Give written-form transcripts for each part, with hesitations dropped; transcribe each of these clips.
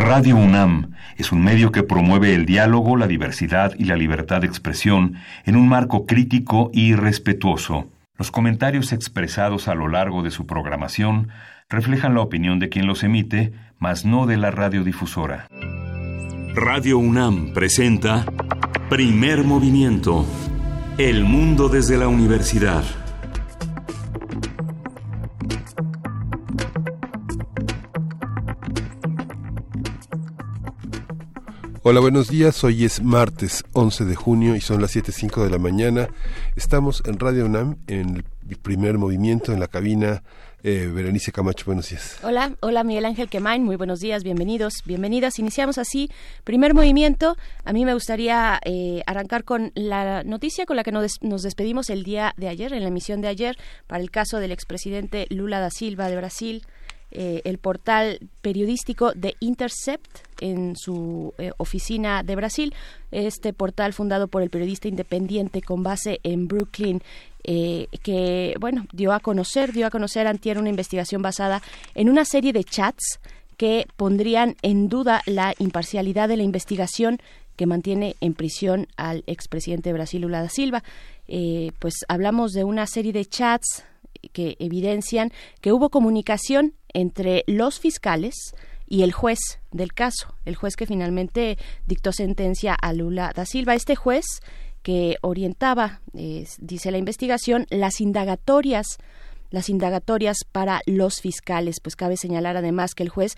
Radio UNAM es un medio que promueve el diálogo, la diversidad y la libertad de expresión en un marco crítico y respetuoso. Los comentarios expresados a lo largo de su programación reflejan la opinión de quien los emite, mas no de la radiodifusora. Radio UNAM presenta Primer Movimiento. El mundo desde la universidad. Hola, buenos días. Hoy es martes 11 de junio y son las 7:05 de la mañana. Estamos en Radio UNAM, en el Primer Movimiento, en la cabina. Berenice Camacho, buenos días. Hola Miguel Ángel Quemain, muy buenos días, bienvenidos, bienvenidas. Iniciamos así Primer Movimiento. A mí me gustaría arrancar con la noticia con la que nos despedimos el día de ayer, en la emisión de ayer, para el caso del expresidente Lula da Silva de Brasil. El portal periodístico The Intercept en su oficina de Brasil, este portal fundado por el periodista independiente con base en Brooklyn, que dio a conocer antier una investigación basada en una serie de chats que pondrían en duda la imparcialidad de la investigación que mantiene en prisión al expresidente de Brasil, Lula da Silva. Pues hablamos de una serie de chats que evidencian que hubo comunicación entre los fiscales y el juez del caso, el juez que finalmente dictó sentencia a Lula da Silva. Este juez que orientaba, dice la investigación, las indagatorias para los fiscales. Pues cabe señalar además que el juez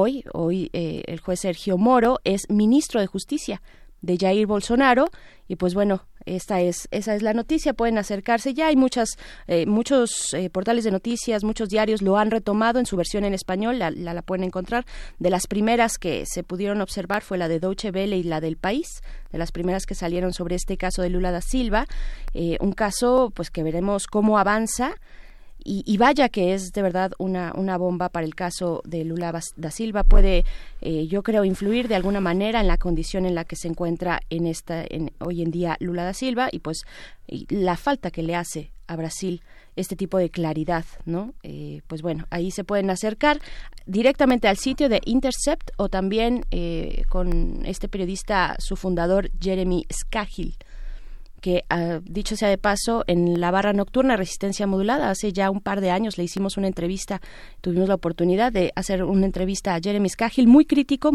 el juez Sergio Moro es ministro de Justicia de Jair Bolsonaro, y pues esa es la noticia. Pueden acercarse, ya hay muchos portales de noticias, muchos diarios lo han retomado en su versión en español, la pueden encontrar. De las primeras que se pudieron observar fue la de Deutsche Welle y la del País, de las primeras que salieron sobre este caso de Lula da Silva, un caso pues que veremos cómo avanza. Y vaya que es de verdad una bomba para el caso de Lula da Silva. Puede, yo creo, influir de alguna manera en la condición en la que se encuentra hoy en día Lula da Silva, y pues la falta que le hace a Brasil este tipo de claridad, ¿no? Ahí se pueden acercar directamente al sitio de Intercept o también con este periodista, su fundador, Jeremy Scahill, que, dicho sea de paso, en la barra nocturna Resistencia Modulada, hace ya un par de años le hicimos una entrevista, tuvimos la oportunidad de hacer una entrevista a Jeremy Scahill, muy crítico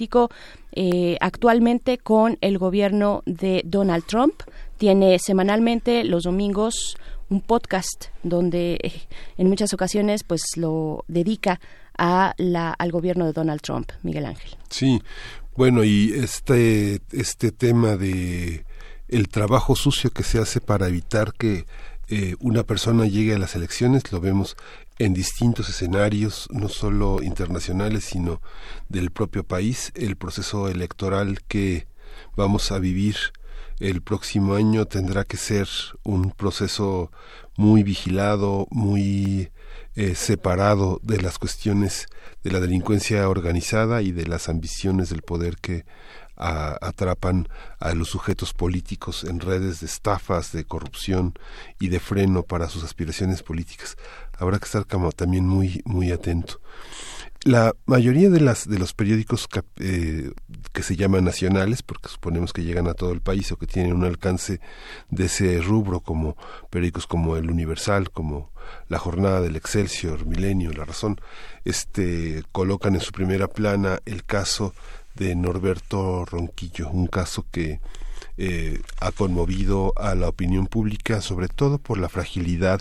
actualmente con el gobierno de Donald Trump. Tiene semanalmente los domingos un podcast donde en muchas ocasiones pues lo dedica al gobierno de Donald Trump. Miguel Ángel. Sí, bueno, y este tema de el trabajo sucio que se hace para evitar que una persona llegue a las elecciones, lo vemos en distintos escenarios, no solo internacionales, sino del propio país. El proceso electoral que vamos a vivir el próximo año tendrá que ser un proceso muy vigilado, muy separado de las cuestiones de la delincuencia organizada y de las ambiciones del poder que atrapan a los sujetos políticos en redes de estafas, de corrupción y de freno para sus aspiraciones políticas. Habrá que estar también muy, muy atento. La mayoría de los periódicos que se llaman nacionales, porque suponemos que llegan a todo el país o que tienen un alcance de ese rubro, como periódicos como El Universal, como La Jornada, del Excelsior, Milenio, La Razón, colocan en su primera plana el caso de Norberto Ronquillo, un caso que ha conmovido a la opinión pública, sobre todo por la fragilidad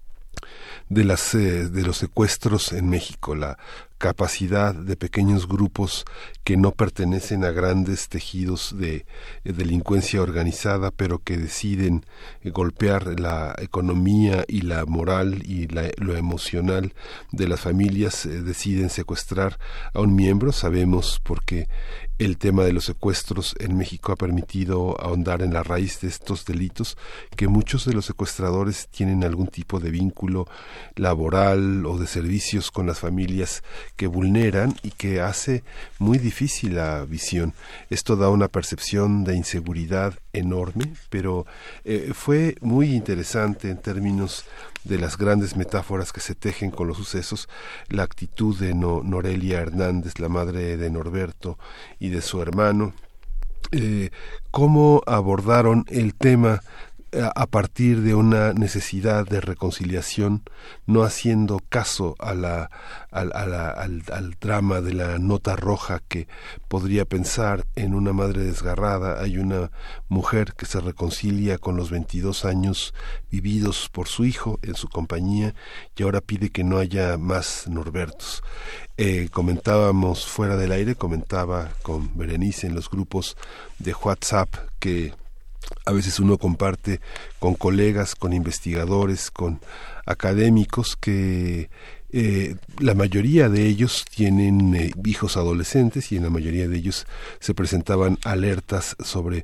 de los secuestros en México, la capacidad de pequeños grupos que no pertenecen a grandes tejidos de delincuencia organizada, pero que deciden golpear la economía y la moral y lo emocional de las familias, deciden secuestrar a un miembro. Sabemos porque el tema de los secuestros en México ha permitido ahondar en la raíz de estos delitos, que muchos de los secuestradores tienen algún tipo de vínculo laboral o de servicios con las familias vulneran y que hace muy difícil la visión. Esto da una percepción de inseguridad enorme, pero fue muy interesante en términos de las grandes metáforas que se tejen con los sucesos, la actitud de Norelia Hernández, la madre de Norberto y de su hermano, cómo abordaron el tema a partir de una necesidad de reconciliación, no haciendo caso al drama de la nota roja que podría pensar en una madre desgarrada. Hay una mujer que se reconcilia con los 22 años vividos por su hijo en su compañía y ahora pide que no haya más Norbertos. Comentábamos fuera del aire, comentaba con Berenice en los grupos de WhatsApp que a veces uno comparte con colegas, con investigadores, con académicos que la mayoría de ellos tienen hijos adolescentes y en la mayoría de ellos se presentaban alertas sobre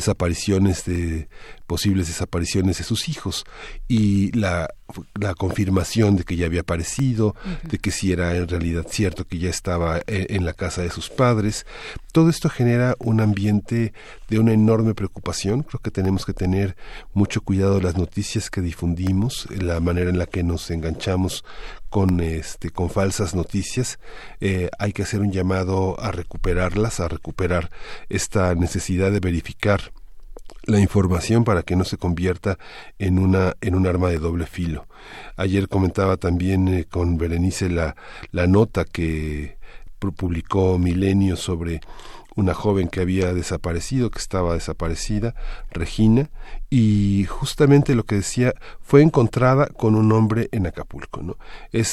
posibles desapariciones de sus hijos y la confirmación de que ya había aparecido, de que sí era en realidad cierto que ya estaba en la casa de sus padres. Todo esto genera un ambiente de una enorme preocupación. Creo que tenemos que tener mucho cuidado de las noticias que difundimos, la manera en la que nos enganchamos con falsas noticias. Hay que hacer un llamado a recuperarlas, a recuperar esta necesidad de verificar la información para que no se convierta en un arma de doble filo. Ayer comentaba también con Berenice la nota que publicó Milenio sobre una joven que había desaparecido, que estaba desaparecida, Regina, y justamente lo que decía, fue encontrada con un hombre en Acapulco, ¿no? Es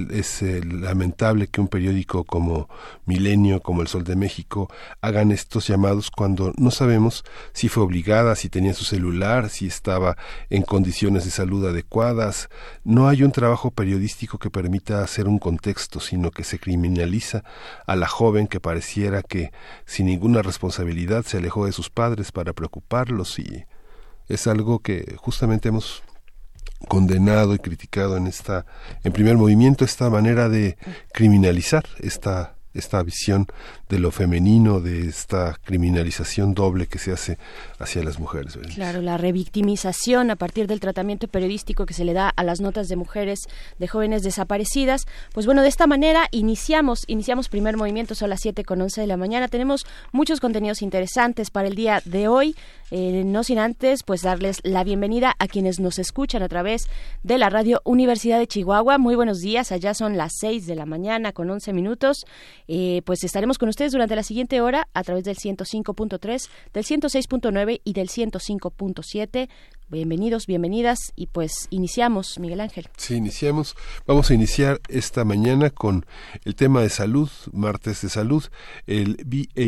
lamentable que un periódico como Milenio, como El Sol de México, hagan estos llamados cuando no sabemos si fue obligada, si tenía su celular, si estaba en condiciones de salud adecuadas. No hay un trabajo periodístico que permita hacer un contexto, sino que se criminaliza a la joven que pareciera que sin ninguna responsabilidad se alejó de sus padres para preocuparlos, y es algo que justamente hemos condenado y criticado en Primer Movimiento, esta manera de criminalizar esta visión de lo femenino, de esta criminalización doble que se hace hacia las mujeres. Claro, la revictimización a partir del tratamiento periodístico que se le da a las notas de mujeres, de jóvenes desaparecidas. Pues bueno, de esta manera iniciamos Primer Movimiento, son las 7:11 de la mañana. Tenemos muchos contenidos interesantes para el día de hoy. No sin antes pues darles la bienvenida a quienes nos escuchan a través de la Radio Universidad de Chihuahua. Muy buenos días, allá son las 6 de la mañana con 11 minutos. Pues estaremos con ustedes durante la siguiente hora a través del 105.3, del 106.9 y del 105.7. Bienvenidos, bienvenidas, y pues iniciamos, Miguel Ángel. Sí, iniciamos. Vamos a iniciar esta mañana con el tema de salud, martes de salud, el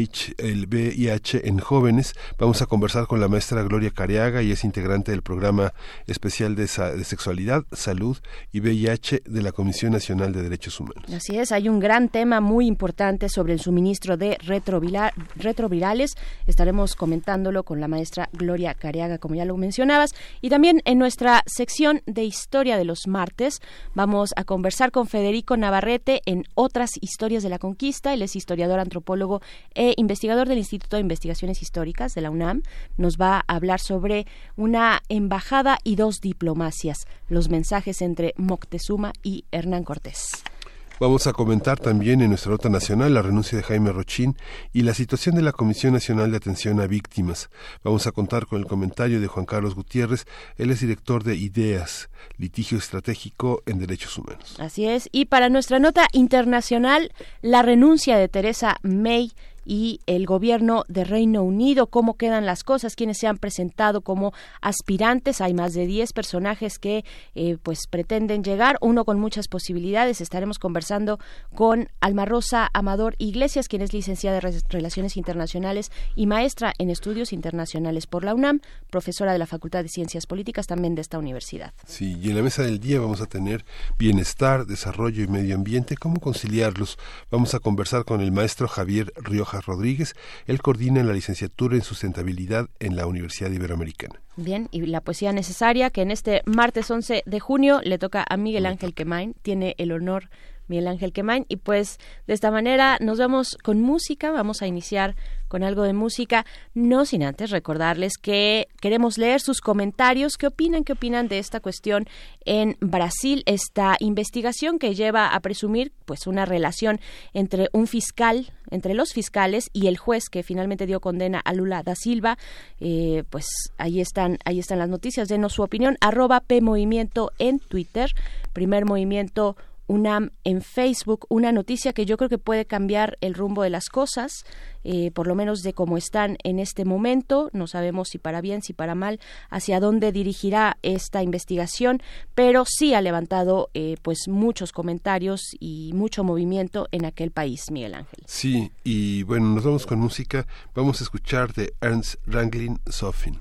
VIH en jóvenes. Vamos a conversar con la maestra Gloria Careaga, y es integrante del programa especial de sexualidad, salud y VIH de la Comisión Nacional de Derechos Humanos. Así es, hay un gran tema muy importante sobre el suministro de retrovirales. Estaremos comentándolo con la maestra Gloria Careaga, como ya lo mencionabas. Y también en nuestra sección de Historia de los Martes vamos a conversar con Federico Navarrete en Otras Historias de la Conquista. Él es historiador, antropólogo e investigador del Instituto de Investigaciones Históricas de la UNAM. Nos va a hablar sobre una embajada y dos diplomacias, los mensajes entre Moctezuma y Hernán Cortés. Vamos a comentar también en nuestra nota nacional la renuncia de Jaime Rochín y la situación de la Comisión Nacional de Atención a Víctimas. Vamos a contar con el comentario de Juan Carlos Gutiérrez. Él es director de IDEAS, Litigio Estratégico en Derechos Humanos. Así es. Y para nuestra nota internacional, la renuncia de Theresa May y el gobierno de Reino Unido. ¿Cómo quedan las cosas? ¿Quiénes se han presentado como aspirantes? Hay más de 10 personajes que pues pretenden llegar, uno con muchas posibilidades. Estaremos conversando con Alma Rosa Amador Iglesias, quien es licenciada en Relaciones Internacionales y maestra en Estudios Internacionales por la UNAM, profesora de la Facultad de Ciencias Políticas también de esta universidad. Sí, y en la mesa del día vamos a tener bienestar, desarrollo y medio ambiente. ¿Cómo conciliarlos? Vamos a conversar con el maestro Javier Rioja Rodríguez. Él coordina la licenciatura en sustentabilidad en la Universidad Iberoamericana. Bien, y la poesía necesaria, que en este martes 11 de junio le toca a Miguel Ángel Quemain. Tiene el honor Miguel Ángel Quemain. Y pues de esta manera nos vamos con música, vamos a iniciar con algo de música, no sin antes recordarles que queremos leer sus comentarios. ¿Qué opinan de esta cuestión en Brasil? Esta investigación que lleva a presumir pues una relación entre entre los fiscales y el juez que finalmente dio condena a Lula da Silva. Pues ahí están las noticias. Denos su opinión. @PMovimiento en Twitter, Primer Movimiento UNAM en Facebook. Una noticia que yo creo que puede cambiar el rumbo de las cosas, por lo menos de cómo están en este momento. No sabemos si para bien, si para mal, hacia dónde dirigirá esta investigación, pero sí ha levantado pues muchos comentarios y mucho movimiento en aquel país, Miguel Ángel. Sí, y bueno, nos vamos con música. Vamos a escuchar de Ernst Ranglin Sofin.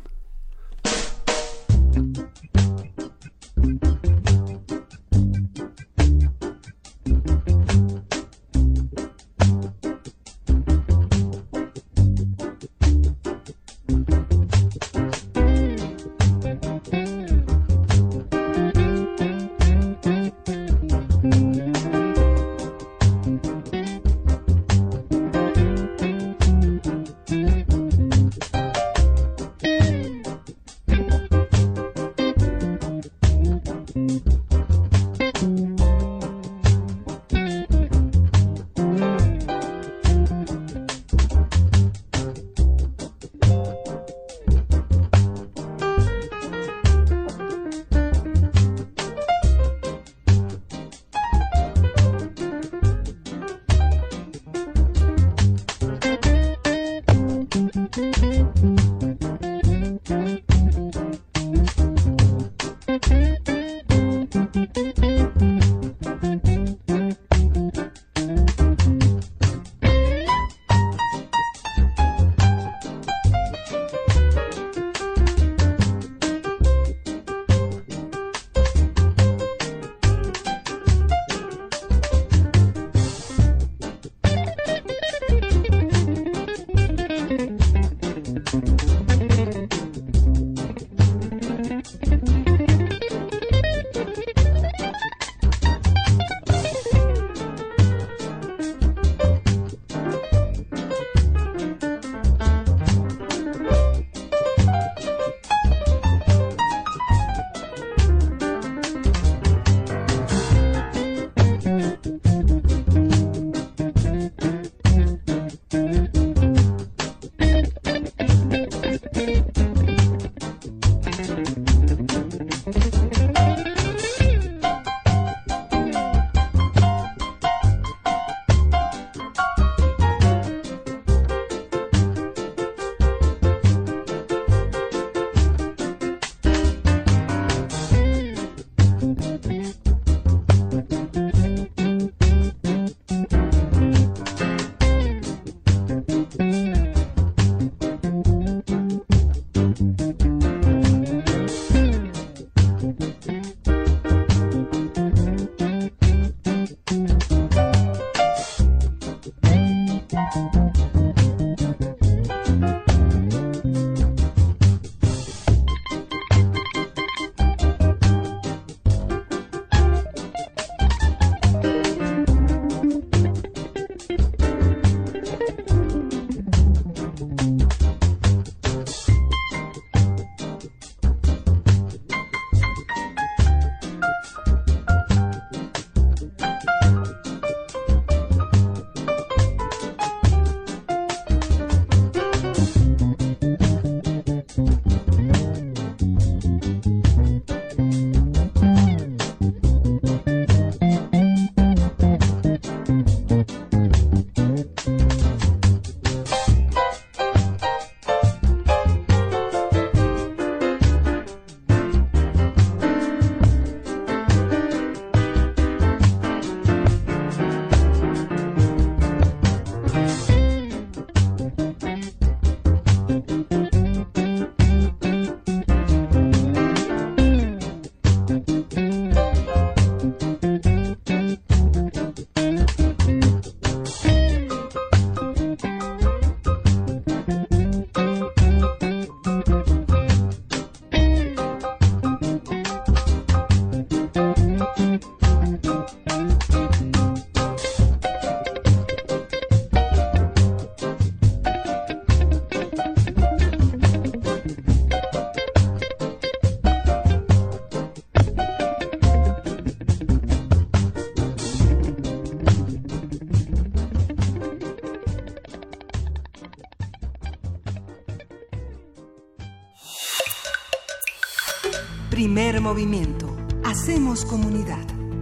Primer movimiento. Hacemos comunidad.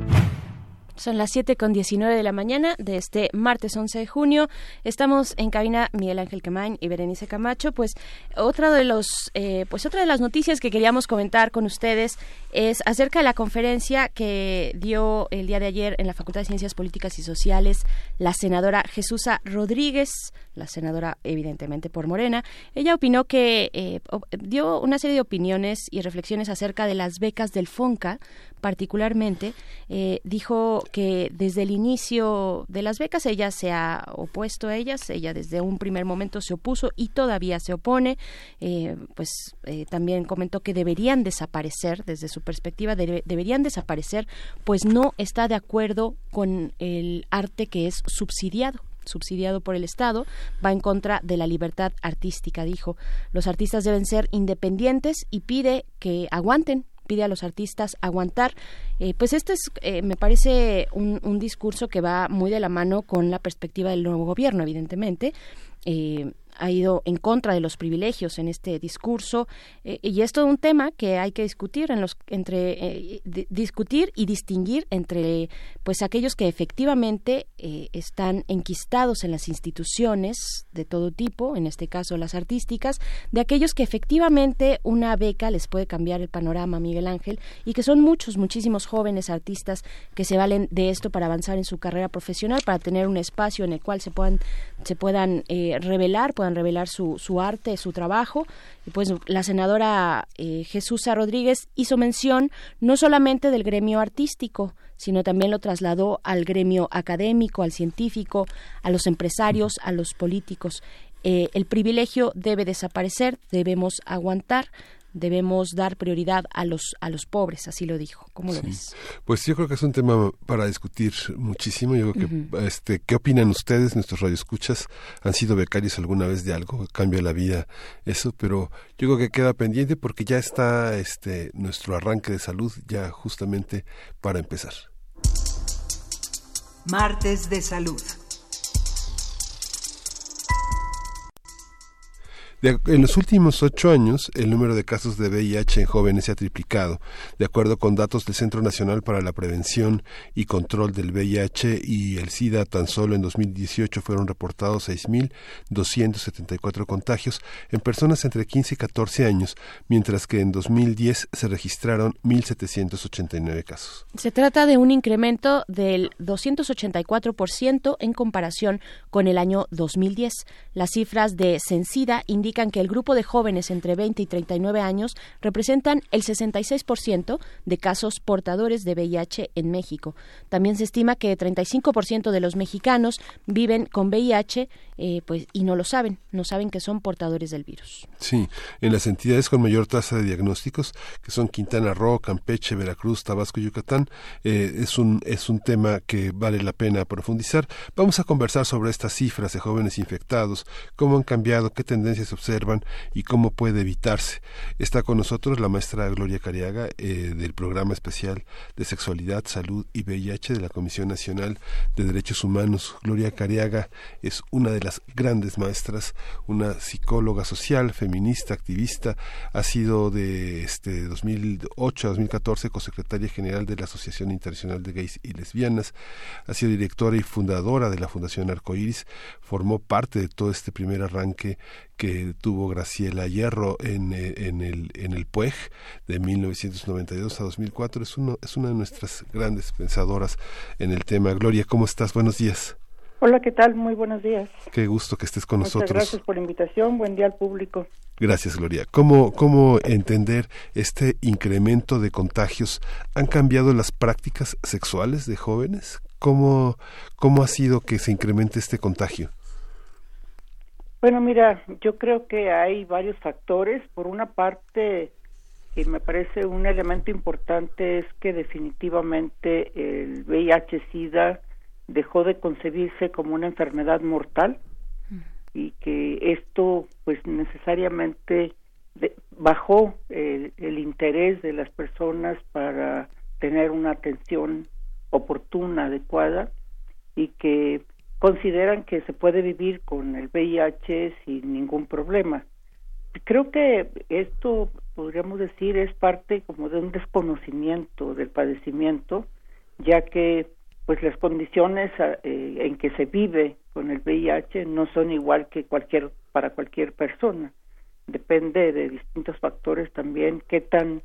Son las 7:19 de la mañana de este martes 11 de junio. Estamos en cabina Miguel Ángel Quemain y Berenice Camacho. Pues otra de las noticias que queríamos comentar con ustedes es acerca de la conferencia que dio el día de ayer en la Facultad de Ciencias Políticas y Sociales la senadora Jesúsa Rodríguez, la senadora evidentemente por Morena. Ella opinó que dio una serie de opiniones y reflexiones acerca de las becas del FONCA. Particularmente, dijo que desde el inicio de las becas ella se ha opuesto a ellas, ella desde un primer momento se opuso y todavía se opone. También comentó que deberían desaparecer, desde su perspectiva deberían desaparecer, pues no está de acuerdo con el arte que es subsidiado por el Estado, va en contra de la libertad artística, dijo. Los artistas deben ser independientes y pide a los artistas aguantar. Este es, me parece, un discurso que va muy de la mano con la perspectiva del nuevo gobierno, evidentemente. Ha ido en contra de los privilegios en este discurso, y es todo un tema que hay que discutir discutir y distinguir entre pues aquellos que efectivamente están enquistados en las instituciones de todo tipo, en este caso las artísticas, de aquellos que efectivamente una beca les puede cambiar el panorama, Miguel Ángel, y que son muchísimos jóvenes artistas que se valen de esto para avanzar en su carrera profesional, para tener un espacio en el cual se puedan revelar su arte, su trabajo. Y pues la senadora Jesúsa Rodríguez hizo mención no solamente del gremio artístico, sino también lo trasladó al gremio académico, al científico, a los empresarios, a los políticos. El privilegio debe desaparecer, debemos aguantar, debemos dar prioridad a los pobres, así lo dijo. ¿Cómo lo ves? Pues yo creo que es un tema para discutir muchísimo. Yo creo que ¿qué opinan ustedes, nuestros radioescuchas? ¿Han sido becarios alguna vez de algo? ¿Cambia la vida eso? Pero yo creo que queda pendiente porque ya está nuestro arranque de salud ya justamente para empezar. Martes de Salud. En los últimos 8 años, el número de casos de VIH en jóvenes se ha triplicado. De acuerdo con datos del Centro Nacional para la Prevención y Control del VIH y el SIDA, tan solo en 2018 fueron reportados 6.274 contagios en personas entre 15 y 14 años, mientras que en 2010 se registraron 1.789 casos. Se trata de un incremento del 284% en comparación con el año 2010. Las cifras de Censida indican que el grupo de jóvenes entre 20 y 39 años representan el 66% de casos portadores de VIH en México. También se estima que 35% de los mexicanos viven con VIH y no saben que son portadores del virus. Sí, en las entidades con mayor tasa de diagnósticos, que son Quintana Roo, Campeche, Veracruz, Tabasco y Yucatán, es un tema que vale la pena profundizar. Vamos a conversar sobre estas cifras de jóvenes infectados, cómo han cambiado, qué tendencias observan y cómo puede evitarse. Está con nosotros la maestra Gloria Careaga del Programa Especial de Sexualidad, Salud y VIH de la Comisión Nacional de Derechos Humanos. Gloria Careaga es una de las grandes maestras, una psicóloga social, feminista, activista, ha sido de 2008 a 2014 cosecretaria general de la Asociación Internacional de Gays y Lesbianas, ha sido directora y fundadora de la Fundación Arcoíris, formó parte de todo este primer arranque que tuvo Graciela Hierro en el PUEG de 1992 a 2004. Es una de nuestras grandes pensadoras en el tema. Gloria, ¿cómo estás? Buenos días. Hola, ¿qué tal? Muy buenos días. Qué gusto que estés con nosotros. Muchas gracias por la invitación. Buen día al público. Gracias, Gloria. ¿Cómo entender este incremento de contagios? ¿Han cambiado las prácticas sexuales de jóvenes? ¿Cómo ha sido que se incremente este contagio? Bueno, mira, yo creo que hay varios factores. Por una parte, que me parece un elemento importante es que definitivamente el VIH-Sida dejó de concebirse como una enfermedad mortal y que esto pues necesariamente bajó el interés de las personas para tener una atención oportuna, adecuada, y que consideran que se puede vivir con el VIH sin ningún problema. creo que esto, podríamos decir, es parte como de un desconocimiento del padecimiento, ya que pues las condiciones en que se vive con el VIH no son igual que para cualquier persona. Depende de distintos factores también, qué tan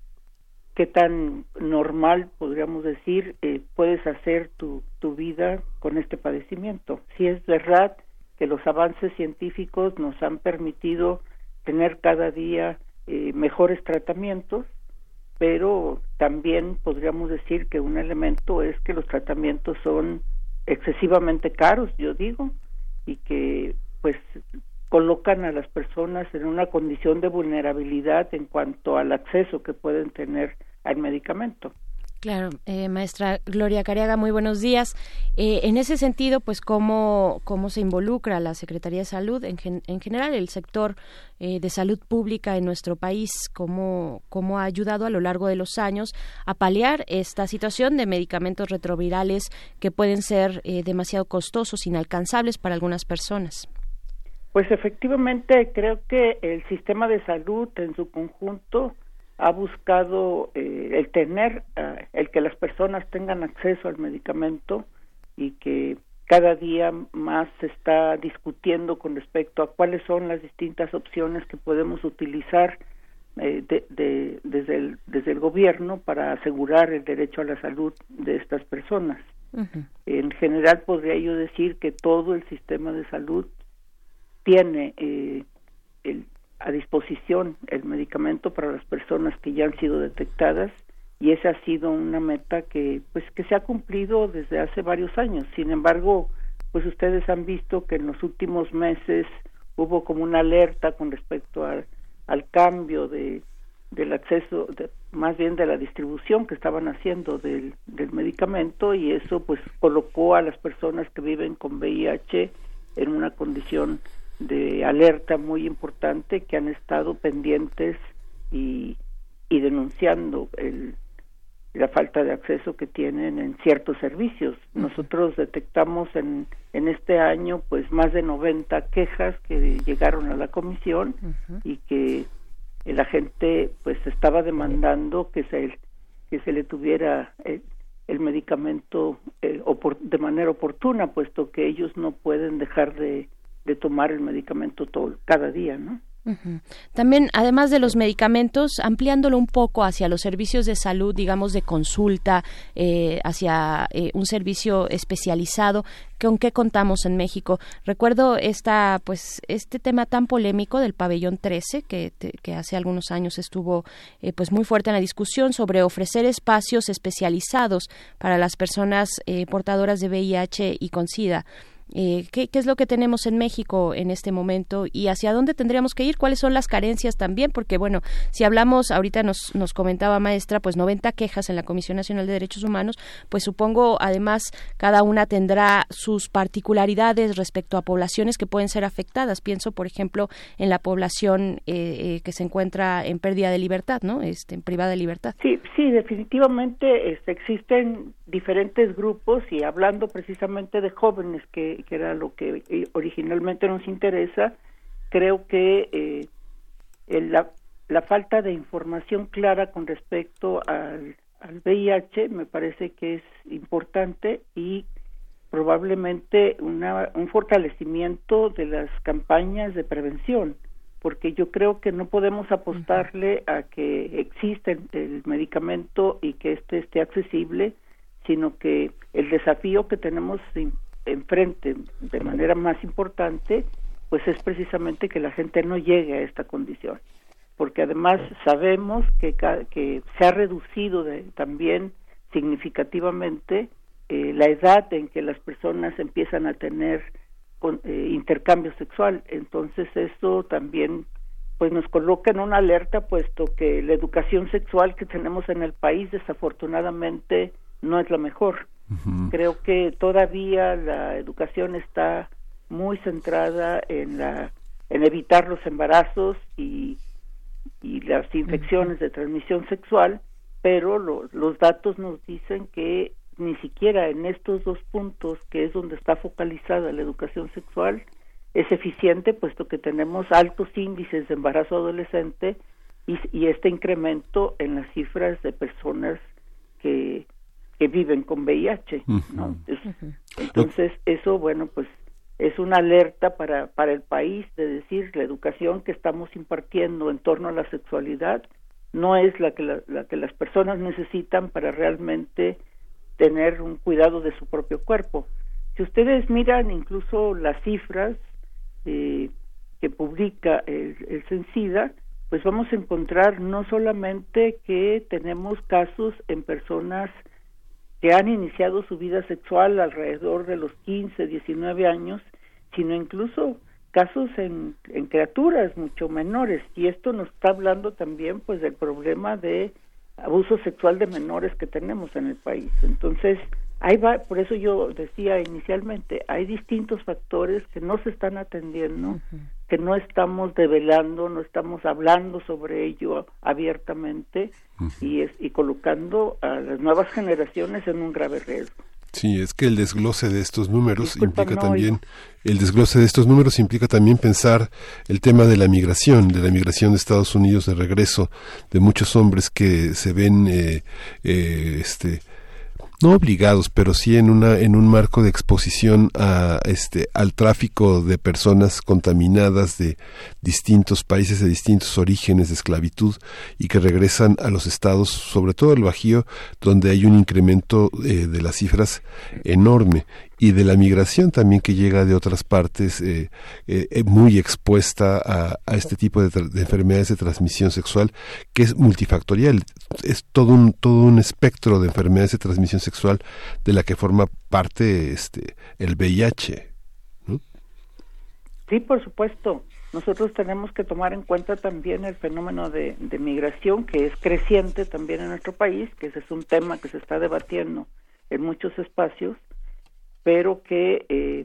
normal, podríamos decir, puedes hacer tu vida con este padecimiento. Si es verdad que los avances científicos nos han permitido tener cada día mejores tratamientos, pero también podríamos decir que un elemento es que los tratamientos son excesivamente caros, yo digo, y que pues colocan a las personas en una condición de vulnerabilidad en cuanto al acceso que pueden tener al medicamento. Claro, maestra Gloria Careaga, muy buenos días. En ese sentido, pues, ¿cómo se involucra la Secretaría de Salud, en general el sector de salud pública en nuestro país, cómo ha ayudado a lo largo de los años a paliar esta situación de medicamentos retrovirales que pueden ser demasiado costosos, inalcanzables para algunas personas? Pues efectivamente creo que el sistema de salud en su conjunto ha buscado el que las personas tengan acceso al medicamento, y que cada día más se está discutiendo con respecto a cuáles son las distintas opciones que podemos utilizar desde el gobierno para asegurar el derecho a la salud de estas personas. Uh-huh. En general podría yo decir que todo el sistema de salud tiene a disposición el medicamento para las personas que ya han sido detectadas, y esa ha sido una meta que se ha cumplido desde hace varios años. Sin embargo, pues ustedes han visto que en los últimos meses hubo como una alerta con respecto al cambio del acceso, más bien de la distribución que estaban haciendo del medicamento, y eso pues colocó a las personas que viven con VIH en una condición de alerta muy importante, que han estado pendientes y denunciando la falta de acceso que tienen en ciertos servicios. Nosotros detectamos en este año pues más de 90 quejas que llegaron a la comisión, uh-huh, y que la gente pues estaba demandando que se le tuviera el medicamento de manera oportuna, puesto que ellos no pueden dejar de tomar el medicamento cada día, ¿no? Uh-huh. También, además de los medicamentos, ampliándolo un poco hacia los servicios de salud, digamos de consulta, hacia un servicio especializado, ¿con qué contamos en México? Recuerdo este tema tan polémico del pabellón 13, que hace algunos años estuvo pues muy fuerte en la discusión sobre ofrecer espacios especializados para las personas portadoras de VIH y con SIDA. ¿Qué es lo que tenemos en México en este momento y hacia dónde tendríamos que ir? ¿Cuáles son las carencias también? Porque, bueno, si hablamos, ahorita nos comentaba maestra, pues 90 quejas en la Comisión Nacional de Derechos Humanos, pues supongo, además, cada una tendrá sus particularidades respecto a poblaciones que pueden ser afectadas. Pienso, por ejemplo, en la población que se encuentra en pérdida de libertad, ¿no? En privada de libertad. Sí, definitivamente existen diferentes grupos, y hablando precisamente de jóvenes, que era lo que originalmente nos interesa, creo que la falta de información clara con respecto al VIH me parece que es importante, y probablemente un fortalecimiento de las campañas de prevención, porque yo creo que no podemos apostarle a que exista el medicamento y que esté accesible, sino que el desafío que tenemos enfrente de manera más importante pues es precisamente que la gente no llegue a esta condición, porque además sabemos que se ha reducido también significativamente la edad en que las personas empiezan a tener intercambio sexual. Entonces eso también pues nos coloca en una alerta, puesto que la educación sexual que tenemos en el país desafortunadamente no es la mejor. Uh-huh. Creo que todavía la educación está muy centrada en evitar los embarazos y las infecciones de transmisión sexual, pero los datos nos dicen que ni siquiera en estos dos puntos, que es donde está focalizada la educación sexual, es eficiente, puesto que tenemos altos índices de embarazo adolescente y este incremento en las cifras de personas que viven con VIH, ¿no? Entonces eso, bueno, pues es una alerta para el país de decir, la educación que estamos impartiendo en torno a la sexualidad no es la que las personas necesitan para realmente tener un cuidado de su propio cuerpo. Si ustedes miran incluso las cifras que publica el CENSIDA, pues vamos a encontrar no solamente que tenemos casos en personas que han iniciado su vida sexual alrededor de los 15, 19 años, sino incluso casos en criaturas mucho menores, y esto nos está hablando también pues del problema de abuso sexual de menores que tenemos en el país. Entonces, ahí va, por eso yo decía inicialmente, hay distintos factores que no se están atendiendo, que no estamos develando, no estamos hablando sobre ello abiertamente y colocando a las nuevas generaciones en un grave riesgo. Sí, es que el desglose de estos números implica también pensar el tema de la migración de Estados Unidos, de regreso de muchos hombres que se ven no obligados, pero sí en un marco de exposición al tráfico de personas contaminadas de distintos países, de distintos orígenes de esclavitud, y que regresan a los estados, sobre todo el Bajío, donde hay un incremento de las cifras enorme, y de la migración también que llega de otras partes, muy expuesta a este tipo de enfermedades de transmisión sexual, que es multifactorial, es todo un espectro de enfermedades de transmisión sexual de la que forma parte el VIH, ¿no? Sí, por supuesto. Nosotros tenemos que tomar en cuenta también el fenómeno de migración, que es creciente también en nuestro país, que ese es un tema que se está debatiendo en muchos espacios, pero que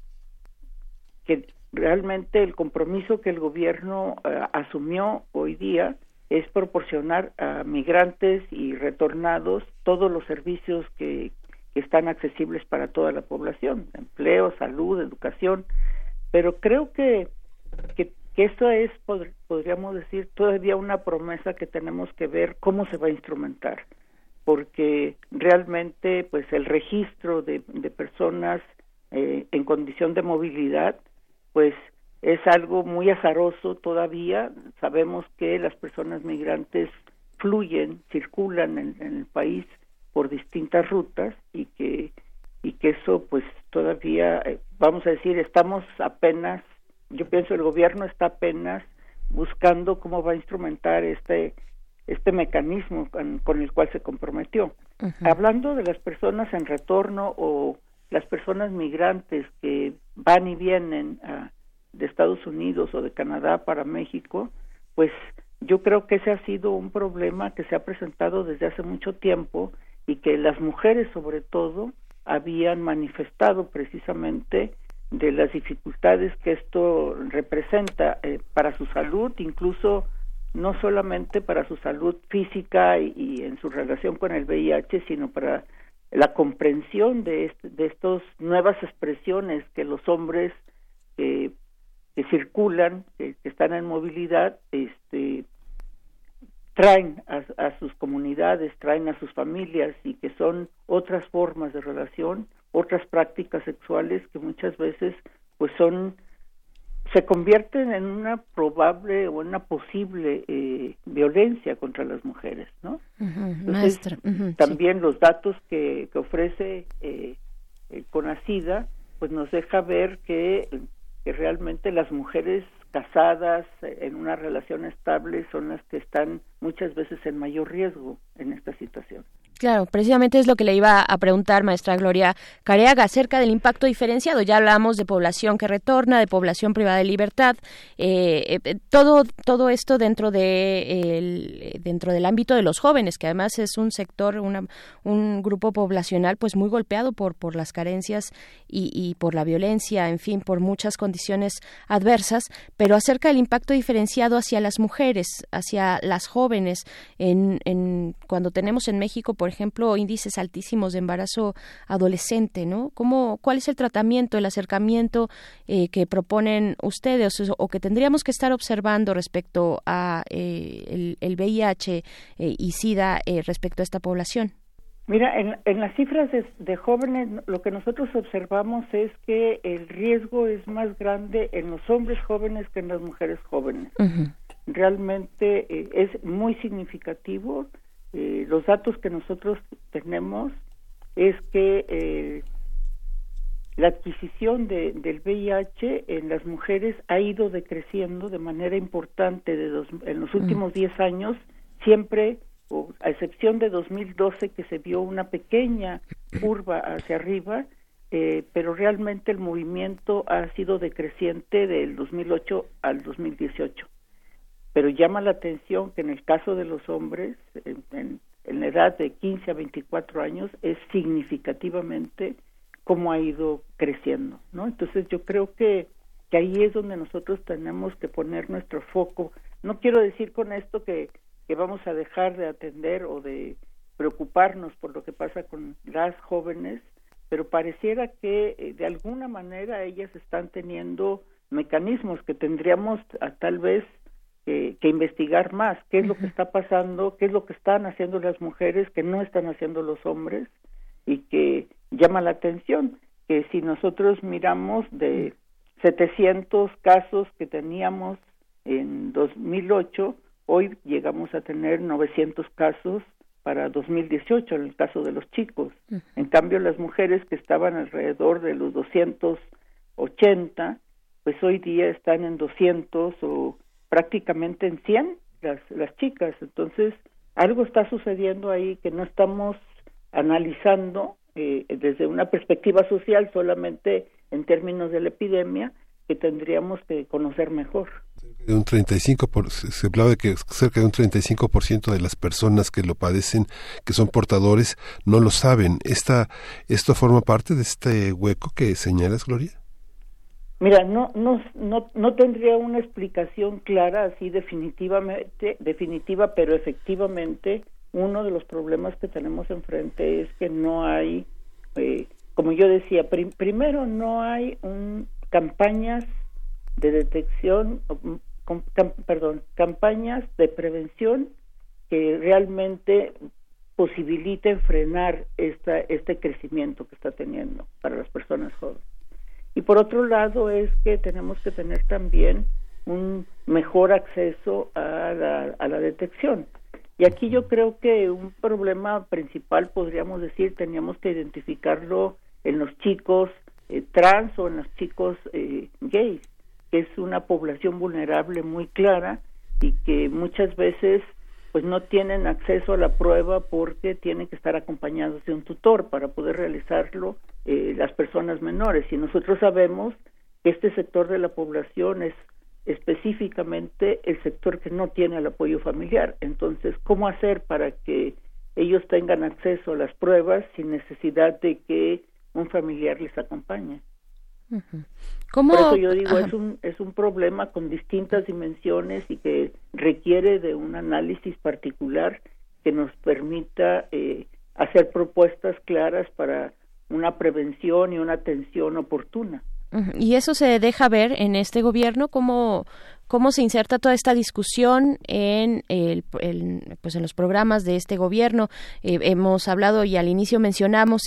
realmente el compromiso que el gobierno asumió hoy día es proporcionar a migrantes y retornados todos los servicios que están accesibles para toda la población, empleo, salud, educación, pero creo que esto es, podríamos decir, todavía una promesa que tenemos que ver cómo se va a instrumentar, porque realmente pues el registro de personas en condición de movilidad pues es algo muy azaroso todavía. Sabemos que las personas migrantes fluyen, circulan en el país por distintas rutas y que eso pues todavía vamos a decir, estamos apenas, yo pienso el gobierno está apenas buscando cómo va a instrumentar este mecanismo con el cual se comprometió. Hablando de las personas en retorno o las personas migrantes que van y vienen de Estados Unidos o de Canadá para México, pues yo creo que ese ha sido un problema que se ha presentado desde hace mucho tiempo y que las mujeres sobre todo habían manifestado precisamente de las dificultades que esto representa para su salud, incluso no solamente para su salud física y en su relación con el VIH, sino para la comprensión de estas nuevas expresiones que los hombres que circulan, que están en movilidad, traen a sus comunidades, traen a sus familias, y que son otras formas de relación, otras prácticas sexuales que muchas veces pues se convierten en una probable o una posible violencia contra las mujeres, ¿no? Entonces, también sí, los datos que ofrece CONACYDA pues nos deja ver que realmente las mujeres casadas en una relación estable son las que están muchas veces en mayor riesgo en esta situación. Claro, precisamente es lo que le iba a preguntar, maestra Gloria Careaga, acerca del impacto diferenciado. Ya hablamos de población que retorna, de población privada de libertad, todo esto dentro del ámbito de los jóvenes, que además es un sector, un grupo poblacional pues muy golpeado por las carencias y por la violencia, en fin, por muchas condiciones adversas, pero acerca del impacto diferenciado hacia las mujeres, hacia las jóvenes, cuando tenemos en México, por ejemplo, índices altísimos de embarazo adolescente, ¿no? ¿Cuál es el tratamiento, el acercamiento que proponen ustedes o que tendríamos que estar observando respecto a el VIH y SIDA respecto a esta población? Mira, en las cifras de jóvenes, lo que nosotros observamos es que el riesgo es más grande en los hombres jóvenes que en las mujeres jóvenes. Uh-huh. Realmente es muy significativo. Los datos que nosotros tenemos es que la adquisición del VIH en las mujeres ha ido decreciendo de manera importante en los últimos 10 años, siempre, a excepción de 2012, que se vio una pequeña curva hacia arriba, pero realmente el movimiento ha sido decreciente del 2008 al 2018. Pero llama la atención que en el caso de los hombres, en la edad de 15 a 24 años, es significativamente cómo ha ido creciendo, ¿no? Entonces yo creo que ahí es donde nosotros tenemos que poner nuestro foco. No quiero decir con esto que vamos a dejar de atender o de preocuparnos por lo que pasa con las jóvenes, pero pareciera que de alguna manera ellas están teniendo mecanismos que tendríamos tal vez que investigar más, qué es lo que está pasando, qué es lo que están haciendo las mujeres que no están haciendo los hombres, y que llama la atención que si nosotros miramos de 700 casos que teníamos en 2008, hoy llegamos a tener 900 casos para 2018 en el caso de los chicos. En cambio, las mujeres, que estaban alrededor de los 280, pues hoy día están en 200 o prácticamente en 100 las chicas. Entonces, algo está sucediendo ahí que no estamos analizando desde una perspectiva social, solamente en términos de la epidemia, que tendríamos que conocer mejor. Se hablaba de que cerca de un 35% de las personas que lo padecen, que son portadores, no lo saben. ¿Esto forma parte de este hueco que señalas, Gloria? Mira, no tendría una explicación clara así definitiva, pero efectivamente uno de los problemas que tenemos enfrente es que no hay, como yo decía, primero no hay campañas de detección, campañas de prevención que realmente posibiliten frenar este crecimiento que está teniendo para las personas jóvenes. Y por otro lado es que tenemos que tener también un mejor acceso a la detección. Y aquí yo creo que un problema principal, podríamos decir, teníamos que identificarlo en los chicos trans o en los chicos gays, que es una población vulnerable muy clara y que muchas veces pues no tienen acceso a la prueba porque tienen que estar acompañados de un tutor para poder realizarlo las personas menores. Y nosotros sabemos que este sector de la población es específicamente el sector que no tiene el apoyo familiar. Entonces, ¿cómo hacer para que ellos tengan acceso a las pruebas sin necesidad de que un familiar les acompañe? Uh-huh. Por eso yo digo, es un problema con distintas dimensiones y que requiere de un análisis particular que nos permita hacer propuestas claras para una prevención y una atención oportuna. Uh-huh. Y eso se deja ver en este gobierno, cómo se inserta toda esta discusión en los programas de este gobierno. Hemos hablado y al inicio mencionamos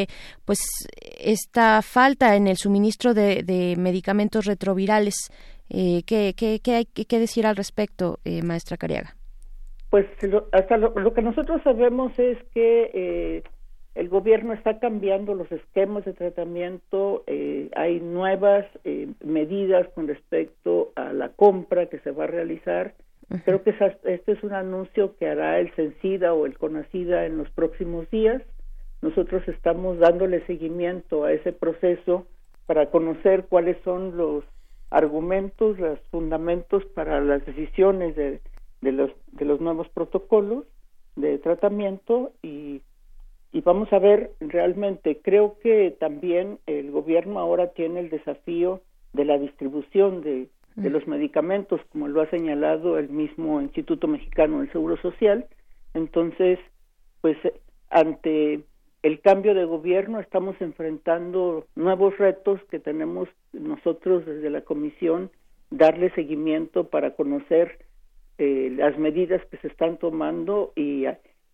esta falta en el suministro de medicamentos retrovirales. ¿Qué hay que decir al respecto, maestra Careaga? Pues lo que nosotros sabemos es que el gobierno está cambiando los esquemas de tratamiento, hay nuevas medidas con respecto a la compra que se va a realizar. Uh-huh. Creo que este es un anuncio que hará el CENSIDA o el CONACYDA en los próximos días. Nosotros estamos dándole seguimiento a ese proceso para conocer cuáles son los argumentos, los fundamentos para las decisiones de los nuevos protocolos de tratamiento y vamos a ver realmente. Creo que también el gobierno ahora tiene el desafío de la distribución de los medicamentos, como lo ha señalado el mismo Instituto Mexicano del Seguro Social. Entonces, pues ante el cambio de gobierno estamos enfrentando nuevos retos que tenemos nosotros desde la comisión, darle seguimiento para conocer las medidas que se están tomando y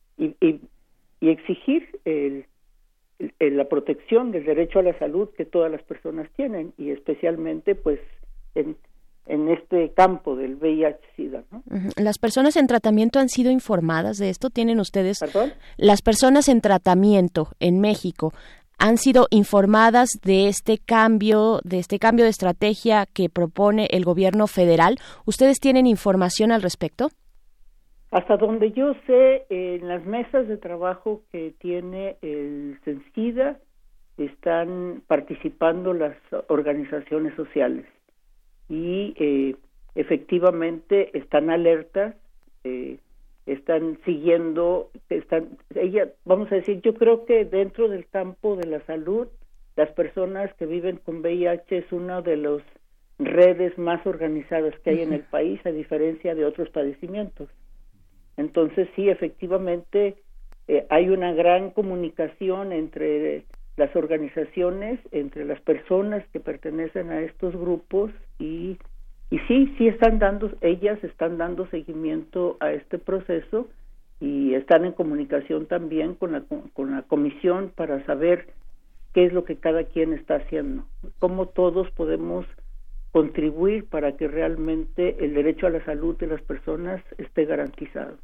exigir la protección del derecho a la salud que todas las personas tienen, y especialmente pues en este campo del VIH-Sida, ¿no? ¿Las personas en tratamiento han sido informadas de esto? ¿Tienen ustedes? ¿Perdón? ¿Las personas en tratamiento en México han sido informadas de este cambio de estrategia que propone el gobierno federal? ¿Ustedes tienen información al respecto? Hasta donde yo sé, en las mesas de trabajo que tiene el CENSIDA están participando las organizaciones sociales y efectivamente están alertas, están siguiendo, vamos a decir, yo creo que dentro del campo de la salud, las personas que viven con VIH es una de las redes más organizadas que hay en el país, a diferencia de otros padecimientos. Entonces sí, efectivamente hay una gran comunicación entre las organizaciones, entre las personas que pertenecen a estos grupos y sí ellas están dando seguimiento a este proceso y están en comunicación también con la comisión para saber qué es lo que cada quien está haciendo, cómo todos podemos contribuir para que realmente el derecho a la salud de las personas esté garantizado.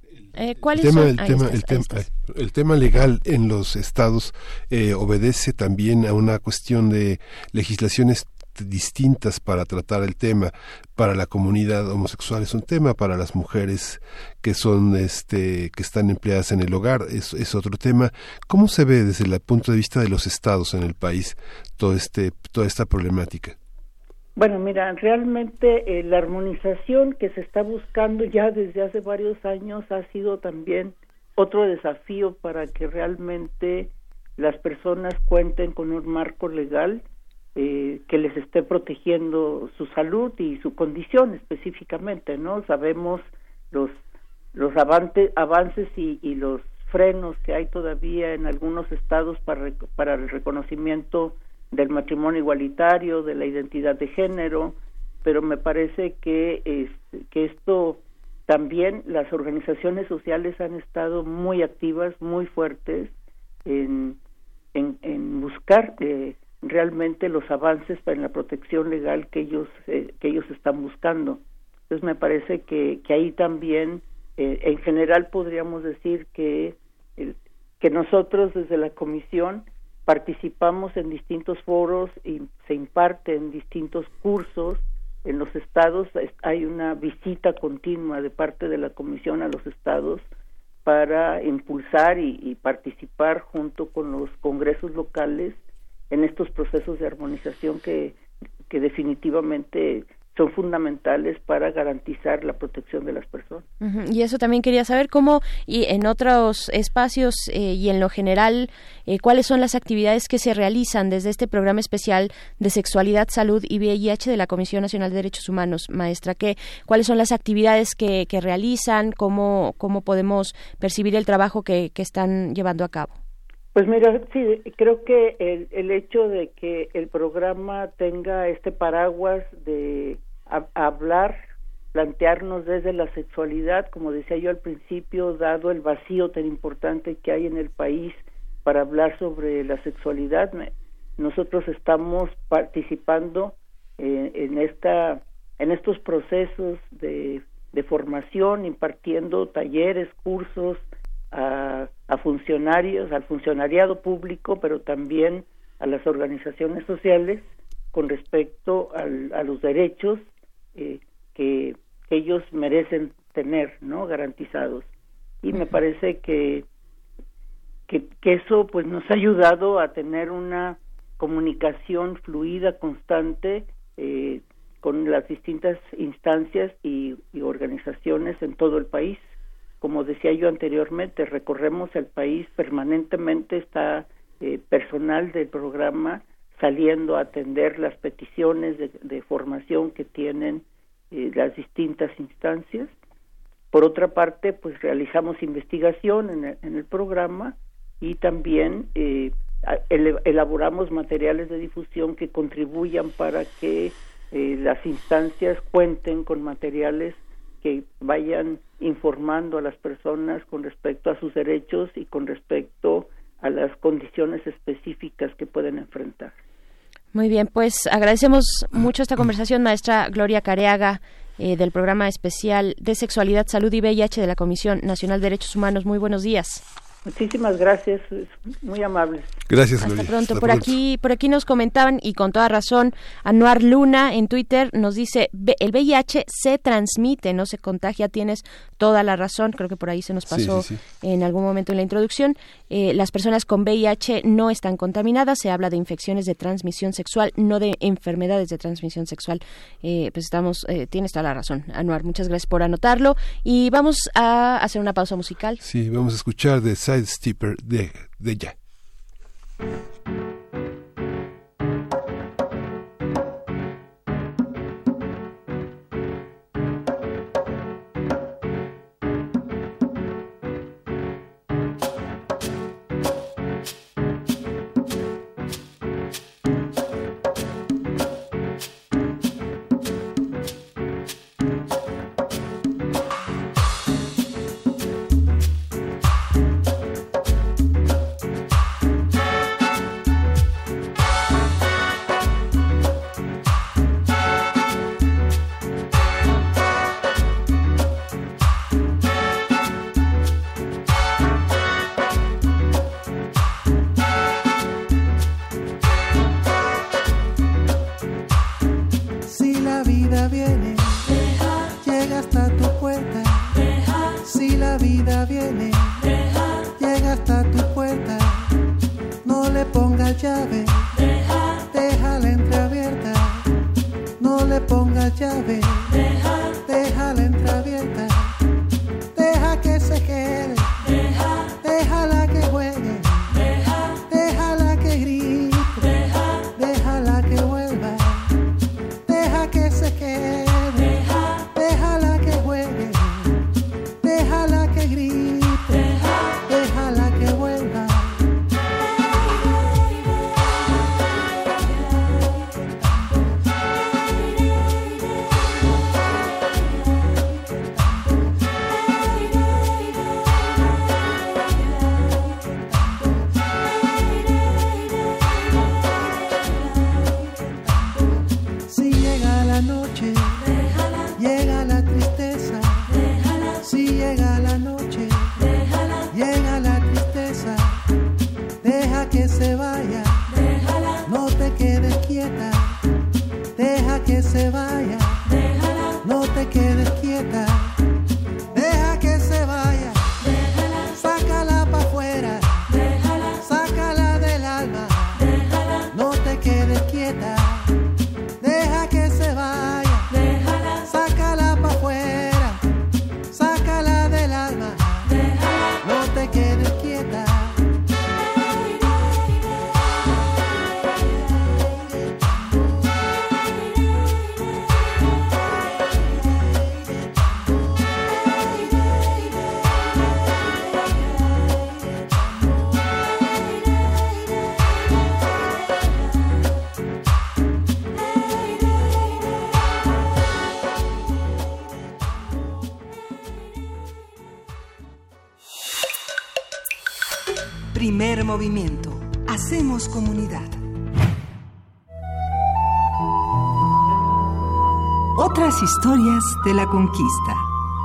El tema legal en los estados obedece también a una cuestión de legislaciones distintas para tratar el tema. Para la comunidad homosexual es un tema, para las mujeres que son que están empleadas en el hogar es otro tema. ¿Cómo se ve desde el punto de vista de los estados en el país toda esta problemática? Bueno, mira, realmente la armonización que se está buscando ya desde hace varios años ha sido también otro desafío para que realmente las personas cuenten con un marco legal que les esté protegiendo su salud y su condición específicamente, ¿no? Sabemos los avances y los frenos que hay todavía en algunos estados para el reconocimiento del matrimonio igualitario, de la identidad de género, pero me parece que esto también las organizaciones sociales han estado muy activas, muy fuertes en buscar realmente los avances para la protección legal que ellos están buscando. Entonces me parece que ahí también en general podríamos decir que nosotros desde la comisión participamos en distintos foros y se imparten distintos cursos en los estados. Hay una visita continua de parte de la comisión a los estados para impulsar y participar junto con los congresos locales en estos procesos de armonización que definitivamente son fundamentales para garantizar la protección de las personas. Y eso también quería saber cómo, y en otros espacios y en lo general, cuáles son las actividades que se realizan desde este programa especial de sexualidad, salud y VIH de la Comisión Nacional de Derechos Humanos, maestra. ¿Cuáles son las actividades que realizan? ¿Cómo podemos percibir el trabajo que están llevando a cabo? Pues mira, sí, creo que el hecho de que el programa tenga este paraguas de hablar, plantearnos desde la sexualidad, como decía yo al principio, dado el vacío tan importante que hay en el país para hablar sobre la sexualidad, nosotros estamos participando en estos procesos de formación, impartiendo talleres, cursos, a funcionarios, al funcionariado público, pero también a las organizaciones sociales con respecto a los derechos que ellos merecen tener, ¿no?, garantizados. Y me parece que eso pues nos ha ayudado a tener una comunicación fluida, constante, con las distintas instancias y organizaciones en todo el país. Como decía yo anteriormente, recorremos el país permanentemente, está personal del programa saliendo a atender las peticiones de formación que tienen las distintas instancias. Por otra parte, pues realizamos investigación en el programa y también elaboramos materiales de difusión que contribuyan para que las instancias cuenten con materiales que vayan informando a las personas con respecto a sus derechos y con respecto a las condiciones específicas que pueden enfrentar. Muy bien, pues agradecemos mucho esta conversación, maestra Gloria Careaga, del Programa Especial de Sexualidad, Salud y VIH de la Comisión Nacional de Derechos Humanos. Muy buenos días. Muchísimas gracias, muy amables. Gracias, Gloria. Hasta pronto. Por aquí nos comentaban, y con toda razón, Anuar Luna en Twitter nos dice: el VIH se transmite, no se contagia. Tienes toda la razón, creo que por ahí se nos pasó en algún momento en la introducción. Las personas con VIH no están contaminadas, se habla de infecciones de transmisión sexual, no de enfermedades de transmisión sexual. Tienes toda la razón, Anuar, muchas gracias por anotarlo, y vamos a hacer una pausa musical. Sí, vamos a escuchar de Sidestepper de Ya. Primer movimiento. Hacemos comunidad. Otras historias de la conquista.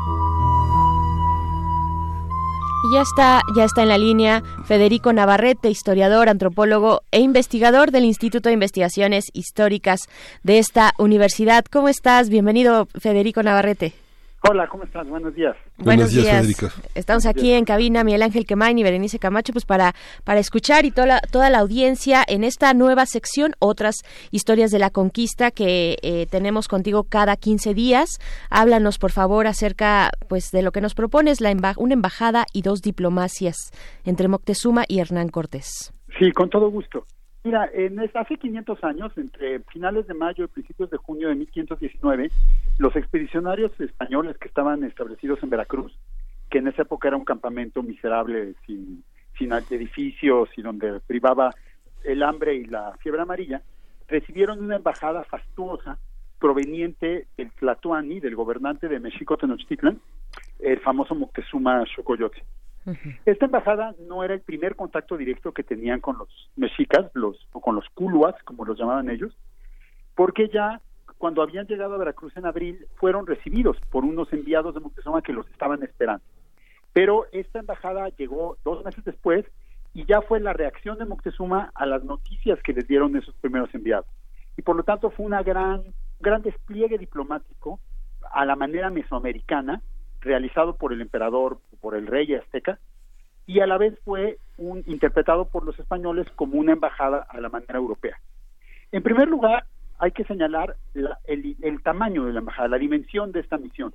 Y ya está en la línea Federico Navarrete, historiador, antropólogo e investigador del Instituto de Investigaciones Históricas de esta universidad. ¿Cómo estás? Bienvenido, Federico Navarrete. Hola, ¿cómo estás? Buenos días. Buenos días, Federico. Estamos aquí en cabina, Miguel Ángel Quemain y Berenice Camacho, pues para escuchar y toda la audiencia en esta nueva sección, otras historias de la conquista que tenemos contigo cada 15 días. Háblanos, por favor, acerca pues de lo que nos propones, una embajada y 2 diplomacias entre Moctezuma y Hernán Cortés. Sí, con todo gusto. Mira, hace 500 años, entre finales de mayo y principios de junio de 1519, los expedicionarios españoles que estaban establecidos en Veracruz, que en esa época era un campamento miserable sin sin edificios y donde privaba el hambre y la fiebre amarilla, recibieron una embajada fastuosa proveniente del Tlatoani, del gobernante de Mexico Tenochtitlan, el famoso Moctezuma Xocoyotzin. Esta embajada no era el primer contacto directo que tenían con los mexicas, o con los culuas, como los llamaban ellos, porque ya cuando habían llegado a Veracruz en abril, fueron recibidos por unos enviados de Moctezuma que los estaban esperando. Pero esta embajada llegó 2 meses después y ya fue la reacción de Moctezuma a las noticias que les dieron esos primeros enviados. Y por lo tanto fue un gran despliegue diplomático a la manera mesoamericana, realizado por el emperador, por el rey azteca, y a la vez fue interpretado por los españoles como una embajada a la manera europea. En primer lugar, hay que señalar el tamaño de la embajada, la dimensión de esta misión.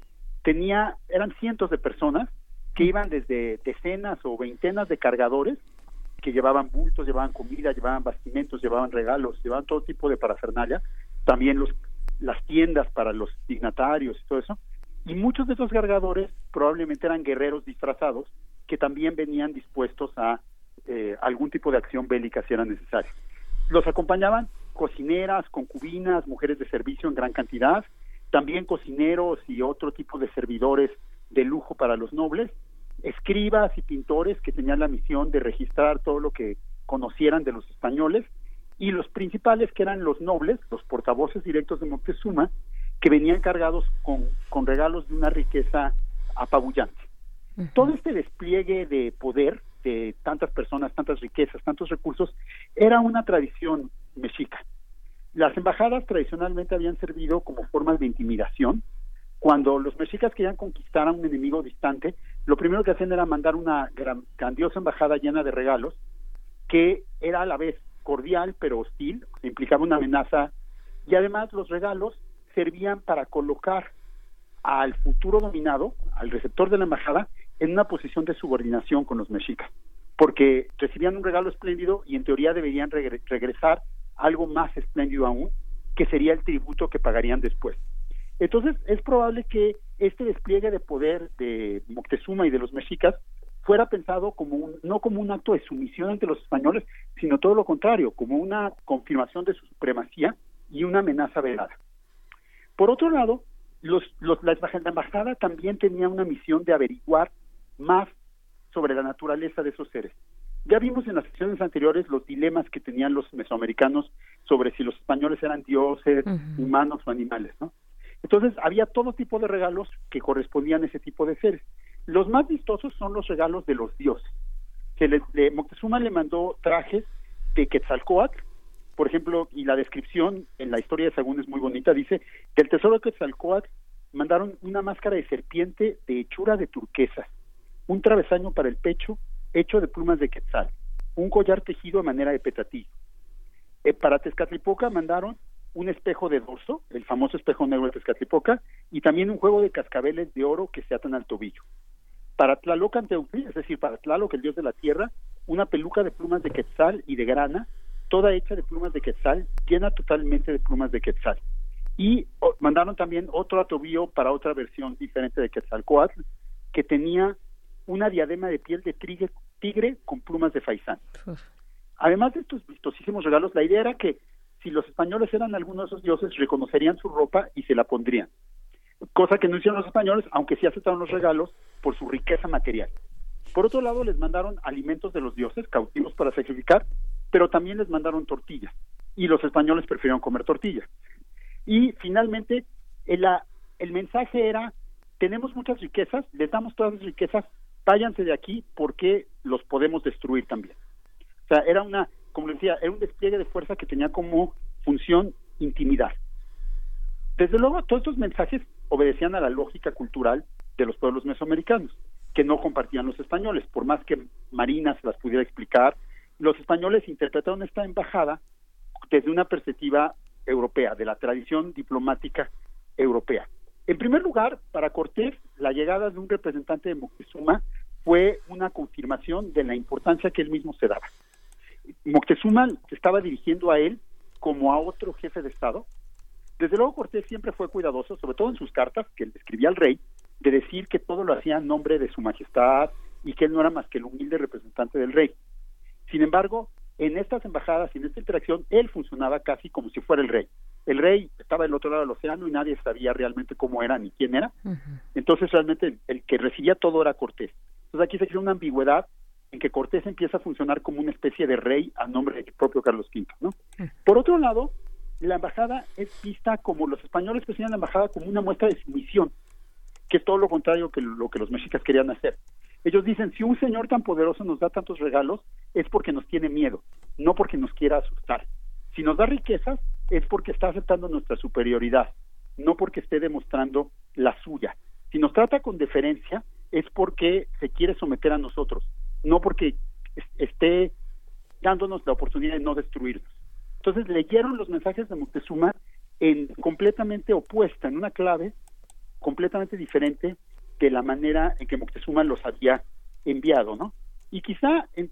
Eran cientos de personas que iban desde decenas o veintenas de cargadores que llevaban bultos, llevaban comida, llevaban bastimentos, llevaban regalos, llevaban todo tipo de parafernalia, también las tiendas para los dignatarios y todo eso, y muchos de esos cargadores probablemente eran guerreros disfrazados que también venían dispuestos a algún tipo de acción bélica si era necesario. Los acompañaban cocineras, concubinas, mujeres de servicio en gran cantidad, también cocineros y otro tipo de servidores de lujo para los nobles, escribas y pintores que tenían la misión de registrar todo lo que conocieran de los españoles, y los principales, que eran los nobles, los portavoces directos de Moctezuma, que venían cargados con regalos de una riqueza apabullante. Todo este despliegue de poder de tantas personas, tantas riquezas, tantos recursos, era una tradición mexica. Las embajadas tradicionalmente habían servido como formas de intimidación. Cuando los mexicas querían conquistar a un enemigo distante, lo primero que hacían era mandar una grandiosa embajada llena de regalos, que era a la vez cordial pero hostil, implicaba una amenaza, y además los regalos servían para colocar al futuro dominado, al receptor de la embajada, en una posición de subordinación con los mexicas, porque recibían un regalo espléndido y en teoría deberían regresar algo más espléndido aún, que sería el tributo que pagarían después. Entonces es probable que este despliegue de poder de Moctezuma y de los mexicas fuera pensado no como un acto de sumisión ante los españoles, sino todo lo contrario, como una confirmación de su supremacía y una amenaza velada. Por otro lado, la embajada también tenía una misión de averiguar más sobre la naturaleza de esos seres. Ya vimos en las sesiones anteriores los dilemas que tenían los mesoamericanos sobre si los españoles eran dioses, humanos o animales, ¿no? Entonces había todo tipo de regalos que correspondían a ese tipo de seres. Los más vistosos son los regalos de los dioses. Moctezuma le mandó trajes de Quetzalcóatl, por ejemplo, y la descripción en la historia de Sahagún es muy bonita, dice que el tesoro de Quetzalcóatl mandaron una máscara de serpiente de hechura de turquesa, un travesaño para el pecho hecho de plumas de quetzal, un collar tejido a manera de petatillo. Para Tezcatlipoca mandaron un espejo de dorso, el famoso espejo negro de Tezcatlipoca, y también un juego de cascabeles de oro que se atan al tobillo. Para Tlaloc-Anteucli, es decir, para Tlaloc, el dios de la tierra, una peluca de plumas de quetzal y de grana, toda hecha de plumas de quetzal, llena totalmente de plumas de quetzal. Y mandaron también otro atovío para otra versión diferente de Quetzalcóatl, que tenía una diadema de piel de tigre con plumas de faisán. Además de estos vistosísimos regalos, la idea era que si los españoles eran algunos de esos dioses, reconocerían su ropa y se la pondrían. Cosa que no hicieron los españoles, aunque sí aceptaron los regalos por su riqueza material. Por otro lado, les mandaron alimentos de los dioses, cautivos para sacrificar, pero también les mandaron tortillas, y los españoles prefirieron comer tortillas. Y finalmente, el mensaje era: tenemos muchas riquezas, les damos todas las riquezas, váyanse de aquí porque los podemos destruir también. O sea, era como les decía, era un despliegue de fuerza que tenía como función intimidar. Desde luego, todos estos mensajes obedecían a la lógica cultural de los pueblos mesoamericanos, que no compartían los españoles, por más que Marinas las pudiera explicar. Los españoles interpretaron esta embajada desde una perspectiva europea, de la tradición diplomática europea. En primer lugar, para Cortés, la llegada de un representante de Moctezuma fue una confirmación de la importancia que él mismo se daba. Moctezuma se estaba dirigiendo a él como a otro jefe de Estado. Desde luego, Cortés siempre fue cuidadoso, sobre todo en sus cartas que él escribía al rey, de decir que todo lo hacía en nombre de su majestad, y que él no era más que el humilde representante del rey. Sin embargo, en estas embajadas y en esta interacción, él funcionaba casi como si fuera el rey. El rey estaba del otro lado del océano y nadie sabía realmente cómo era ni quién era. Entonces, realmente, el que recibía todo era Cortés. Entonces, aquí se crea una ambigüedad en que Cortés empieza a funcionar como una especie de rey a nombre del propio Carlos V, ¿no? Por otro lado, la embajada es vista como los españoles presentan la embajada como una muestra de sumisión, que es todo lo contrario que lo que los mexicas querían hacer. Ellos dicen, si un señor tan poderoso nos da tantos regalos, es porque nos tiene miedo, no porque nos quiera asustar. Si nos da riquezas, es porque está aceptando nuestra superioridad, no porque esté demostrando la suya. Si nos trata con deferencia, es porque se quiere someter a nosotros, no porque esté dándonos la oportunidad de no destruirnos. Entonces leyeron los mensajes de Moctezuma completamente opuesta, en una clave completamente diferente de la manera en que Moctezuma los había enviado, ¿no? Y quizá el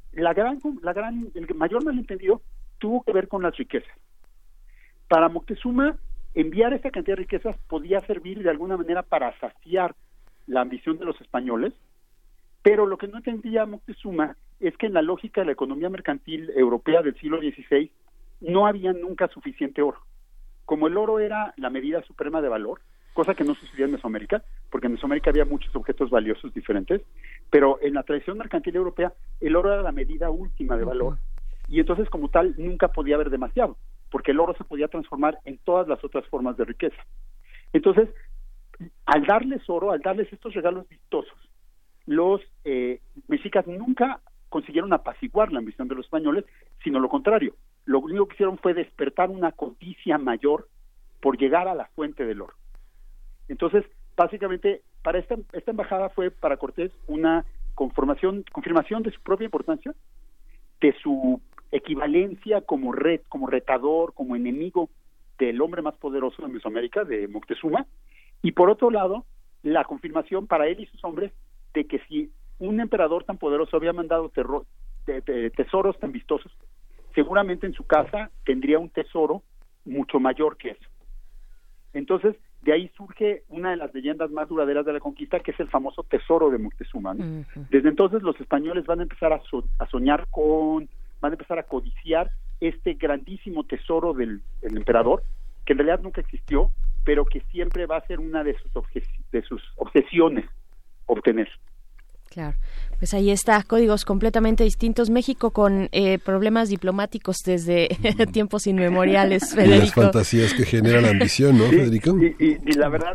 mayor malentendido tuvo que ver con las riquezas. Para Moctezuma, enviar esta cantidad de riquezas podía servir de alguna manera para saciar la ambición de los españoles, pero lo que no entendía Moctezuma es que en la lógica de la economía mercantil europea del siglo XVI no había nunca suficiente oro. Como el oro era la medida suprema de valor, cosa que no sucedía en Mesoamérica, porque en Mesoamérica había muchos objetos valiosos diferentes, pero en la tradición mercantil europea el oro era la medida última de valor, y entonces como tal nunca podía haber demasiado, porque el oro se podía transformar en todas las otras formas de riqueza. Entonces, al darles oro, al darles estos regalos vistosos, los mexicas nunca consiguieron apaciguar la ambición de los españoles, sino lo contrario. Lo único que hicieron fue despertar una codicia mayor por llegar a la fuente del oro. Entonces, básicamente, para esta embajada fue para Cortés una confirmación de su propia importancia, de su equivalencia como retador, como enemigo del hombre más poderoso de Mesoamérica, de Moctezuma, y por otro lado, la confirmación para él y sus hombres de que si un emperador tan poderoso había mandado tesoros tan vistosos, seguramente en su casa tendría un tesoro mucho mayor que eso. Entonces, de ahí surge una de las leyendas más duraderas de la conquista, que es el famoso tesoro de Moctezuma, ¿no? Desde entonces los españoles van a empezar a soñar van a empezar a codiciar este grandísimo tesoro del emperador, que en realidad nunca existió, pero que siempre va a ser una de sus obsesiones obtener. Claro, pues ahí está, códigos completamente distintos. México con problemas diplomáticos desde tiempos inmemoriales, Federico. Y las fantasías que genera la ambición, ¿no, Federico? Y la verdad,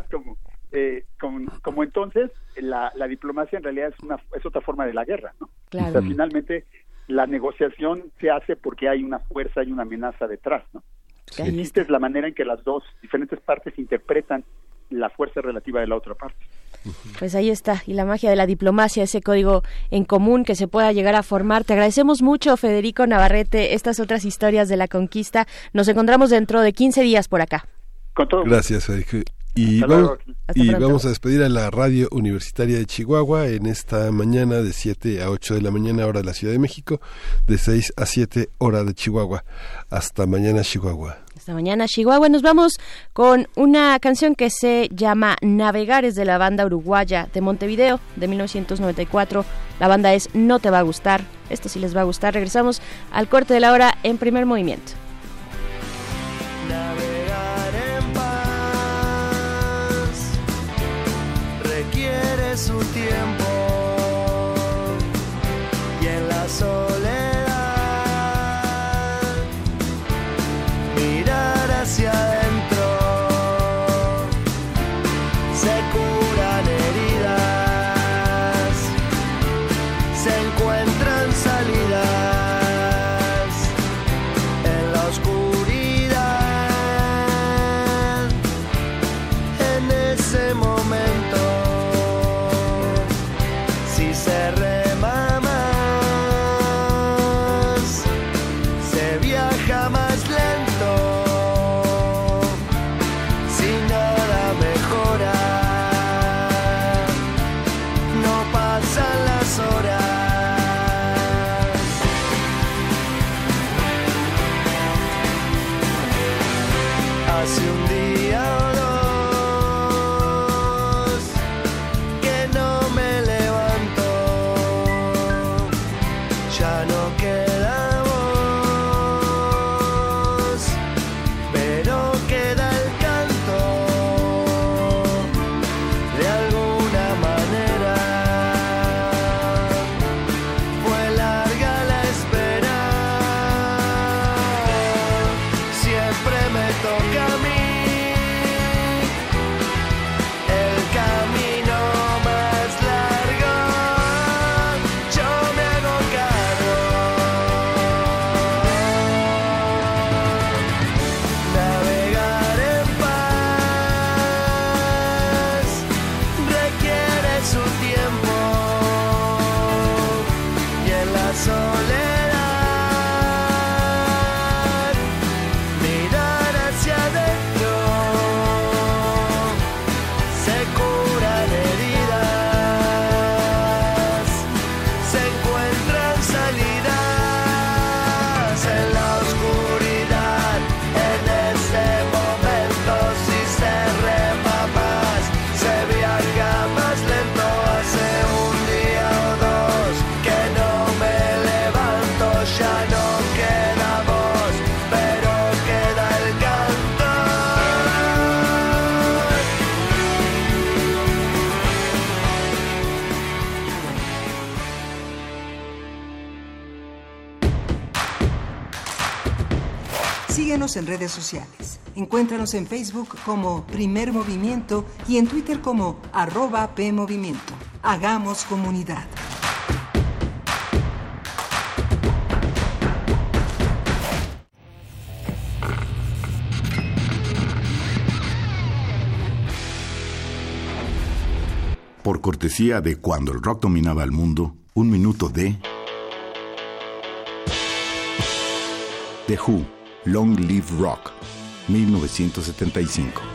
como entonces, la diplomacia en realidad es otra forma de la guerra, ¿no? Claro. O sea, finalmente, la negociación se hace porque hay una fuerza y una amenaza detrás, ¿no? Sí. Esta es la manera en que las dos diferentes partes interpretan la fuerza relativa de la otra parte. Pues ahí está, y la magia de la diplomacia, ese código en común que se pueda llegar a formar. Te agradecemos mucho, Federico Navarrete, estas otras historias de la conquista. Nos encontramos dentro de 15 días por acá. Con todo. Gracias, Federico. Y vamos a despedir a la Radio Universitaria de Chihuahua en esta mañana de 7 a 8 de la mañana, hora de la Ciudad de México, de 6 a 7, hora de Chihuahua. Hasta mañana, Chihuahua. Hasta mañana, Chihuahua. Nos vamos con una canción que se llama Navegar, es de la banda uruguaya de Montevideo, de 1994. La banda es No Te Va a Gustar. Esto sí les va a gustar. Regresamos al corte de la hora en Primer Movimiento. Navegar en paz requiere su tiempo, y en la soledad mirar hacia adentro se curan heridas, se encuentran salidas en la Síguenos en redes sociales. Encuéntranos en Facebook como Primer Movimiento y en Twitter como @PMovimiento. Hagamos comunidad. Por cortesía de Cuando el rock dominaba el mundo, un minuto de The Who, Long Live Rock, 1975.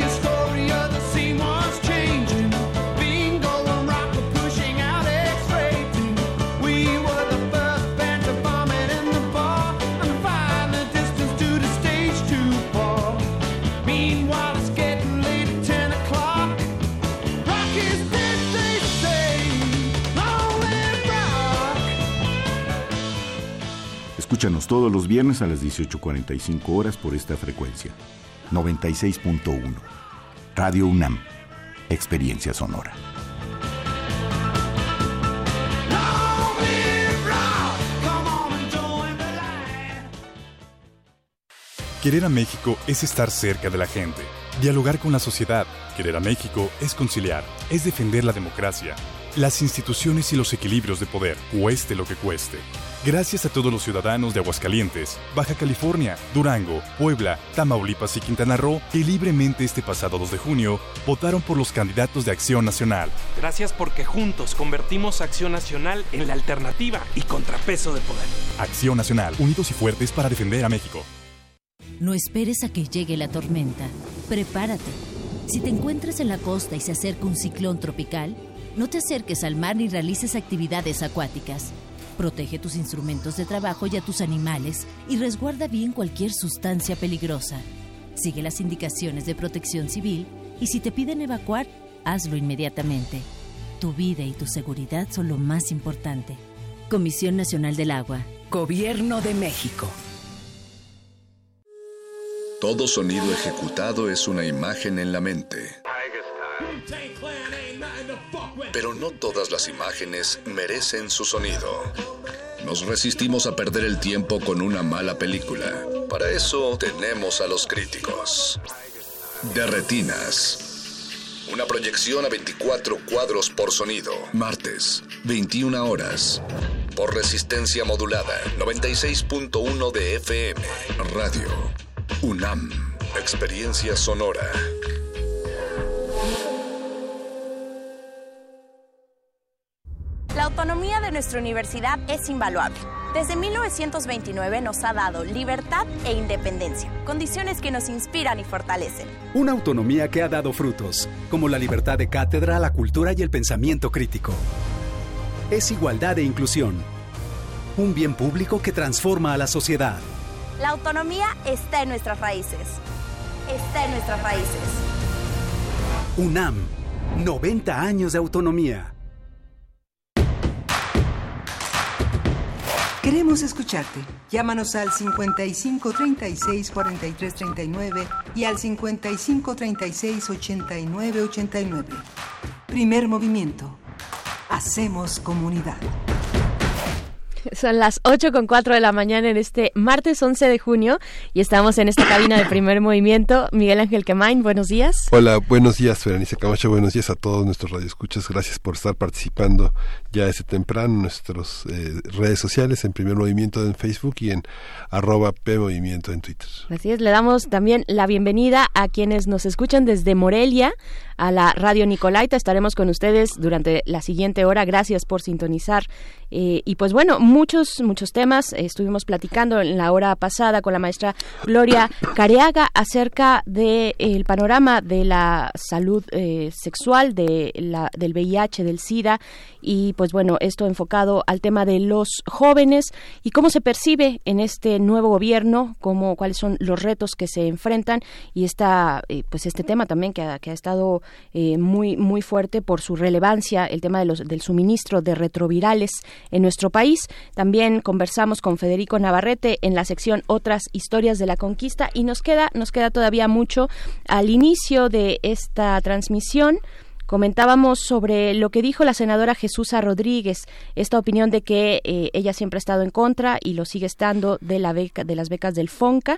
Escúchanos todos los viernes a las 18:45 horas por esta frecuencia. 96.1. Radio UNAM. Experiencia sonora. Querer a México es estar cerca de la gente, dialogar con la sociedad. Querer a México es conciliar, es defender la democracia, las instituciones y los equilibrios de poder, cueste lo que cueste. Gracias a todos los ciudadanos de Aguascalientes, Baja California, Durango, Puebla, Tamaulipas y Quintana Roo que libremente este pasado 2 de junio votaron por los candidatos de Acción Nacional. Gracias porque juntos convertimos Acción Nacional en la alternativa y contrapeso de poder. Acción Nacional, unidos y fuertes para defender a México. No esperes a que llegue la tormenta. Prepárate. Si te encuentras en la costa y se acerca un ciclón tropical, no te acerques al mar ni realices actividades acuáticas. Protege tus instrumentos de trabajo y a tus animales y resguarda bien cualquier sustancia peligrosa. Sigue las indicaciones de Protección Civil y si te piden evacuar, hazlo inmediatamente. Tu vida y tu seguridad son lo más importante. Comisión Nacional del Agua. Gobierno de México. Todo sonido ejecutado es una imagen en la mente. Pero no todas las imágenes merecen su sonido. Nos resistimos a perder el tiempo con una mala película. Para eso tenemos a los críticos. De Retinas. Una proyección a 24 cuadros por sonido. Martes, 21 horas. Por resistencia modulada, 96.1 de FM. Radio UNAM. Experiencia sonora. La autonomía de nuestra universidad es invaluable. Desde 1929 nos ha dado libertad e independencia, condiciones que nos inspiran y fortalecen. Una autonomía que ha dado frutos, como la libertad de cátedra, la cultura y el pensamiento crítico. Es igualdad e inclusión. Un bien público que transforma a la sociedad. La autonomía está en nuestras raíces. Está en nuestras raíces. UNAM, 90 años de autonomía. Queremos escucharte. Llámanos al 55 36 43 39 y al 55 36 89 89. Primer movimiento. Hacemos comunidad. Son las 8:04 de la mañana en este martes 11 de junio y estamos en esta cabina de Primer Movimiento. Miguel Ángel Quemain, buenos días. Hola, buenos días, Berenice Camacho, buenos días a todos nuestros radioescuchas. Gracias por estar participando ya desde temprano en nuestras redes sociales, en Primer Movimiento en Facebook y en @PMovimiento en Twitter. Así es, le damos también la bienvenida a quienes nos escuchan desde Morelia, a la Radio Nicolaita. Estaremos con ustedes durante la siguiente hora. Gracias por sintonizar. Y pues bueno, muchos temas. Estuvimos platicando en la hora pasada con la maestra Gloria Careaga acerca del panorama de la salud sexual, del VIH, del SIDA, y pues bueno, esto enfocado al tema de los jóvenes y cómo se percibe en este nuevo gobierno, cuáles son los retos que se enfrentan, y pues este tema también que ha estado muy fuerte por su relevancia, el tema del suministro de retrovirales en nuestro país. También conversamos con Federico Navarrete en la sección Otras Historias de la Conquista, y nos queda todavía mucho. Al inicio de esta transmisión comentábamos sobre lo que dijo la senadora Jesús Rodríguez, esta opinión de que ella siempre ha estado en contra y lo sigue estando de las becas del FONCA.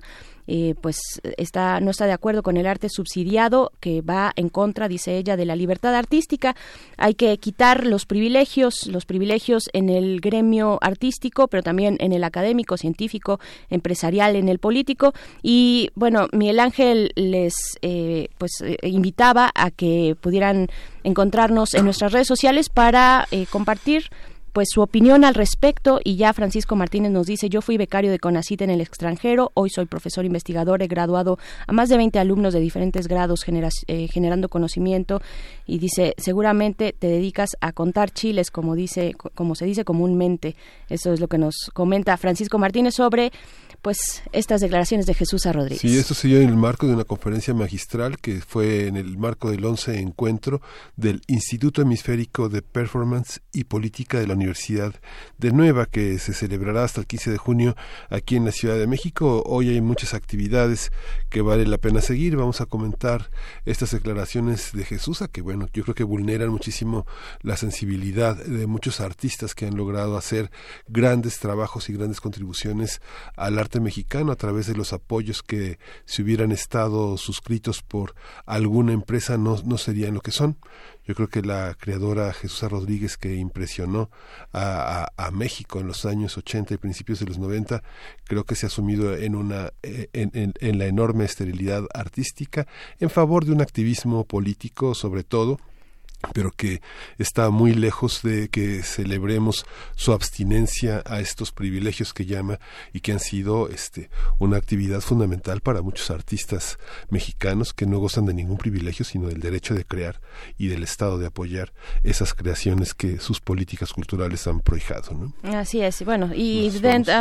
pues no está de acuerdo con el arte subsidiado, que va en contra, dice ella, de la libertad artística. Hay que quitar los privilegios en el gremio artístico, pero también en el académico, científico, empresarial, en el político. Y bueno, Miguel Ángel les invitaba a que pudieran encontrarnos en nuestras redes sociales para compartir pues su opinión al respecto. Y ya Francisco Martínez nos dice: yo fui becario de CONACYT en el extranjero, hoy soy profesor investigador, he graduado a más de 20 alumnos de diferentes grados generando conocimiento. Y dice: seguramente te dedicas a contar chiles, como se dice comúnmente. Eso es lo que nos comenta Francisco Martínez sobre pues estas declaraciones de Jesús A. Rodríguez. Sí, esto se dio en el marco de una conferencia magistral que fue en el marco del 11 encuentro del Instituto Hemisférico de Performance y Política de la Universidad de Nueva, que se celebrará hasta el 15 de junio aquí en la Ciudad de México. Hoy hay muchas actividades que vale la pena seguir. Vamos a comentar estas declaraciones de Jesús, que bueno, yo creo que vulneran muchísimo la sensibilidad de muchos artistas que han logrado hacer grandes trabajos y grandes contribuciones al arte mexicano a través de los apoyos que, si hubieran estado suscritos por alguna empresa, no serían lo que son. Yo creo que la creadora Jesús A. Rodríguez, que impresionó a México en los años 80 y principios de los 90, creo que se ha sumido en la enorme esterilidad artística en favor de un activismo político, sobre todo, pero que está muy lejos de que celebremos su abstinencia a estos privilegios que llama, y que han sido una actividad fundamental para muchos artistas mexicanos que no gozan de ningún privilegio, sino del derecho de crear y del Estado de apoyar esas creaciones que sus políticas culturales han prohijado, ¿no? Así es. Bueno, y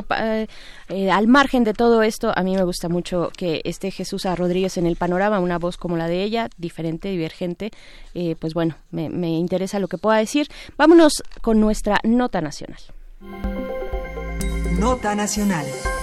al margen de todo esto, a mí me gusta mucho que esté Jesús A. Rodríguez en el panorama, una voz como la de ella, diferente, divergente. Pues bueno, me interesa lo que pueda decir. Vámonos con nuestra nota nacional. Nota nacional.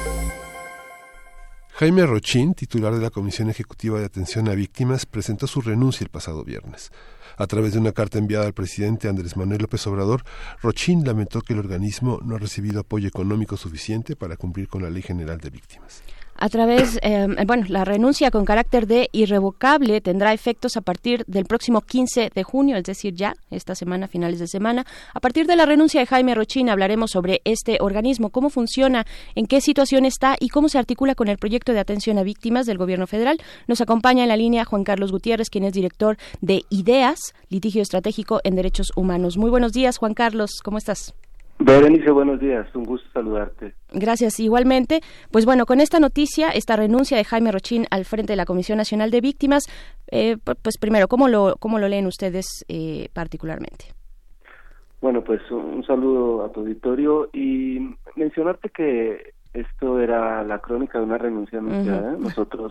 Jaime Rochín, titular de la Comisión Ejecutiva de Atención a Víctimas, presentó su renuncia el pasado viernes. A través de una carta enviada al presidente Andrés Manuel López Obrador, Rochín lamentó que el organismo no ha recibido apoyo económico suficiente para cumplir con la Ley General de Víctimas. A través, la renuncia con carácter de irrevocable tendrá efectos a partir del próximo 15 de junio, es decir, ya esta semana, finales de semana. A partir de la renuncia de Jaime Rochín hablaremos sobre este organismo, cómo funciona, en qué situación está y cómo se articula con el proyecto de atención a víctimas del Gobierno federal. Nos acompaña en la línea Juan Carlos Gutiérrez, quien es director de IDEAS, Litigio Estratégico en Derechos Humanos. Muy buenos días, Juan Carlos, ¿cómo estás? Berenice, buenos días, un gusto saludarte. Gracias, igualmente. Pues bueno, con esta noticia, esta renuncia de Jaime Rochín al frente de la Comisión Nacional de Víctimas, pues primero, ¿cómo lo leen ustedes particularmente? Bueno, pues un saludo a tu auditorio y mencionarte que esto era la crónica de una renuncia anunciada. Nosotros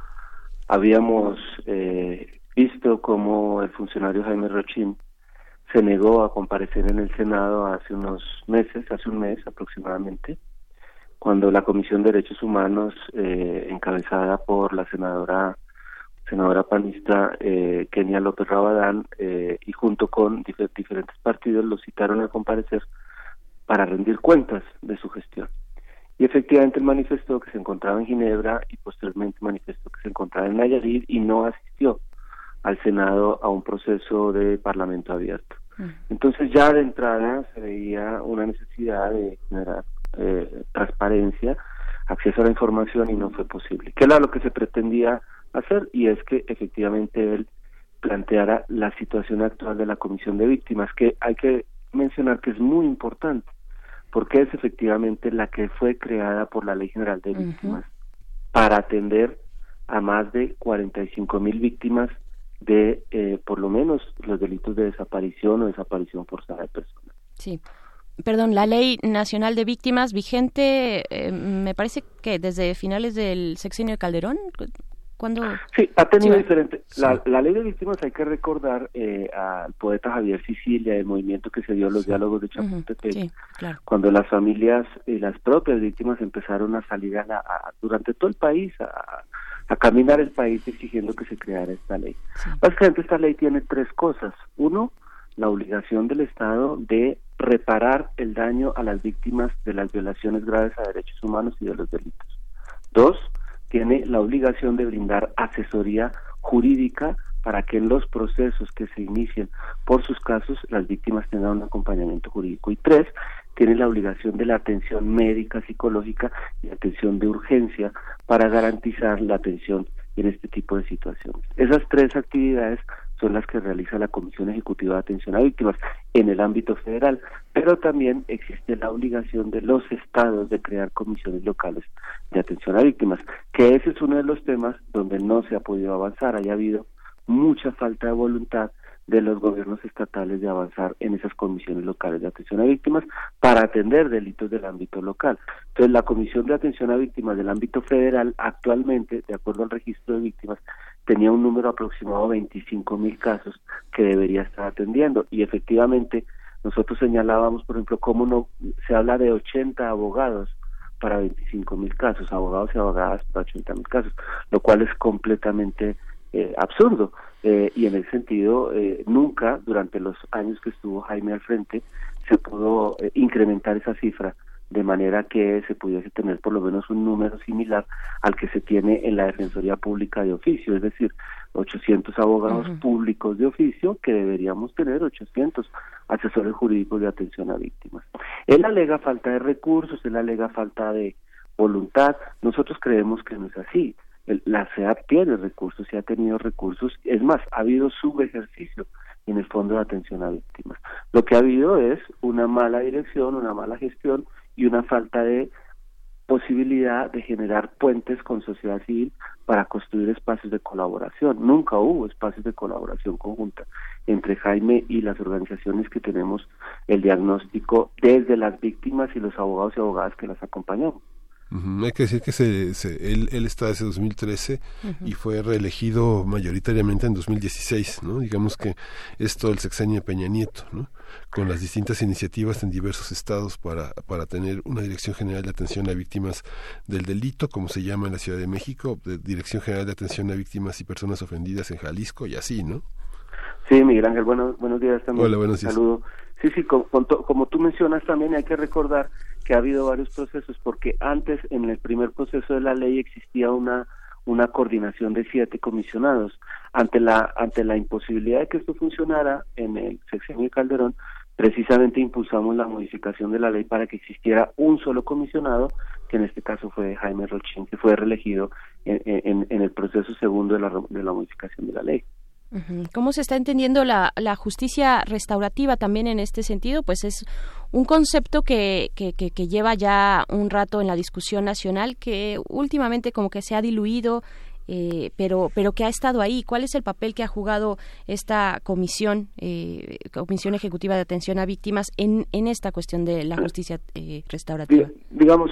habíamos visto cómo el funcionario Jaime Rochín se negó a comparecer en el Senado hace un mes aproximadamente, cuando la Comisión de Derechos Humanos, encabezada por la senadora panista Kenia López Rabadán, y junto con diferentes partidos, lo citaron a comparecer para rendir cuentas de su gestión. Y efectivamente él manifestó que se encontraba en Ginebra y posteriormente manifestó que se encontraba en Nayarit y no asistió al Senado a un proceso de parlamento abierto. Entonces ya de entrada se veía una necesidad de generar transparencia, acceso a la información, y no fue posible. ¿Qué era lo que se pretendía hacer? Y es que efectivamente él planteara la situación actual de la Comisión de Víctimas, que hay que mencionar que es muy importante, porque es efectivamente la que fue creada por la Ley General de Víctimas para atender a más de 45,000 víctimas de por lo menos los delitos de desaparición o desaparición forzada de personas. Sí. Perdón, la Ley Nacional de Víctimas vigente, me parece que desde finales del sexenio de Calderón, ¿cuándo? Sí, ha tenido diferente. La Ley de Víctimas, hay que recordar al poeta Javier Sicilia, el movimiento que se dio a los diálogos de Chapultepec, claro, cuando las familias y las propias víctimas empezaron a salir durante todo el país a caminar el país exigiendo que se creara esta ley. Básicamente esta ley tiene tres cosas. Uno, la obligación del Estado de reparar el daño a las víctimas de las violaciones graves a derechos humanos y de los delitos. Dos, tiene la obligación de brindar asesoría jurídica para que en los procesos que se inicien por sus casos las víctimas tengan un acompañamiento jurídico. Y 3, tiene la obligación de la atención médica, psicológica y atención de urgencia para garantizar la atención en este tipo de situaciones. Esas 3 actividades son las que realiza la Comisión Ejecutiva de Atención a Víctimas en el ámbito federal, pero también existe la obligación de los estados de crear comisiones locales de atención a víctimas, que ese es uno de los temas donde no se ha podido avanzar. Haya habido mucha falta de voluntad de los gobiernos estatales de avanzar en esas comisiones locales de atención a víctimas para atender delitos del ámbito local. Entonces, la Comisión de Atención a Víctimas del ámbito federal actualmente, de acuerdo al registro de víctimas, tenía un número aproximado de 25,000 casos que debería estar atendiendo, y efectivamente nosotros señalábamos, por ejemplo, cómo no se habla de 80 abogados para 25,000 casos, abogados y abogadas para 80,000 casos, lo cual es completamente absurdo, y en ese sentido nunca durante los años que estuvo Jaime al frente se pudo incrementar esa cifra de manera que se pudiese tener por lo menos un número similar al que se tiene en la Defensoría Pública de Oficio, es decir, 800 abogados públicos de oficio, que deberíamos tener 800 asesores jurídicos de atención a víctimas. Él alega falta de recursos, él alega falta de voluntad. Nosotros creemos que no es así. La CEAP tiene recursos y ha tenido recursos, es más, ha habido subejercicio en el Fondo de Atención a Víctimas. Lo que ha habido es una mala dirección, una mala gestión y una falta de posibilidad de generar puentes con sociedad civil para construir espacios de colaboración. Nunca hubo espacios de colaboración conjunta entre Jaime y las organizaciones que tenemos el diagnóstico desde las víctimas y los abogados y abogadas que las acompañamos. Hay que decir que él está desde 2013 y fue reelegido mayoritariamente en 2016, ¿no? Digamos que es todo el sexenio de Peña Nieto, ¿no? Con las distintas iniciativas en diversos estados para tener una Dirección General de Atención a Víctimas del Delito, como se llama en la Ciudad de México, Dirección General de Atención a Víctimas y Personas Ofendidas en Jalisco, y así, ¿no? Sí, Miguel Ángel, buenos días también. Hola, buenos días. Saludo. Sí, como tú mencionas también hay que recordar que ha habido varios procesos, porque antes, en el primer proceso de la ley, existía una coordinación de 7 comisionados. Ante la imposibilidad de que esto funcionara en el sexenio de Calderón, precisamente impulsamos la modificación de la ley para que existiera un solo comisionado, que en este caso fue Jaime Rochín, que fue reelegido en el proceso segundo de la modificación de la ley. ¿Cómo se está entendiendo la justicia restaurativa también en este sentido? Pues es un concepto que lleva ya un rato en la discusión nacional, que últimamente como que se ha diluido, pero que ha estado ahí. ¿Cuál es el papel que ha jugado esta Comisión Ejecutiva de Atención a Víctimas en esta cuestión de la justicia restaurativa? Digamos,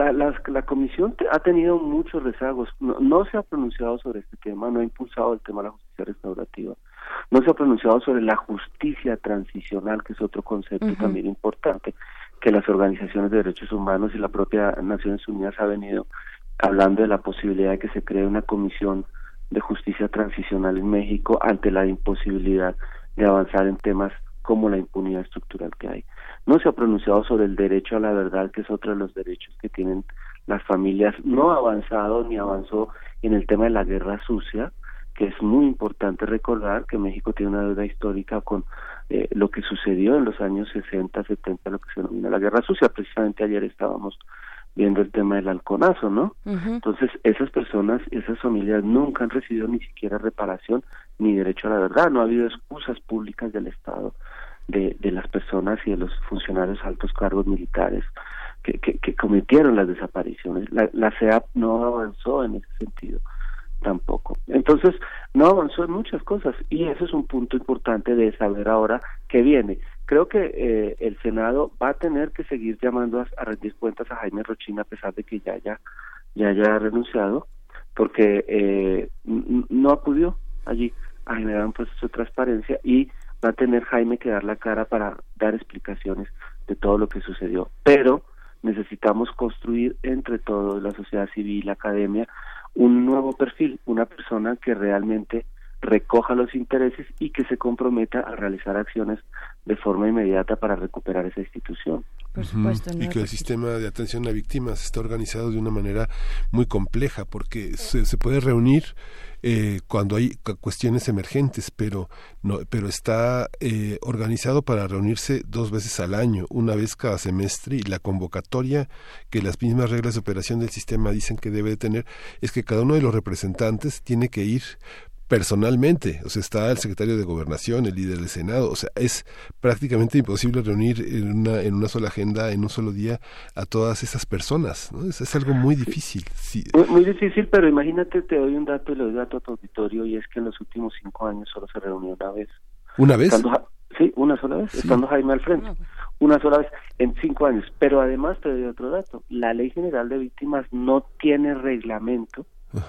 la Comisión ha tenido muchos rezagos. No se ha pronunciado sobre este tema, no ha impulsado el tema de la justicia restaurativa. No se ha pronunciado sobre la justicia transicional, que es otro concepto también importante, que las organizaciones de derechos humanos y la propia Naciones Unidas ha venido hablando de la posibilidad de que se cree una comisión de justicia transicional en México ante la imposibilidad de avanzar en temas como la impunidad estructural que hay. No se ha pronunciado sobre el derecho a la verdad, que es otro de los derechos que tienen las familias. No ha avanzado ni avanzó en el tema de la guerra sucia, que es muy importante recordar que México tiene una deuda histórica con lo que sucedió en los años 60, 70, lo que se denomina la guerra sucia. Precisamente ayer estábamos viendo el tema del halconazo, ¿no? Entonces, esas personas, esas familias nunca han recibido ni siquiera reparación ni derecho a la verdad. No ha habido excusas públicas del Estado de las personas y de los funcionarios altos cargos militares que cometieron las desapariciones. La CEAP no avanzó en ese sentido tampoco. Entonces, no avanzó en muchas cosas, y eso es un punto importante de saber ahora qué viene. Creo que el Senado va a tener que seguir llamando a rendir cuentas a Jaime Rochín, a pesar de que ya haya renunciado, porque no acudió allí a generar un proceso de transparencia, y va a tener Jaime que dar la cara para dar explicaciones de todo lo que sucedió. Pero necesitamos construir entre todos, la sociedad civil, la academia, un nuevo perfil, una persona que realmente recoja los intereses y que se comprometa a realizar acciones de forma inmediata para recuperar esa institución. Por supuesto, y que el sistema de atención a víctimas está organizado de una manera muy compleja, porque se puede reunir cuando hay cuestiones emergentes, pero está organizado para reunirse 2 veces al año, una vez cada semestre, y la convocatoria que las mismas reglas de operación del sistema dicen que debe de tener es que cada uno de los representantes tiene que ir personalmente, o sea, está el secretario de Gobernación, el líder del Senado, o sea, es prácticamente imposible reunir en una sola agenda, en un solo día, a todas esas personas, ¿no? Es algo muy difícil. Sí. Muy difícil, pero imagínate, te doy un dato y le doy dato a tu auditorio, y es que en los últimos 5 años solo se reunió una vez. ¿Una vez? Sí, una sola vez, estando Jaime al frente. Una sola vez en 5 años. Pero además te doy otro dato. La Ley General de Víctimas no tiene reglamento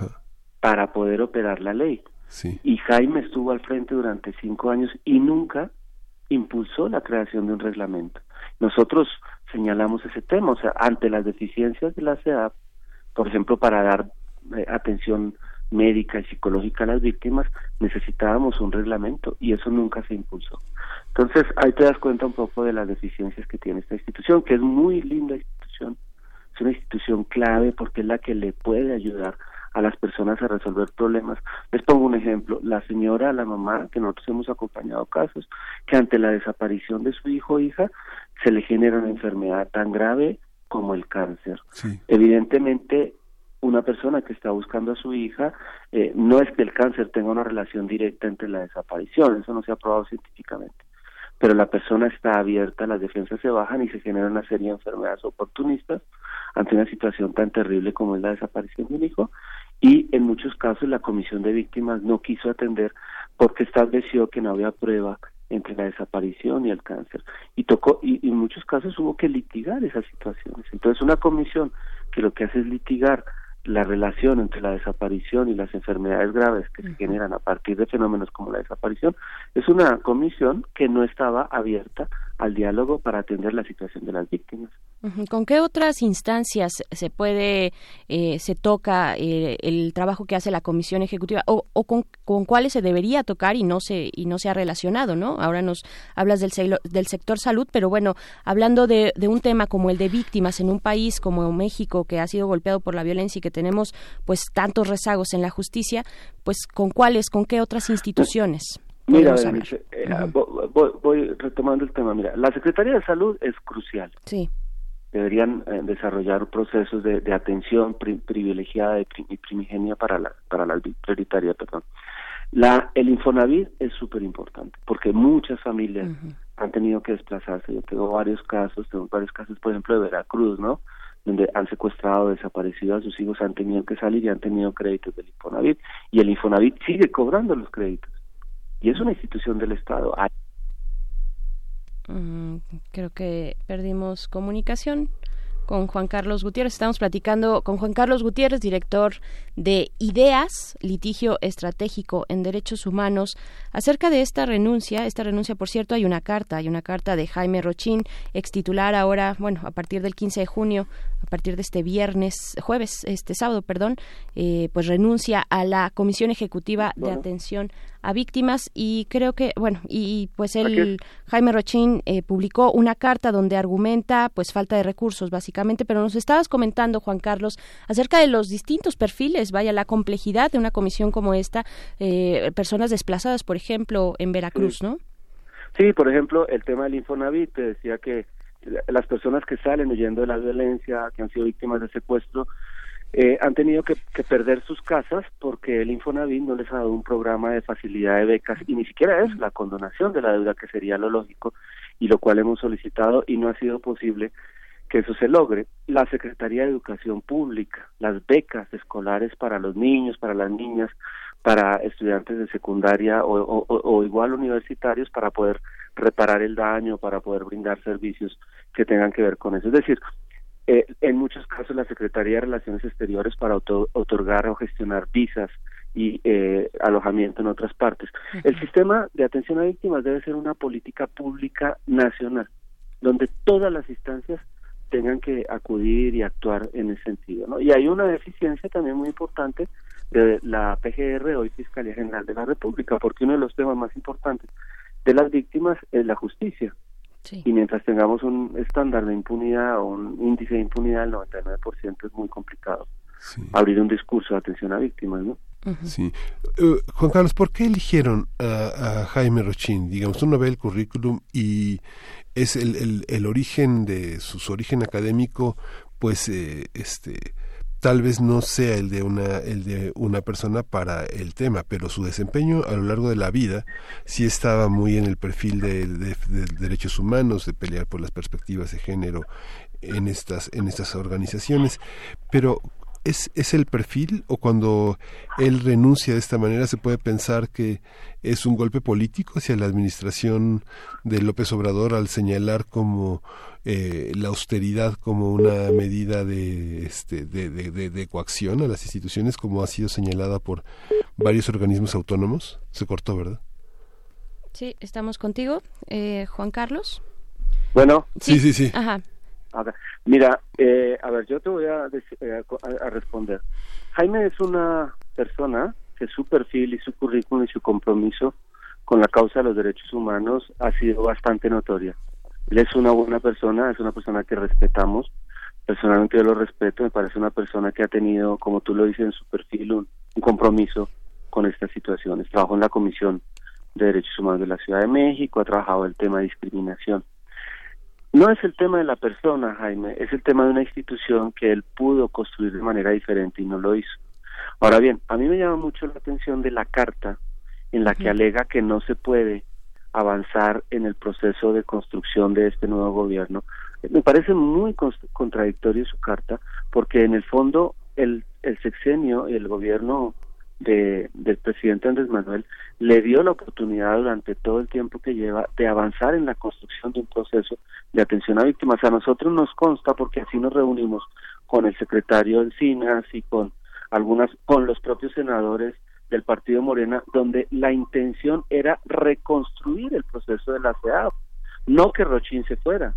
para poder operar la ley. Sí. Y Jaime estuvo al frente durante 5 años y nunca impulsó la creación de un reglamento. Nosotros señalamos ese tema, o sea, ante las deficiencias de la CEDAP, por ejemplo, para dar atención médica y psicológica a las víctimas, necesitábamos un reglamento y eso nunca se impulsó. Entonces, ahí te das cuenta un poco de las deficiencias que tiene esta institución, que es muy linda institución, es una institución clave porque es la que le puede ayudar a las personas a resolver problemas. Les pongo un ejemplo, la señora, la mamá, que nosotros hemos acompañado casos, que ante la desaparición de su hijo o hija, se le genera una enfermedad tan grave como el cáncer. Sí. Evidentemente, una persona que está buscando a su hija, no es que el cáncer tenga una relación directa entre la desaparición, eso no se ha probado científicamente, pero la persona está abierta, las defensas se bajan y se genera una serie de enfermedades oportunistas ante una situación tan terrible como es la desaparición de un hijo, y en muchos casos la Comisión de Víctimas no quiso atender porque estableció que no había prueba entre la desaparición y el cáncer, y en muchos casos hubo que litigar esas situaciones. Entonces una comisión que lo que hace es litigar la relación entre la desaparición y las enfermedades graves que se generan a partir de fenómenos como la desaparición, es una comisión que no estaba abierta al diálogo para atender la situación de las víctimas. ¿Con qué otras instancias se toca el trabajo que hace la Comisión Ejecutiva o con cuáles se debería tocar y no se ha relacionado, ¿no? Ahora nos hablas del sector salud, pero bueno, hablando de un tema como el de víctimas en un país como México, que ha sido golpeado por la violencia y que tenemos pues tantos rezagos en la justicia, pues ¿con qué otras instituciones? Mira, voy retomando el tema. Mira, la Secretaría de Salud es crucial. Sí. Deberían desarrollar procesos de atención privilegiada y primigenia para la prioritaria, perdón. El Infonavit es súper importante porque muchas familias han tenido que desplazarse. Yo tengo varios casos, por ejemplo, de Veracruz, ¿no? Donde han secuestrado, desaparecido a sus hijos, han tenido que salir y han tenido créditos del Infonavit, y el Infonavit sigue cobrando los créditos. Y es una institución del Estado. Creo que perdimos comunicación con Juan Carlos Gutiérrez. Estamos platicando con Juan Carlos Gutiérrez, director de IDEAS, Litigio Estratégico en Derechos Humanos, acerca de esta renuncia. Esta renuncia, por cierto, hay una carta de Jaime Rochín, ex titular ahora, bueno, a partir del 15 de junio, a partir de este sábado, pues renuncia a la Comisión Ejecutiva de Atención a Víctimas, y creo que, Jaime Rochín publicó una carta donde argumenta pues falta de recursos, básicamente, pero nos estabas comentando, Juan Carlos, acerca de los distintos perfiles, la complejidad de una comisión como esta, personas desplazadas, por ejemplo, en Veracruz, ¿no? Sí, por ejemplo, el tema del Infonavit, te decía que las personas que salen huyendo de la violencia, que han sido víctimas de secuestro, han tenido que perder sus casas porque el Infonavit no les ha dado un programa de facilidad de becas, y ni siquiera es la condonación de la deuda, que sería lo lógico, y lo cual hemos solicitado y no ha sido posible que eso se logre. La Secretaría de Educación Pública, las becas escolares para los niños, para las niñas, para estudiantes de secundaria o igual universitarios, para poder reparar el daño, para poder brindar servicios que tengan que ver con eso. Es decir, en muchos casos la Secretaría de Relaciones Exteriores para otorgar o gestionar visas y alojamiento en otras partes. El sistema de atención a víctimas debe ser una política pública nacional, donde todas las instancias tengan que acudir y actuar en ese sentido, ¿no? Y hay una deficiencia también muy importante de la PGR, hoy Fiscalía General de la República, porque uno de los temas más importantes de las víctimas es la justicia. Sí. Y mientras tengamos un estándar de impunidad o un índice de impunidad del 99%, es muy complicado abrir un discurso de atención a víctimas, ¿no? Sí. Juan Carlos, ¿por qué eligieron a Jaime Rochín? Digamos, uno ve el currículum y es el origen de su origen académico, pues tal vez no sea el de una persona para el tema, pero su desempeño a lo largo de la vida sí estaba muy en el perfil de derechos humanos, de pelear por las perspectivas de género en estas organizaciones. Pero ¿es el perfil, o cuando él renuncia de esta manera se puede pensar que es un golpe político hacia la administración de López Obrador al señalar como la austeridad como una medida de coacción a las instituciones, como ha sido señalada por varios organismos autónomos? Se cortó, ¿verdad? Sí, estamos contigo, Juan Carlos. Bueno. Sí. Ajá. Okay. Mira, a ver, yo te voy a responder. Jaime es una persona que su perfil y su currículum y su compromiso con la causa de los derechos humanos ha sido bastante notoria. Él es una buena persona, es una persona que respetamos. Personalmente yo lo respeto, me parece una persona que ha tenido, como tú lo dices en su perfil, un compromiso con estas situaciones. Trabajó en la Comisión de Derechos Humanos de la Ciudad de México, ha trabajado el tema de discriminación. No es el tema de la persona, Jaime, es el tema de una institución que él pudo construir de manera diferente y no lo hizo. Ahora bien, a mí me llama mucho la atención de la carta en la que alega que no se puede avanzar en el proceso de construcción de este nuevo gobierno. Me parece muy contradictorio su carta, porque en el fondo el sexenio y el gobierno del presidente Andrés Manuel le dio la oportunidad durante todo el tiempo que lleva de avanzar en la construcción de un proceso de atención a víctimas. A nosotros nos consta, porque así nos reunimos con el secretario Encinas y con los propios senadores del partido Morena, donde la intención era reconstruir el proceso de la CEDAW, no que Rochín se fuera.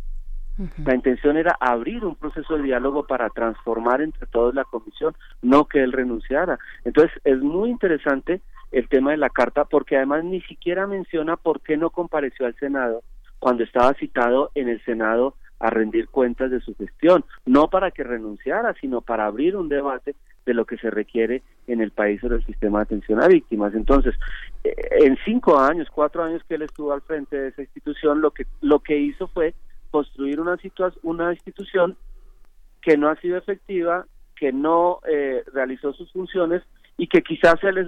La intención era abrir un proceso de diálogo para transformar entre todos la comisión, no que él renunciara. Entonces es muy interesante el tema de la carta, porque además ni siquiera menciona por qué no compareció al Senado cuando estaba citado en el Senado a rendir cuentas de su gestión, no para que renunciara, sino para abrir un debate de lo que se requiere en el país sobre el sistema de atención a víctimas. Entonces, en 4 años que él estuvo al frente de esa institución, lo que hizo fue construir una institución que no ha sido efectiva, que no realizó sus funciones y que quizás él es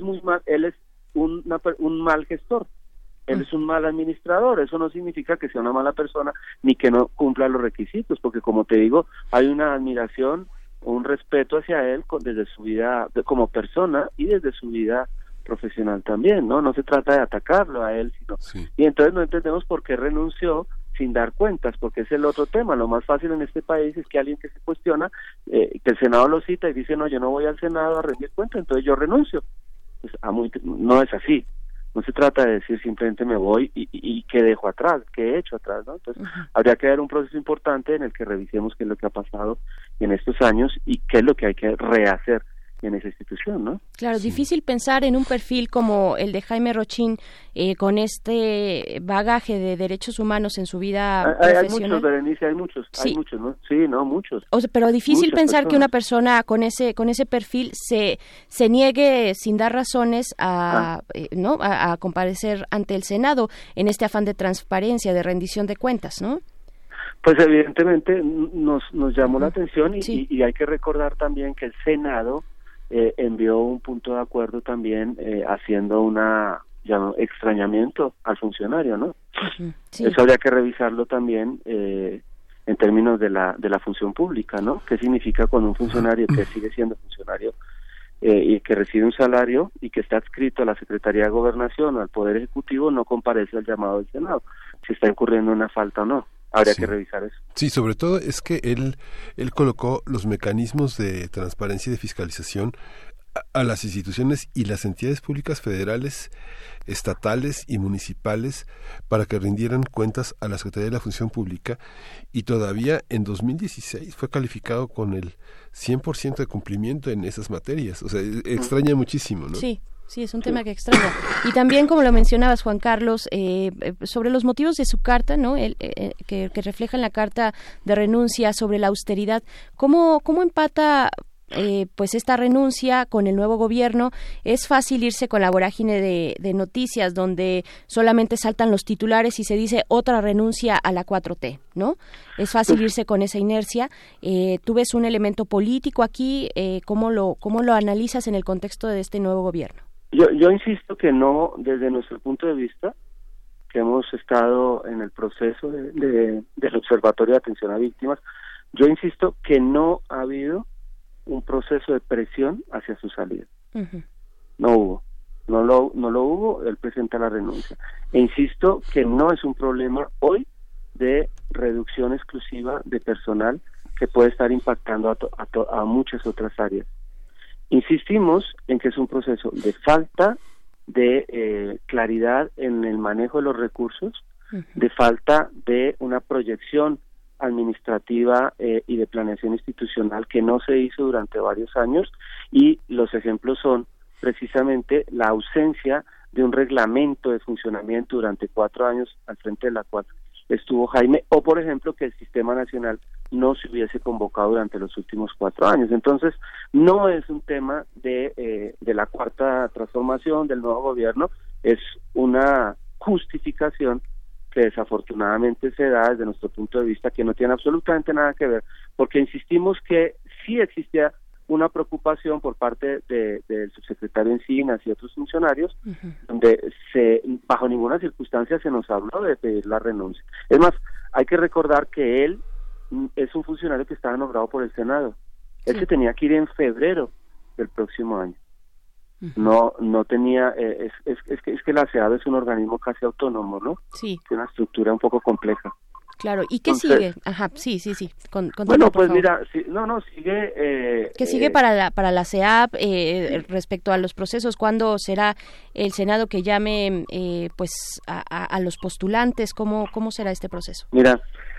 un mal gestor, él es un mal administrador. Eso no significa que sea una mala persona ni que no cumpla los requisitos, porque como te digo, hay una admiración, un respeto hacia él desde su vida como persona y desde su vida profesional también, ¿no? No se trata de atacarlo a él, sino y entonces no entendemos por qué renunció sin dar cuentas, porque es el otro tema. Lo más fácil en este país es que alguien que se cuestiona, que el Senado lo cita y dice, no, yo no voy al Senado a rendir cuentas, entonces yo renuncio. Pues no es así. No se trata de decir simplemente me voy y qué dejo atrás, qué he hecho atrás, ¿no? Entonces habría que haber un proceso importante en el que revisemos qué es lo que ha pasado en estos años y qué es lo que hay que rehacer en esa institución, ¿no? Claro, difícil pensar en un perfil como el de Jaime Rochín con este bagaje de derechos humanos en su vida profesional. Hay muchos, Berenice, hay muchos, ¿no? Sí, no, muchos. O sea, pero difícil pensar que una persona con ese perfil se niegue sin dar razones a comparecer ante el Senado en este afán de transparencia, de rendición de cuentas, ¿no? Pues evidentemente nos llamó la atención y hay que recordar también que el Senado envió un punto de acuerdo también haciendo extrañamiento al funcionario, ¿no? Eso habría que revisarlo también en términos de la función pública, ¿no? ¿Qué significa cuando un funcionario que sigue siendo funcionario y que recibe un salario y que está adscrito a la Secretaría de Gobernación o al Poder Ejecutivo no comparece al llamado del Senado? Si está incurriendo en una falta o no. Habría que revisar eso. Sí, sobre todo es que él colocó los mecanismos de transparencia y de fiscalización a las instituciones y las entidades públicas federales, estatales y municipales para que rindieran cuentas a la Secretaría de la Función Pública, y todavía en 2016 fue calificado con el 100% de cumplimiento en esas materias. O sea, extraña muchísimo, ¿no? Sí. Sí, es un tema que extraña. Y también, como lo mencionabas, Juan Carlos, sobre los motivos de su carta, ¿no? Que refleja en la carta de renuncia sobre la austeridad. ¿Cómo empata pues esta renuncia con el nuevo gobierno? Es fácil irse con la vorágine de noticias donde solamente saltan los titulares y se dice otra renuncia a la 4T, ¿no? Es fácil irse con esa inercia. ¿Tú ves un elemento político aquí? ¿Cómo lo analizas en el contexto de este nuevo gobierno? Yo insisto que no, desde nuestro punto de vista, que hemos estado en el proceso del Observatorio de Atención a Víctimas, yo insisto que no ha habido un proceso de presión hacia su salida. Uh-huh. No lo hubo, él presenta la renuncia. E insisto que no es un problema hoy de reducción exclusiva de personal que puede estar impactando a muchas otras áreas. Insistimos en que es un proceso de falta de claridad en el manejo de los recursos, uh-huh, de falta de una proyección administrativa y de planeación institucional que no se hizo durante varios años, y los ejemplos son precisamente la ausencia de un reglamento de funcionamiento durante 4 años al frente de la cual estuvo Jaime, o por ejemplo que el Sistema Nacional no se hubiese convocado durante los últimos 4 años. Entonces no es un tema de la cuarta transformación del nuevo gobierno, es una justificación que desafortunadamente se da desde nuestro punto de vista, que no tiene absolutamente nada que ver, porque insistimos que sí existía una preocupación por parte del subsecretario Encinas y otros funcionarios, uh-huh, donde bajo ninguna circunstancia se nos habló de pedir la renuncia. Es más, hay que recordar que él es un funcionario que estaba nombrado por el Senado. Él se tenía que ir en febrero del próximo año. Uh-huh. No tenía, es que la SEAB es un organismo casi autónomo, ¿no? Sí. Tiene una estructura un poco compleja. Claro, ¿y qué sigue? Ajá, sí. Bueno, pues mira, sigue... ¿Qué sigue para la CEAP respecto a los procesos? ¿Cuándo será el Senado que llame pues a los postulantes? ¿Cómo será este proceso? Mira,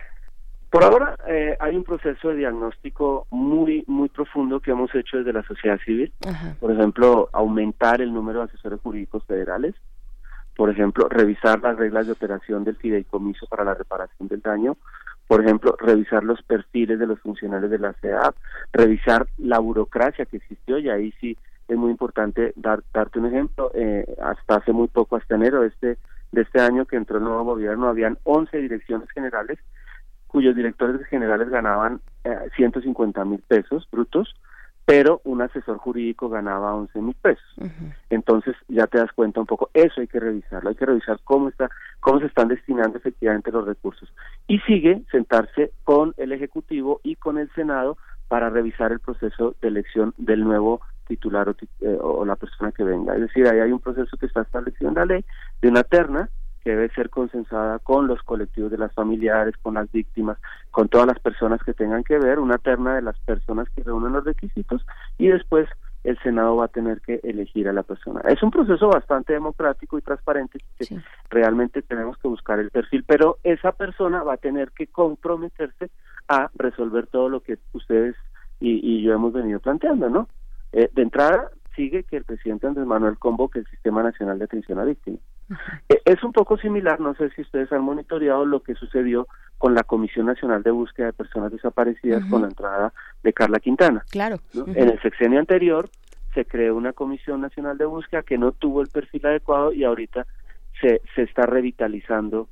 por ahora hay un proceso de diagnóstico muy profundo que hemos hecho desde la sociedad civil. Ajá. Por ejemplo, aumentar el número de asesores jurídicos federales. Por ejemplo, revisar las reglas de operación del fideicomiso para la reparación del daño. Por ejemplo, revisar los perfiles de los funcionarios de la CEAP, revisar la burocracia que existió, y ahí sí es muy importante darte un ejemplo. Hasta hace muy poco, hasta enero de este año que entró el nuevo gobierno, habían 11 direcciones generales cuyos directores generales ganaban 150,000 pesos brutos, pero un asesor jurídico ganaba 11,000 pesos. Uh-huh. Entonces ya te das cuenta un poco, eso hay que revisarlo, hay que revisar cómo se están destinando efectivamente los recursos. Y sigue sentarse con el Ejecutivo y con el Senado para revisar el proceso de elección del nuevo titular o la persona que venga. Es decir, ahí hay un proceso que está establecido en la ley de una terna que debe ser consensada con los colectivos de las familiares, con las víctimas, con todas las personas que tengan que ver, una terna de las personas que reúnen los requisitos, y después el Senado va a tener que elegir a la persona. Es un proceso bastante democrático y transparente, que sí, realmente tenemos que buscar el perfil, pero esa persona va a tener que comprometerse a resolver todo lo que ustedes y yo hemos venido planteando, ¿no? De entrada, sigue que el presidente Andrés Manuel convoque el Sistema Nacional de Atención a Víctimas. Uh-huh. Es un poco similar, no sé si ustedes han monitoreado lo que sucedió con la Comisión Nacional de Búsqueda de Personas Desaparecidas, uh-huh, con la entrada de Carla Quintana. Claro. ¿No? Uh-huh. En el sexenio anterior se creó una Comisión Nacional de Búsqueda que no tuvo el perfil adecuado, y ahorita se está revitalizando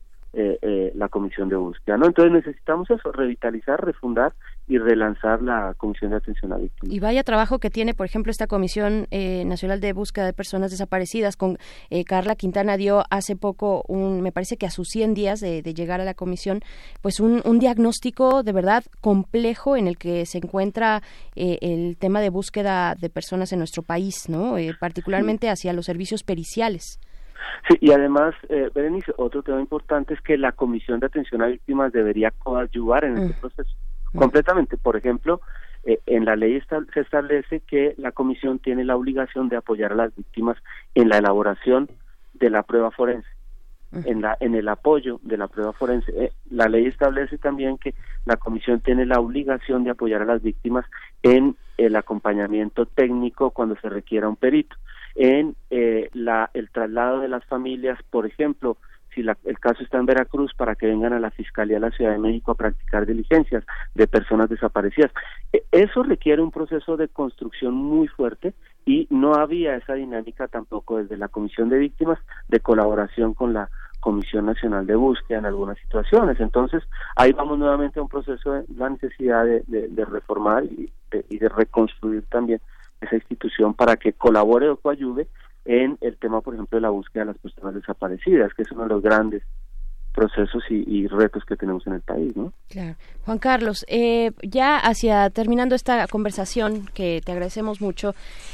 la Comisión de Búsqueda, ¿no? Entonces necesitamos eso, revitalizar, refundar y relanzar la Comisión de Atención a Víctimas. Y vaya trabajo que tiene, por ejemplo, esta Comisión Nacional de Búsqueda de Personas Desaparecidas. Con Carla Quintana dio hace poco, me parece que a sus 100 días de llegar a la comisión, pues un diagnóstico de verdad complejo en el que se encuentra el tema de búsqueda de personas en nuestro país, ¿no? Particularmente hacia los servicios periciales. Sí, y además, Berenice, otro tema importante es que la Comisión de Atención a Víctimas debería coadyuvar en este proceso, completamente. Por ejemplo, En la ley se establece que la comisión tiene la obligación de apoyar a las víctimas en la elaboración de la prueba forense, en el apoyo de la prueba forense. La ley establece también que la comisión tiene la obligación de apoyar a las víctimas en el acompañamiento técnico cuando se requiera un perito, en el traslado de las familias, por ejemplo, si el caso está en Veracruz, para que vengan a la Fiscalía de la Ciudad de México a practicar diligencias de personas desaparecidas. Eso requiere un proceso de construcción muy fuerte y no había esa dinámica tampoco desde la Comisión de Víctimas de colaboración con la Comisión Nacional de Búsqueda en algunas situaciones. Entonces, ahí vamos nuevamente a un proceso de la necesidad de reformar y de reconstruir también esa institución para que colabore o coayude en el tema, por ejemplo, de la búsqueda de las personas desaparecidas, que es uno de los grandes procesos y retos que tenemos en el país, ¿no? Claro. Juan Carlos, ya terminando esta conversación, que te agradecemos mucho,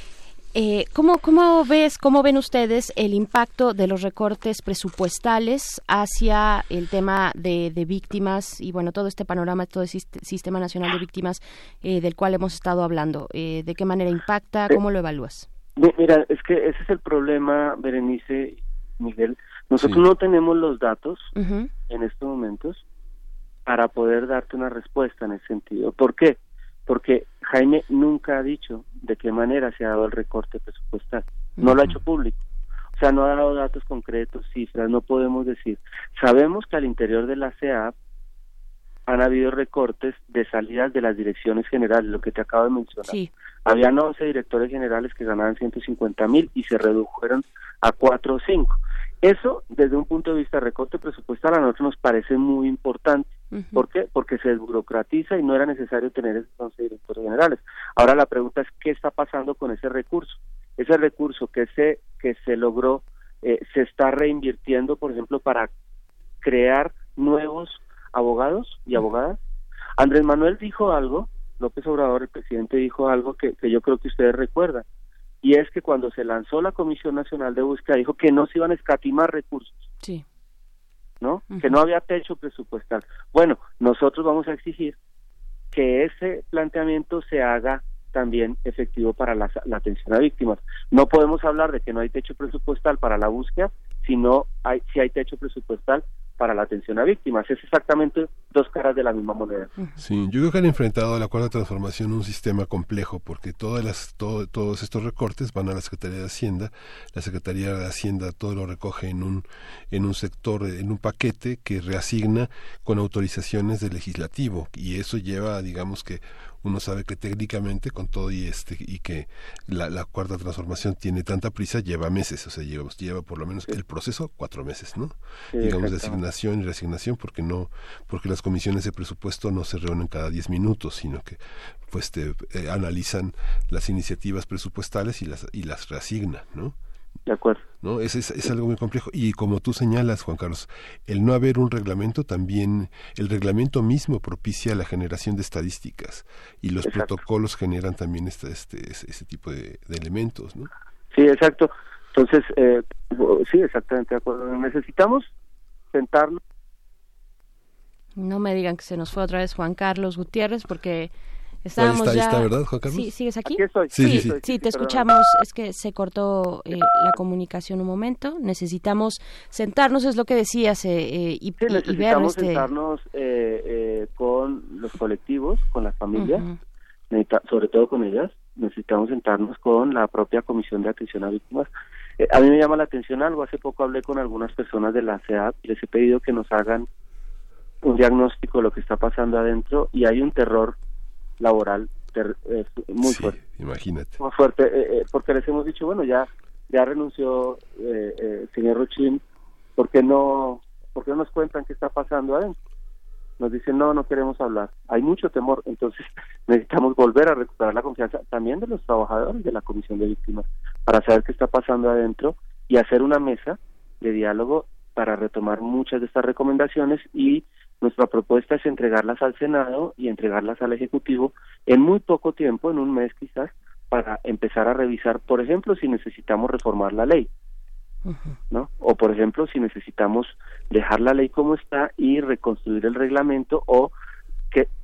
¿cómo ven ustedes el impacto de los recortes presupuestales hacia el tema de víctimas y, bueno, todo este panorama, todo el Sistema Nacional de Víctimas del cual hemos estado hablando? ¿De qué manera impacta? ¿Cómo lo evalúas? Mira, es que ese es el problema, Berenice, Miguel. Nosotros no tenemos los datos en estos momentos para poder darte una respuesta en ese sentido. ¿Por qué? Porque Jaime nunca ha dicho de qué manera se ha dado el recorte presupuestal. No lo ha hecho público. O sea, no ha dado datos concretos, cifras, no podemos decir. Sabemos que al interior de la CEAP han habido recortes de salidas de las direcciones generales, lo que te acabo de mencionar. Sí. Habían 11 directores generales que ganaban 150,000 y se redujeron a 4 o 5. Eso, desde un punto de vista de recorte presupuestal, a nosotros nos parece muy importante. ¿Por qué? Porque se desburocratiza y no era necesario tener esos 11 directores generales. Ahora la pregunta es, ¿qué está pasando con ese recurso? Ese recurso que se logró, se está reinvirtiendo, por ejemplo, para crear nuevos abogados y abogadas. Andrés Manuel dijo algo, López Obrador, el presidente, dijo algo que yo creo que ustedes recuerdan, y es que cuando se lanzó la Comisión Nacional de Búsqueda dijo que no se iban a escatimar recursos, sí, ¿no? Que no había techo presupuestal. Bueno, nosotros vamos a exigir que ese planteamiento se haga también efectivo para la atención a víctimas. No podemos hablar de que no hay techo presupuestal para la búsqueda si hay techo presupuestal para la atención a víctimas. Es exactamente dos caras de la misma moneda. Sí, yo creo que han enfrentado a la Cuarta Transformación un sistema complejo, porque todos estos recortes van a la Secretaría de Hacienda. La Secretaría de Hacienda todo lo recoge en un sector, en un paquete que reasigna con autorizaciones del legislativo, y eso lleva, digamos que uno sabe que técnicamente con todo y que la Cuarta Transformación tiene tanta prisa, lleva meses, o sea, lleva por lo menos el proceso 4 meses, ¿no? Sí, digamos, de asignación y reasignación, porque las comisiones de presupuesto no se reúnen cada 10 minutos, sino que pues analizan las iniciativas presupuestales y las reasignan, ¿no? De acuerdo. ¿No? Es algo muy complejo. Y como tú señalas, Juan Carlos, el no haber un reglamento también, el reglamento mismo propicia la generación de estadísticas, y los protocolos generan también ese tipo de elementos, ¿no? Sí, exacto. Entonces, sí, exactamente de acuerdo. Necesitamos sentarnos. No me digan que se nos fue otra vez Juan Carlos Gutiérrez, porque estábamos ahí está, ¿verdad, Juan Carlos? Sí, ¿sigues aquí? Aquí estoy. Sí, te escuchamos. Es que se cortó la comunicación un momento. Necesitamos sentarnos, es lo que decías, y ver necesitamos sentarnos con los colectivos, con las familias, sobre todo con ellas. Necesitamos sentarnos con la propia Comisión de Atención a Víctimas. A mí me llama la atención algo. Hace poco hablé con algunas personas de la CEAP y les he pedido que nos hagan un diagnóstico de lo que está pasando adentro, y hay un terror laboral muy fuerte. Imagínate. Muy fuerte, porque les hemos dicho, bueno, ya renunció el señor Rochín, ¿por qué no nos cuentan qué está pasando adentro? Nos dicen, no queremos hablar. Hay mucho temor, entonces necesitamos volver a recuperar la confianza también de los trabajadores de la Comisión de Víctimas para saber qué está pasando adentro y hacer una mesa de diálogo para retomar muchas de estas recomendaciones, y nuestra propuesta es entregarlas al Senado y entregarlas al Ejecutivo en muy poco tiempo, en un mes quizás, para empezar a revisar, por ejemplo, si necesitamos reformar la ley, ¿no? O, por ejemplo, si necesitamos dejar la ley como está y reconstruir el reglamento, o qué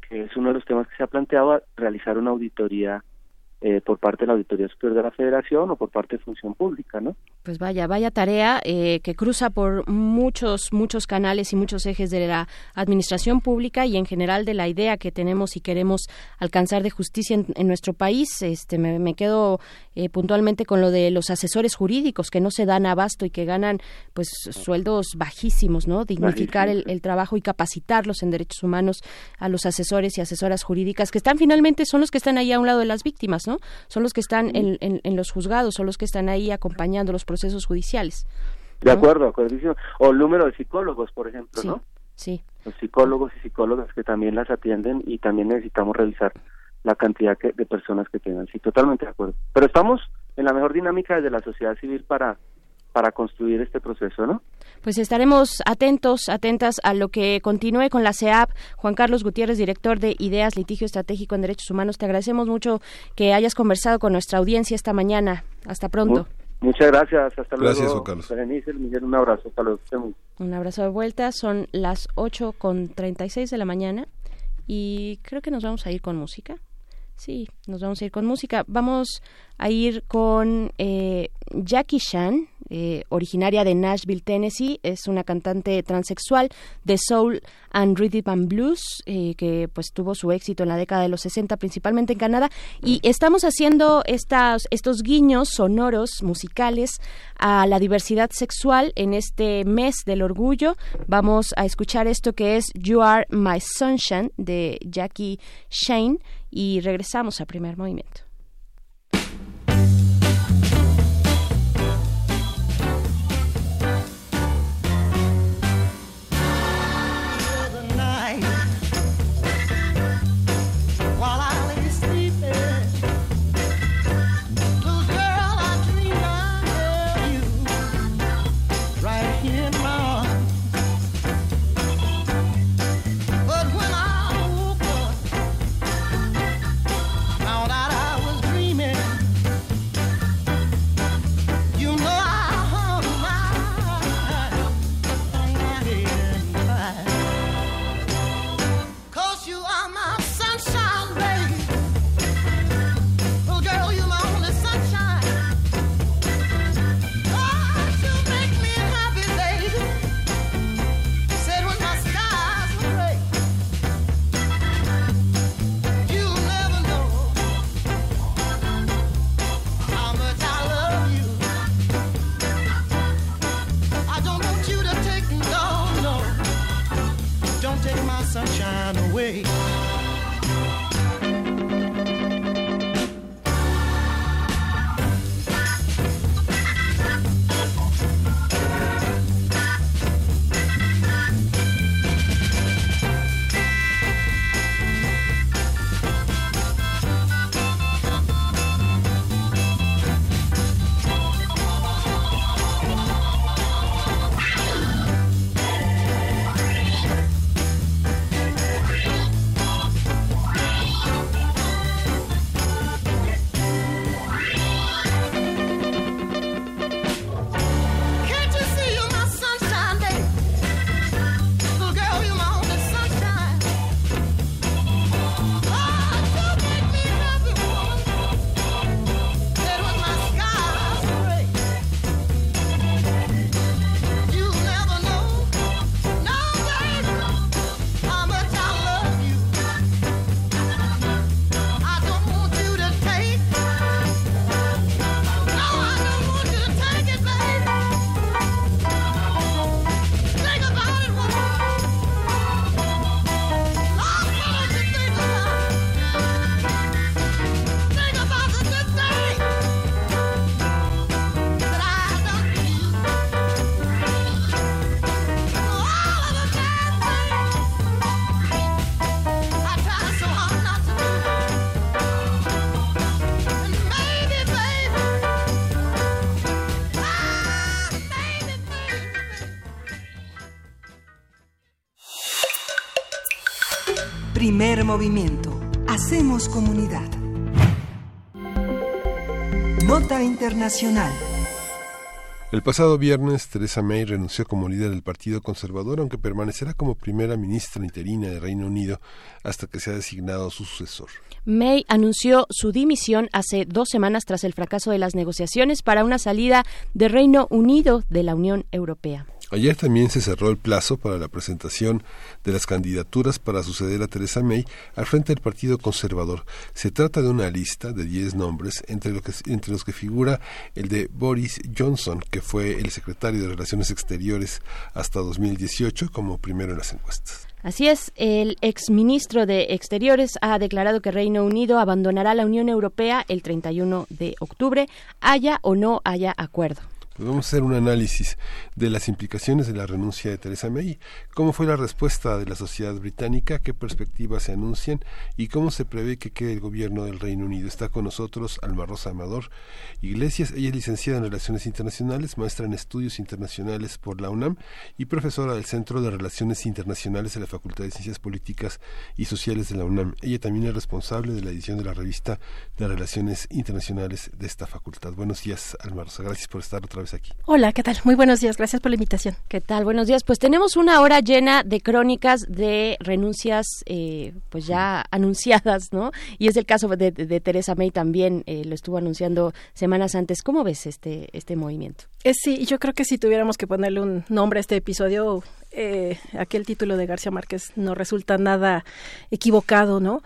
que es uno de los temas que se ha planteado, realizar una auditoría por parte de la Auditoría Superior de la Federación o por parte de Función Pública, ¿no? Pues vaya tarea que cruza por muchos canales y muchos ejes de la administración pública y en general de la idea que tenemos y queremos alcanzar de justicia en nuestro país. Me quedo puntualmente con lo de los asesores jurídicos que no se dan abasto y que ganan pues sueldos bajísimos, ¿no? Dignificar el trabajo y capacitarlos en derechos humanos a los asesores y asesoras jurídicas que son los que están ahí a un lado de las víctimas, ¿no? Son los que están en los juzgados, son los que están ahí acompañando los procesos judiciales. De acuerdo, acordísimo. O el número de psicólogos, por ejemplo, sí, ¿no? Sí. Los psicólogos y psicólogas que también las atienden y también necesitamos revisar la cantidad de personas que tengan. Sí, totalmente de acuerdo. Pero estamos en la mejor dinámica desde la sociedad civil para construir este proceso, ¿no? Pues estaremos atentas a lo que continúe con la CEAP. Juan Carlos Gutiérrez, director de Ideas, Litigio Estratégico en Derechos Humanos, te agradecemos mucho que hayas conversado con nuestra audiencia esta mañana. Hasta pronto. Muchas gracias, hasta luego. Gracias, Juan Carlos. Berenice, Miguel, un abrazo, hasta luego. Un abrazo de vuelta, son las 8:36 de la mañana y creo que nos vamos a ir con música. Sí, nos vamos a ir con música. Vamos a ir con Jackie Chan, originaria de Nashville, Tennessee. Es una cantante transexual de soul and rhythm and blues que pues tuvo su éxito en la década de los 60, principalmente en Canadá. Y estamos haciendo estos guiños sonoros, musicales, a la diversidad sexual en este mes del orgullo. Vamos a escuchar esto que es You Are My Sunshine de Jackie Chan y regresamos a Primer Movimiento. Sunshine away. Primer movimiento. Hacemos comunidad. Nota internacional. El pasado viernes, Theresa May renunció como líder del Partido Conservador, aunque permanecerá como primera ministra interina de Reino Unido hasta que sea designado su sucesor. May anunció su dimisión hace 2 semanas tras el fracaso de las negociaciones para una salida de Reino Unido de la Unión Europea. Ayer también se cerró el plazo para la presentación de las candidaturas para suceder a Theresa May al frente del Partido Conservador. Se trata de una lista de 10 nombres, entre los que figura el de Boris Johnson, que fue el secretario de Relaciones Exteriores hasta 2018 como primero en las encuestas. Así es, el exministro de Exteriores ha declarado que Reino Unido abandonará la Unión Europea el 31 de octubre, haya o no haya acuerdo. Pues vamos a hacer un análisis de las implicaciones de la renuncia de Theresa May, cómo fue la respuesta de la sociedad británica, qué perspectivas se anuncian y cómo se prevé que quede el gobierno del Reino Unido. Está con nosotros Alma Rosa Amador Iglesias. Ella es licenciada en Relaciones Internacionales, maestra en Estudios Internacionales por la UNAM y profesora del Centro de Relaciones Internacionales de la Facultad de Ciencias Políticas y Sociales de la UNAM. Ella también es responsable de la edición de la revista de Relaciones Internacionales de esta facultad. Buenos días, Alma Rosa. Gracias por estar otra vez aquí. Hola, ¿qué tal? Muy buenos días, gracias por la invitación. ¿Qué tal? Buenos días. Pues tenemos una hora llena de crónicas de renuncias pues ya anunciadas, ¿no? Y es el caso de Theresa May también, lo estuvo anunciando semanas antes. ¿Cómo ves este movimiento? Sí, yo creo que si tuviéramos que ponerle un nombre a este episodio, aquel título de García Márquez no resulta nada equivocado, ¿no?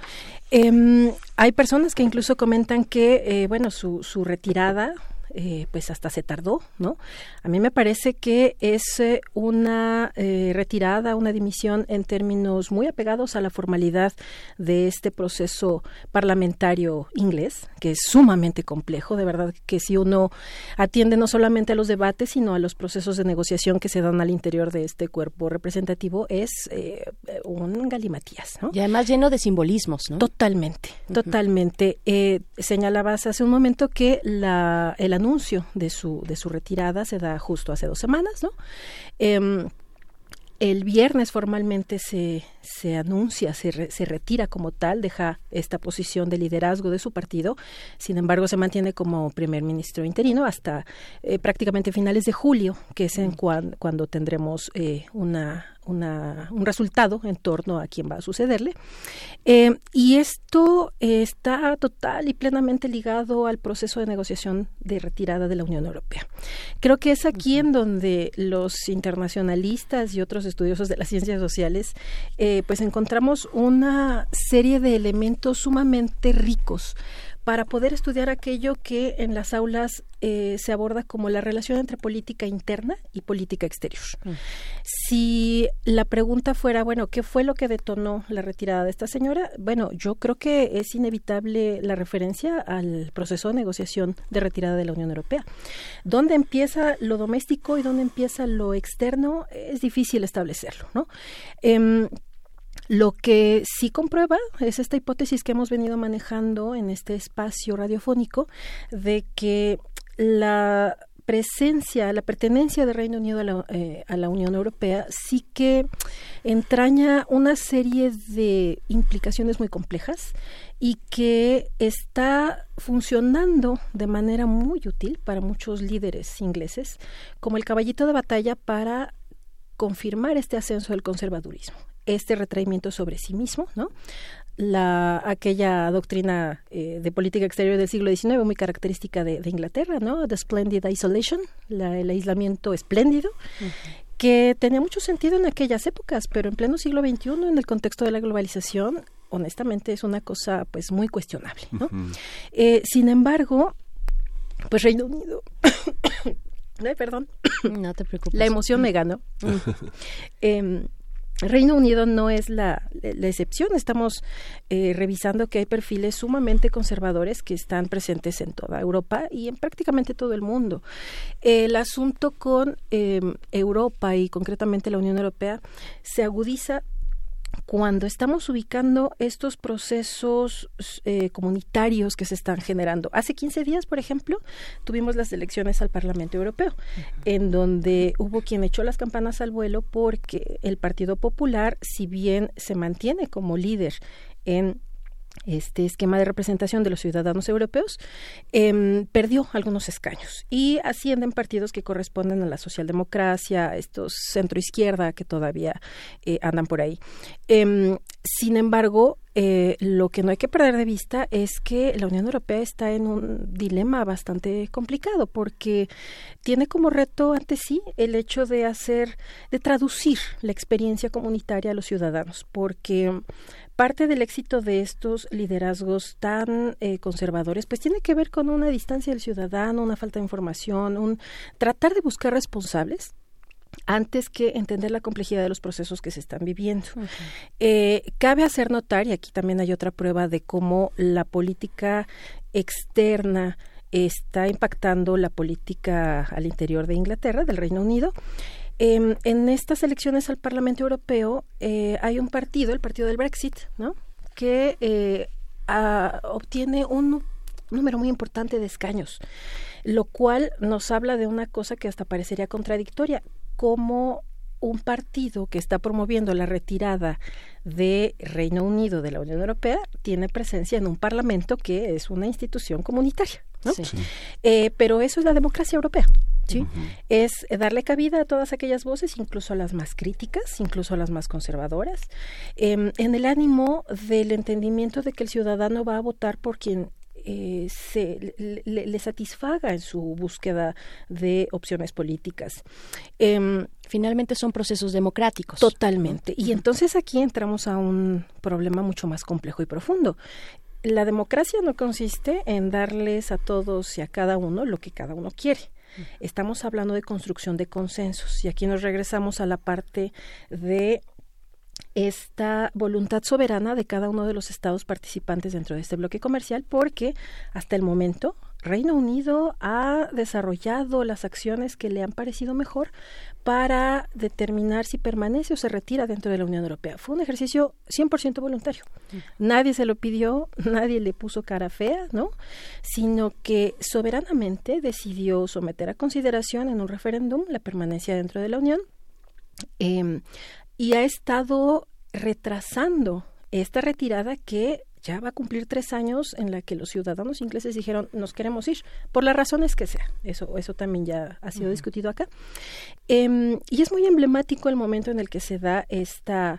Hay personas que incluso comentan que, su retirada pues hasta se tardó, ¿no? A mí me parece que es una retirada, una dimisión en términos muy apegados a la formalidad de este proceso parlamentario inglés, que es sumamente complejo, de verdad que si uno atiende no solamente a los debates, sino a los procesos de negociación que se dan al interior de este cuerpo representativo, es un galimatías, ¿no? Y además lleno de simbolismos, ¿no? Totalmente. Señalabas hace un momento que el anuncio de su retirada se da justo hace 2 semanas, ¿no? El viernes formalmente se anuncia, se retira como tal, deja esta posición de liderazgo de su partido, sin embargo se mantiene como primer ministro interino hasta prácticamente finales de julio, que es cuando tendremos un resultado en torno a quién va a sucederle. Y esto está total y plenamente ligado al proceso de negociación de retirada de la Unión Europea. Creo que es aquí en donde los internacionalistas y otros estudiosos de las ciencias sociales pues encontramos una serie de elementos sumamente ricos para poder estudiar aquello que en las aulas se aborda como la relación entre política interna y política exterior. Si la pregunta fuera, ¿qué fue lo que detonó la retirada de esta señora? Yo creo que es inevitable la referencia al proceso de negociación de retirada de la Unión Europea. ¿Dónde empieza lo doméstico y dónde empieza lo externo? Es difícil establecerlo, ¿no? Lo que sí comprueba es esta hipótesis que hemos venido manejando en este espacio radiofónico de que la pertenencia del Reino Unido a la Unión Europea sí que entraña una serie de implicaciones muy complejas y que está funcionando de manera muy útil para muchos líderes ingleses como el caballito de batalla para confirmar este ascenso del conservadurismo, este retraimiento sobre sí mismo, ¿no? Aquella doctrina de política exterior del siglo XIX muy característica de Inglaterra, ¿no? The Splendid Isolation, el aislamiento espléndido, que tenía mucho sentido en aquellas épocas, pero en pleno siglo XXI, en el contexto de la globalización, honestamente es una cosa pues muy cuestionable, ¿no? Sin embargo, pues Reino Unido perdón. No te preocupes. La emoción me ganó. Reino Unido no es la excepción. Estamos revisando que hay perfiles sumamente conservadores que están presentes en toda Europa y en prácticamente todo el mundo. El asunto con Europa y concretamente la Unión Europea se agudiza cuando estamos ubicando estos procesos comunitarios que se están generando. Hace 15 días, por ejemplo, tuvimos las elecciones al Parlamento Europeo, en donde hubo quien echó las campanas al vuelo porque el Partido Popular, si bien se mantiene como líder en este esquema de representación de los ciudadanos europeos, perdió algunos escaños y ascienden partidos que corresponden a la socialdemocracia, estos centroizquierda que todavía andan por ahí. Sin embargo, lo que no hay que perder de vista es que la Unión Europea está en un dilema bastante complicado porque tiene como reto ante sí el hecho de traducir la experiencia comunitaria a los ciudadanos, porque parte del éxito de estos liderazgos tan conservadores pues tiene que ver con una distancia del ciudadano, una falta de información, un tratar de buscar responsables antes que entender la complejidad de los procesos que se están viviendo. Cabe hacer notar, y aquí también hay otra prueba de cómo la política externa está impactando la política al interior de Inglaterra, del Reino Unido. En estas elecciones al Parlamento Europeo hay un partido, el partido del Brexit, ¿no?, que obtiene un número muy importante de escaños, lo cual nos habla de una cosa que hasta parecería contradictoria, como un partido que está promoviendo la retirada de Reino Unido de la Unión Europea tiene presencia en un parlamento que es una institución comunitaria, ¿no? Sí. Pero eso es la democracia europea, ¿sí? Es darle cabida a todas aquellas voces, incluso a las más críticas, incluso a las más conservadoras, en el ánimo del entendimiento de que el ciudadano va a votar por quien le satisfaga en su búsqueda de opciones políticas. Finalmente son procesos democráticos. Totalmente. Y entonces aquí entramos a un problema mucho más complejo y profundo. La democracia no consiste en darles a todos y a cada uno lo que cada uno quiere. Estamos hablando de construcción de consensos y aquí nos regresamos a la parte de esta voluntad soberana de cada uno de los estados participantes dentro de este bloque comercial, porque hasta el momento Reino Unido ha desarrollado las acciones que le han parecido mejor para determinar si permanece o se retira dentro de la Unión Europea. Fue un ejercicio 100% voluntario. Nadie se lo pidió, nadie le puso cara fea, ¿no?, sino que soberanamente decidió someter a consideración en un referéndum la permanencia dentro de la Unión. Y ha estado retrasando esta retirada que ya va a cumplir 3 años en la que los ciudadanos ingleses dijeron nos queremos ir, por las razones que sea. Eso también ya ha sido discutido acá. Y es muy emblemático el momento en el que se da esta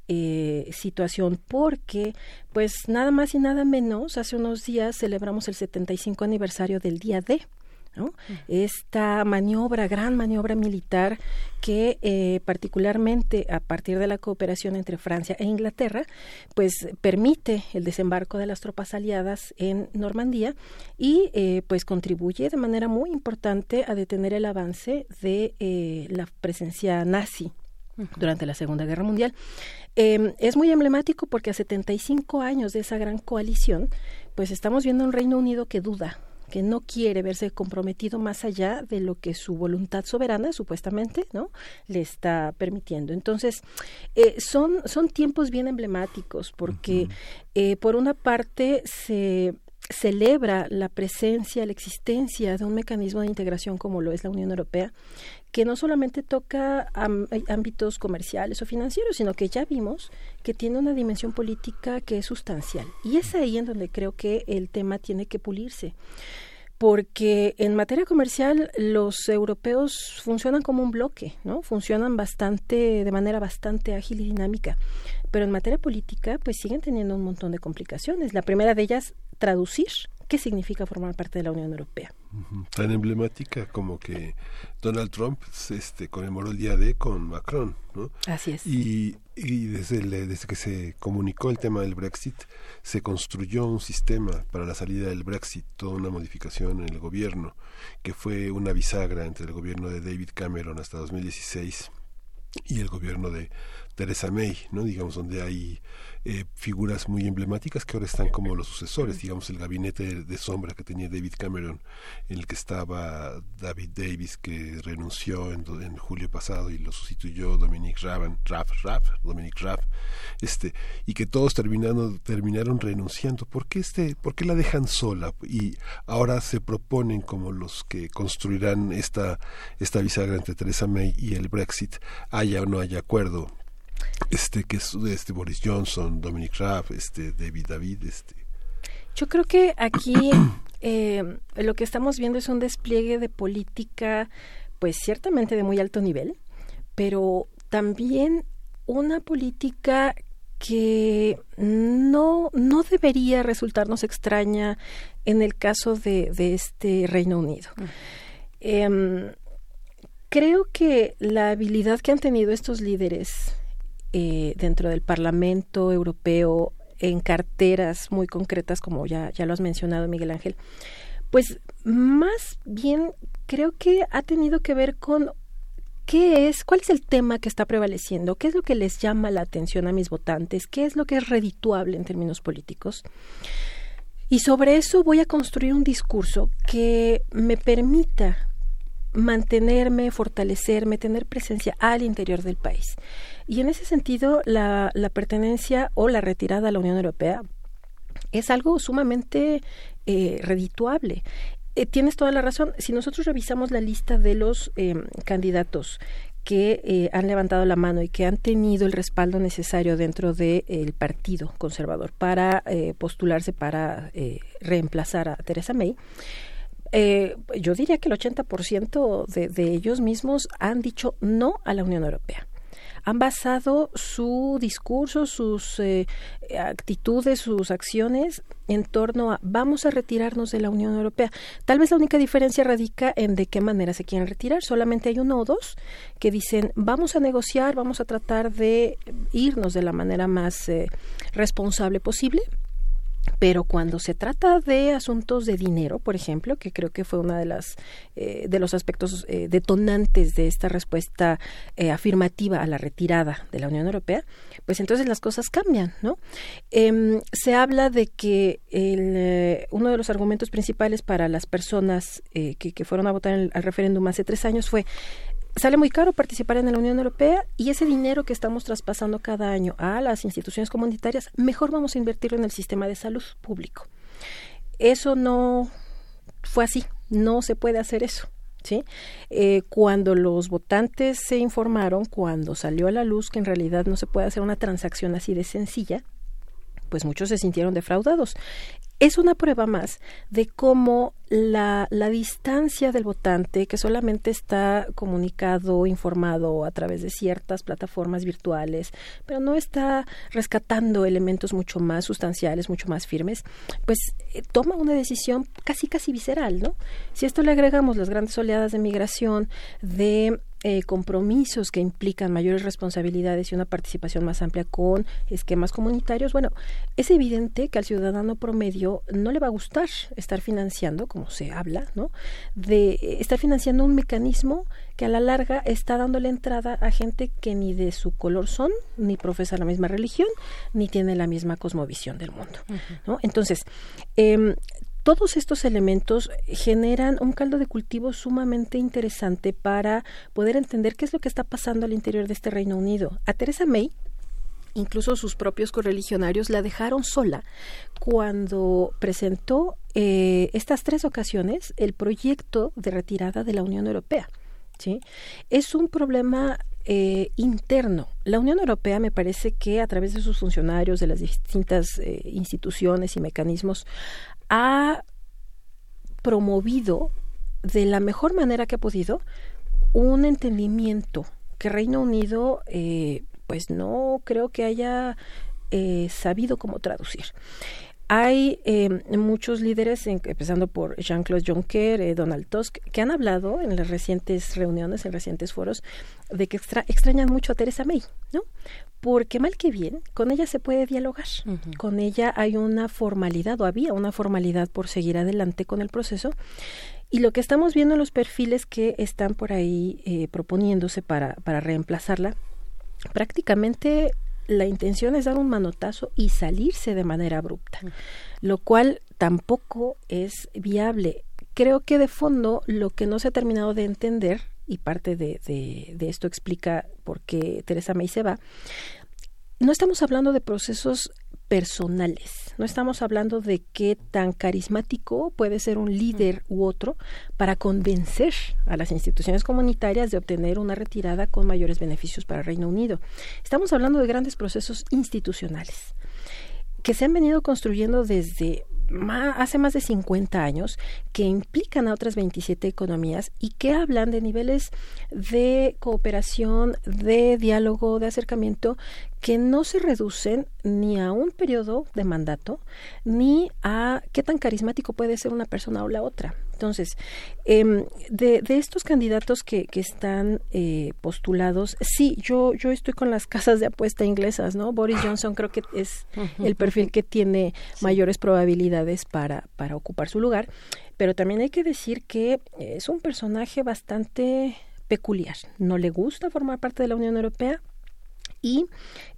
situación porque pues nada más y nada menos hace unos días celebramos el 75 aniversario del Día D, ¿no? Esta gran maniobra militar que particularmente a partir de la cooperación entre Francia e Inglaterra, pues permite el desembarco de las tropas aliadas en Normandía y pues contribuye de manera muy importante a detener el avance de la presencia nazi durante la Segunda Guerra Mundial. Es muy emblemático porque a 75 años de esa gran coalición, pues estamos viendo un Reino Unido que duda, que no quiere verse comprometido más allá de lo que su voluntad soberana, supuestamente, ¿no?, le está permitiendo. Entonces, son tiempos bien emblemáticos porque, por una parte, se celebra la presencia, la existencia de un mecanismo de integración como lo es la Unión Europea, que no solamente toca ámbitos comerciales o financieros, sino que ya vimos que tiene una dimensión política que es sustancial. Y es ahí en donde creo que el tema tiene que pulirse. Porque en materia comercial los europeos funcionan como un bloque, ¿no? Funcionan de manera bastante ágil y dinámica. Pero en materia política, pues siguen teniendo un montón de complicaciones. La primera de ellas, traducir qué significa formar parte de la Unión Europea. Tan emblemática como que Donald Trump conmemoró el Día D con Macron, ¿no? Así es. Y desde que se comunicó el tema del Brexit, se construyó un sistema para la salida del Brexit, toda una modificación en el gobierno, que fue una bisagra entre el gobierno de David Cameron hasta 2016 y el gobierno de Theresa May, ¿no? Digamos, donde hay figuras muy emblemáticas que ahora están como los sucesores, digamos, el gabinete de sombra que tenía David Cameron, en el que estaba David Davis, que renunció en julio pasado y lo sustituyó Dominic Raab, y que todos terminaron renunciando. ¿Por qué la dejan sola? Y ahora se proponen como los que construirán esta bisagra entre Theresa May y el Brexit, haya o no haya acuerdo que es Boris Johnson, Dominic Raab, David. Yo creo que aquí lo que estamos viendo es un despliegue de política, pues ciertamente de muy alto nivel, pero también una política que no debería resultarnos extraña en el caso de este Reino Unido. Creo que la habilidad que han tenido estos líderes dentro del Parlamento Europeo en carteras muy concretas, como ya lo has mencionado, Miguel Ángel, pues más bien creo que ha tenido que ver con cuál es el tema que está prevaleciendo, qué es lo que les llama la atención a mis votantes, qué es lo que es redituable en términos políticos. Y sobre eso voy a construir un discurso que me permita mantenerme, fortalecerme, tener presencia al interior del país. Y en ese sentido, la pertenencia o la retirada a la Unión Europea es algo sumamente redituable. Tienes toda la razón. Si nosotros revisamos la lista de los candidatos que han levantado la mano y que han tenido el respaldo necesario dentro del Partido Conservador para postularse para reemplazar a Theresa May, yo diría que el 80% de ellos mismos han dicho no a la Unión Europea. Han basado su discurso, sus actitudes, sus acciones en torno a vamos a retirarnos de la Unión Europea. Tal vez la única diferencia radica en de qué manera se quieren retirar. Solamente hay uno o dos que dicen vamos a negociar, vamos a tratar de irnos de la manera más responsable posible. Pero cuando se trata de asuntos de dinero, por ejemplo, que creo que fue una de los aspectos detonantes de esta respuesta afirmativa a la retirada de la Unión Europea, pues entonces las cosas cambian, ¿no? Se habla de que uno de los argumentos principales para las personas que fueron a votar al referéndum hace 3 años fue sale muy caro participar en la Unión Europea y ese dinero que estamos traspasando cada año a las instituciones comunitarias, mejor vamos a invertirlo en el sistema de salud público. Eso no fue así, no se puede hacer eso, ¿sí? Cuando los votantes se informaron, cuando salió a la luz que en realidad no se puede hacer una transacción así de sencilla, pues muchos se sintieron defraudados. Es una prueba más de cómo la distancia del votante, que solamente está comunicado, informado a través de ciertas plataformas virtuales, pero no está rescatando elementos mucho más sustanciales, mucho más firmes, pues toma una decisión casi visceral, ¿no? Si a esto le agregamos las grandes oleadas de migración, de compromisos que implican mayores responsabilidades y una participación más amplia con esquemas comunitarios, bueno, es evidente que al ciudadano promedio no le va a gustar estar financiando, como se habla, ¿no? De estar financiando un mecanismo que a la larga está dándole entrada a gente que ni de su color son, ni profesa la misma religión, ni tiene la misma cosmovisión del mundo, ¿no? Entonces, todos estos elementos generan un caldo de cultivo sumamente interesante para poder entender qué es lo que está pasando al interior de este Reino Unido. A Theresa May, incluso sus propios correligionarios la dejaron sola cuando presentó estas 3 ocasiones el proyecto de retirada de la Unión Europea, ¿sí? Es un problema interno. La Unión Europea me parece que a través de sus funcionarios, de las distintas instituciones y mecanismos, ha promovido de la mejor manera que ha podido un entendimiento que Reino Unido pues no creo que haya sabido cómo traducir. Hay muchos líderes, empezando por Jean-Claude Juncker, Donald Tusk, que han hablado en las recientes reuniones, en recientes foros, de que extrañan mucho a Theresa May, ¿no? Porque mal que bien, con ella se puede dialogar. Con ella hay una formalidad, o había una formalidad por seguir adelante con el proceso. Y lo que estamos viendo en los perfiles que están por ahí proponiéndose para reemplazarla, prácticamente la intención es dar un manotazo y salirse de manera abrupta, lo cual tampoco es viable. Creo que de fondo lo que no se ha terminado de entender, y parte de esto explica por qué Theresa May se va, no estamos hablando de procesos personales. No estamos hablando de qué tan carismático puede ser un líder u otro para convencer a las instituciones comunitarias de obtener una retirada con mayores beneficios para el Reino Unido. Estamos hablando de grandes procesos institucionales que se han venido construyendo desde hace más de 50 años, que implican a otras 27 economías y que hablan de niveles de cooperación, de diálogo, de acercamiento, que no se reducen ni a un periodo de mandato, ni a qué tan carismático puede ser una persona o la otra. Entonces, de estos candidatos que están postulados, sí, yo estoy con las casas de apuesta inglesas, ¿no? Boris Johnson creo que es el perfil que tiene mayores probabilidades para ocupar su lugar, pero también hay que decir que es un personaje bastante peculiar. No le gusta formar parte de la Unión Europea y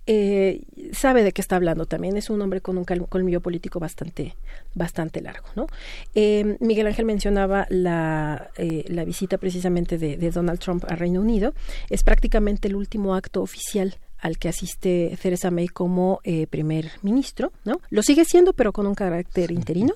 sabe de qué está hablando también. Es un hombre con un colmillo político bastante largo, ¿no? Miguel Ángel mencionaba la visita precisamente de Donald Trump a Reino Unido. Es prácticamente el último acto oficial al que asiste Theresa May como primer ministro, ¿no? Lo sigue siendo, pero con un carácter interino.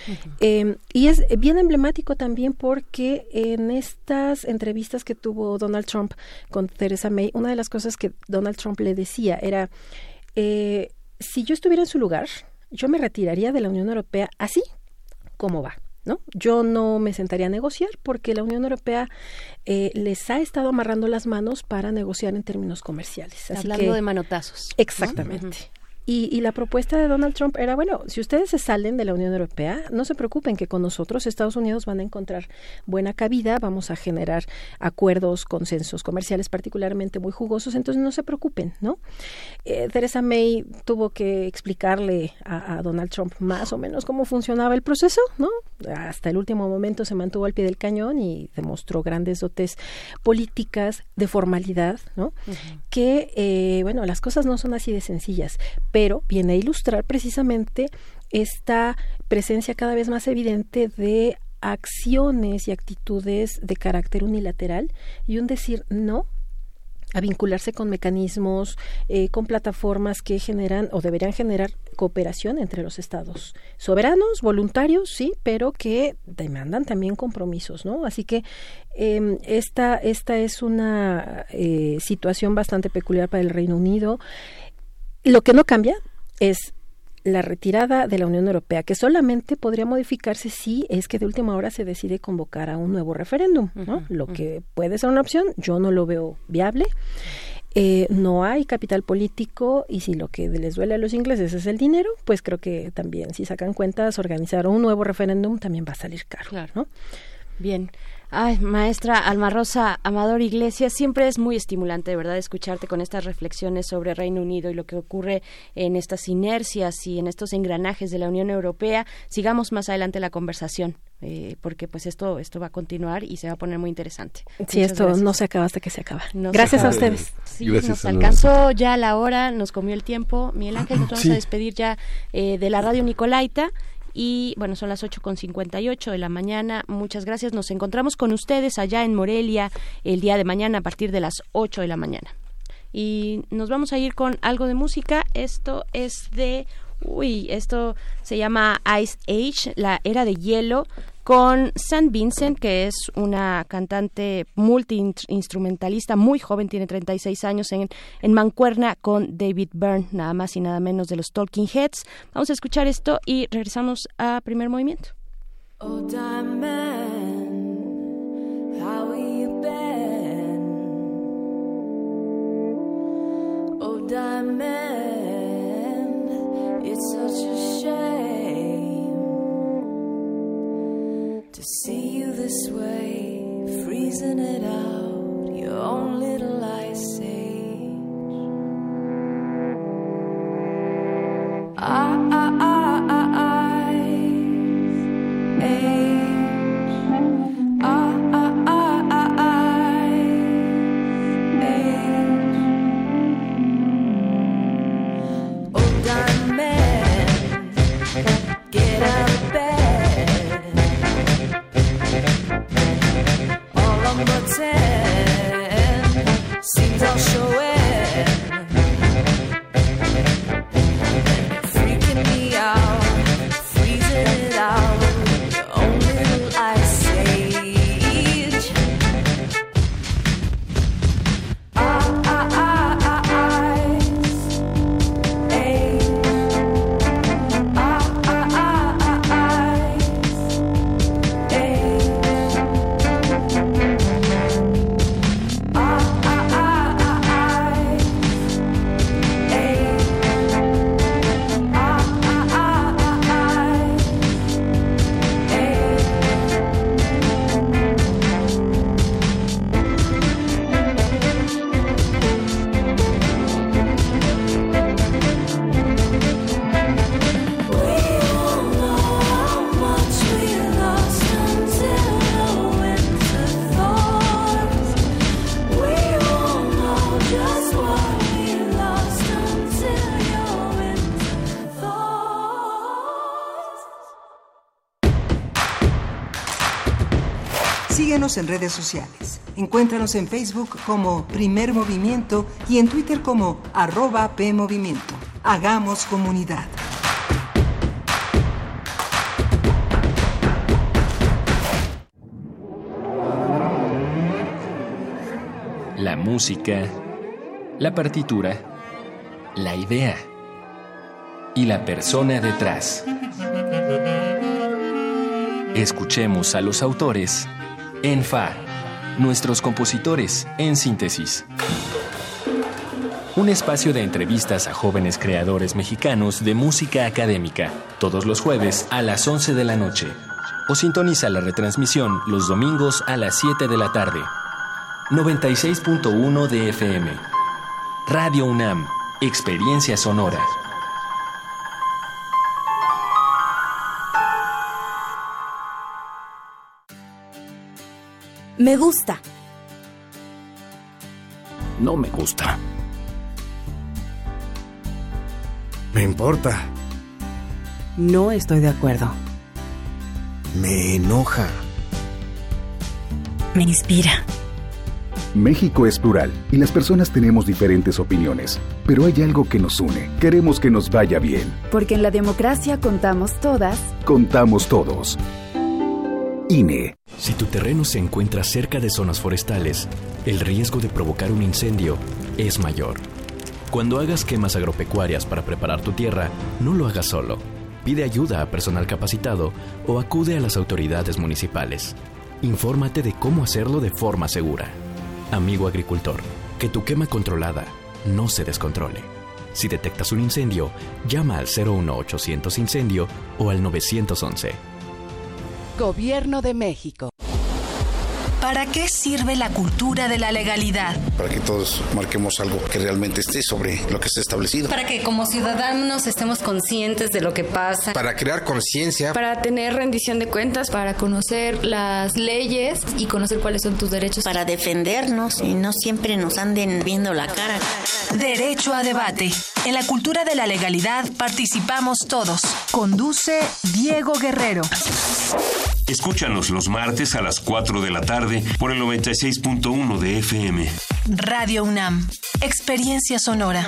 Y es bien emblemático también porque en estas entrevistas que tuvo Donald Trump con Theresa May, una de las cosas que Donald Trump le decía era, si yo estuviera en su lugar, yo me retiraría de la Unión Europea así como va, ¿no? Yo no me sentaría a negociar porque la Unión Europea les ha estado amarrando las manos para negociar en términos comerciales. Así hablando de manotazos. Exactamente. ¿No? Y la propuesta de Donald Trump era, bueno, si ustedes se salen de la Unión Europea, no se preocupen que con nosotros Estados Unidos van a encontrar buena cabida, vamos a generar acuerdos, consensos comerciales particularmente muy jugosos, entonces no se preocupen, ¿no? Theresa May tuvo que explicarle a Donald Trump más o menos cómo funcionaba el proceso, ¿no? Hasta el último momento se mantuvo al pie del cañón y demostró grandes dotes políticas de formalidad, ¿no? Que, bueno, las cosas no son así de sencillas, pero viene a ilustrar precisamente esta presencia cada vez más evidente de acciones y actitudes de carácter unilateral y un decir no a vincularse con mecanismos, con plataformas que generan o deberían generar cooperación entre los estados soberanos, voluntarios, sí, pero que demandan también compromisos, ¿no? Así que esta es una situación bastante peculiar para el Reino Unido. Lo que no cambia es la retirada de la Unión Europea, que solamente podría modificarse si es que de última hora se decide convocar a un nuevo referéndum, ¿no? Lo que puede ser una opción, yo no lo veo viable. No hay capital político y si lo que les duele a los ingleses es el dinero, pues creo que también si sacan cuentas, organizar un nuevo referéndum también va a salir caro, claro, ¿no? Bien. Ay, maestra Alma Rosa Amador Iglesias, siempre es muy estimulante, de verdad, escucharte con estas reflexiones sobre Reino Unido y lo que ocurre en estas inercias y en estos engranajes de la Unión Europea. Sigamos más adelante la conversación, porque pues esto va a continuar y se va a poner muy interesante. Sí, esto no se acaba hasta que se acaba. Gracias a ustedes. Sí, nos alcanzó ya la hora, nos comió el tiempo. Miguel Ángel, nos vamos a despedir ya de la Radio Nicolaita. Y bueno, son las 8:58 de la mañana. Muchas gracias. Nos encontramos con ustedes allá en Morelia el día de mañana a partir de las 8 de la mañana. Y nos vamos a ir con algo de música. Esto es esto se llama Ice Age, la era de hielo, con St. Vincent, que es una cantante multiinstrumentalista muy joven, tiene 36 años, en mancuerna con David Byrne, nada más y nada menos de los Talking Heads. Vamos a escuchar esto y regresamos a Primer Movimiento. Oh, Diamond, how have you been? Oh, Diamond, it's such a shame to see you this way, freezing it out, your own little ice age. Oh, Diamond, get out of bed. All on the 10 seems I'll show it. Síguenos en redes sociales. Encuéntranos en Facebook como Primer Movimiento y en Twitter como @PMovimiento. Hagamos comunidad. La música, la partitura, la idea y la persona detrás. Escuchemos a los autores en Fa, nuestros compositores en síntesis. Un espacio de entrevistas a jóvenes creadores mexicanos de música académica, todos los jueves a las 11 de la noche. O sintoniza la retransmisión los domingos a las 7 de la tarde. 96.1 de FM. Radio UNAM, Experiencia Sonora. Me gusta. No me gusta. Me importa. No estoy de acuerdo. Me enoja. Me inspira. México es plural y las personas tenemos diferentes opiniones, pero hay algo que nos une. Queremos que nos vaya bien. Porque en la democracia contamos todas. Contamos todos. INE. Si tu terreno se encuentra cerca de zonas forestales, el riesgo de provocar un incendio es mayor. Cuando hagas quemas agropecuarias para preparar tu tierra, no lo hagas solo. Pide ayuda a personal capacitado o acude a las autoridades municipales. Infórmate de cómo hacerlo de forma segura. Amigo agricultor, que tu quema controlada no se descontrole. Si detectas un incendio, llama al 01800 Incendio o al 911. Gobierno de México. ¿Para qué sirve la cultura de la legalidad? Para que todos marquemos algo que realmente esté sobre lo que está establecido. Para que como ciudadanos estemos conscientes de lo que pasa. Para crear conciencia. Para tener rendición de cuentas. Para conocer las leyes y conocer cuáles son tus derechos. Para defendernos y no siempre nos anden viendo la cara. Derecho a debate. En la cultura de la legalidad participamos todos. Conduce Diego Guerrero. Escúchanos los martes a las 4 de la tarde por el 96.1 de FM. Radio UNAM. Experiencia sonora.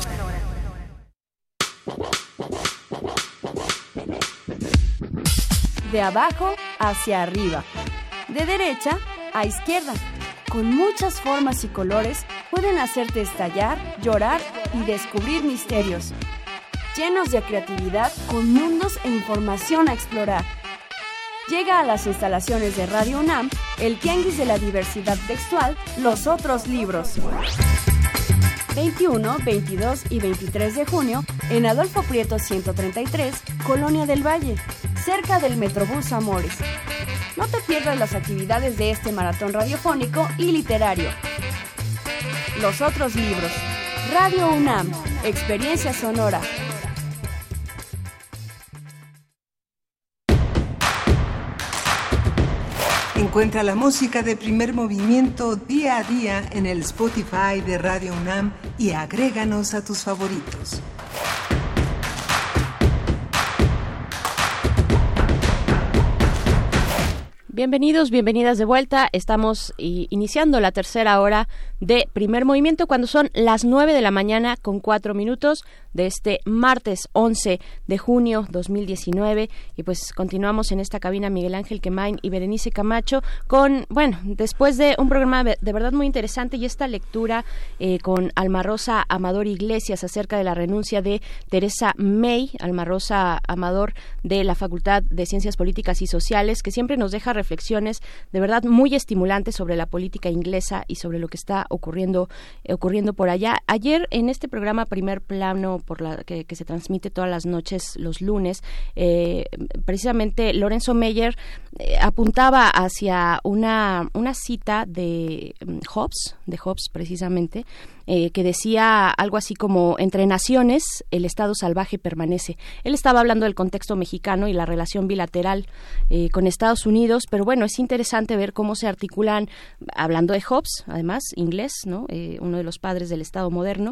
De abajo hacia arriba. De derecha a izquierda. Con muchas formas y colores pueden hacerte estallar, llorar y descubrir misterios. Llenos de creatividad, con mundos e información a explorar. Llega a las instalaciones de Radio UNAM, el Tianguis de la Diversidad Textual, Los Otros Libros. 21, 22 y 23 de junio, en Adolfo Prieto 133, Colonia del Valle, cerca del Metrobús Amores. No te pierdas las actividades de este maratón radiofónico y literario. Los Otros Libros. Radio UNAM, Experiencia Sonora. Encuentra la música de Primer Movimiento día a día en el Spotify de Radio UNAM y agréganos a tus favoritos. Bienvenidos, bienvenidas de vuelta. Estamos iniciando la tercera hora de Primer Movimiento cuando son las 9 de la mañana con 4 minutos de este martes 11 de junio 2019 y pues continuamos en esta cabina Miguel Ángel Quemain y Berenice Camacho con, después de un programa de verdad muy interesante y esta lectura con Alma Rosa Amador Iglesias acerca de la renuncia de Teresa May, Alma Rosa Amador de la Facultad de Ciencias Políticas y Sociales, que siempre nos deja reflexiones de verdad muy estimulantes sobre la política inglesa y sobre lo que está ocurriendo por allá. Ayer en este programa Primer Plano que se transmite todas las noches los lunes, precisamente Lorenzo Meyer apuntaba hacia una cita de Hobbes precisamente, que decía algo así como: entre naciones el Estado salvaje permanece. Él estaba hablando del contexto mexicano y la relación bilateral con Estados Unidos, pero bueno, es interesante ver cómo se articulan, hablando de Hobbes, además inglés, ¿no? Uno de los padres del Estado moderno,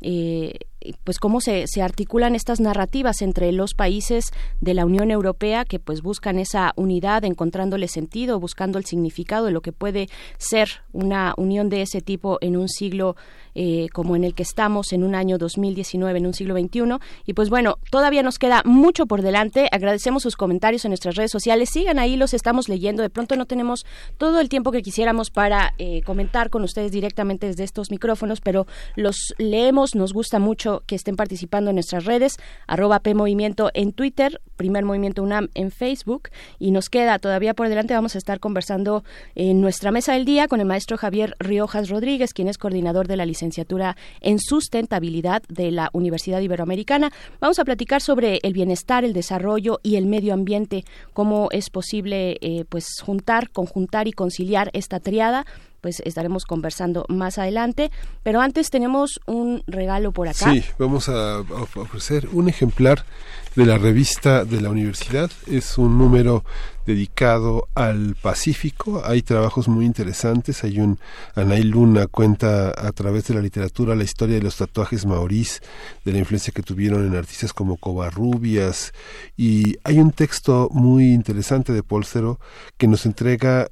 pues cómo se articulan estas narrativas entre los países de la Unión Europea que pues buscan esa unidad, encontrándole sentido, buscando el significado de lo que puede ser una unión de ese tipo en un siglo como en el que estamos, en un año 2019, en un siglo XXI. Y pues bueno, todavía nos queda mucho por delante. Agradecemos sus comentarios en nuestras redes sociales. Sigan ahí, los estamos leyendo. De pronto no tenemos todo el tiempo que quisiéramos para comentar con ustedes directamente desde estos micrófonos, pero los leemos. Nos gusta mucho que estén participando en nuestras redes, @PMovimiento en Twitter, Primer Movimiento UNAM en Facebook, y nos queda todavía por delante. Vamos a estar conversando en nuestra mesa del día con el maestro Javier Riojas Rodríguez, quien es coordinador de la licenciatura en sustentabilidad de la Universidad Iberoamericana. Vamos a platicar sobre el bienestar, el desarrollo y el medio ambiente, cómo es posible pues conjuntar y conciliar esta triada. Pues estaremos conversando más adelante, pero antes tenemos un regalo por acá. Sí, vamos a ofrecer un ejemplar de la revista de la universidad. Es un número dedicado al Pacífico. Hay trabajos muy interesantes. Anaí Luna cuenta a través de la literatura la historia de los tatuajes maorís, de la influencia que tuvieron en artistas como Covarrubias, y hay un texto muy interesante de Paul Theroux que nos entrega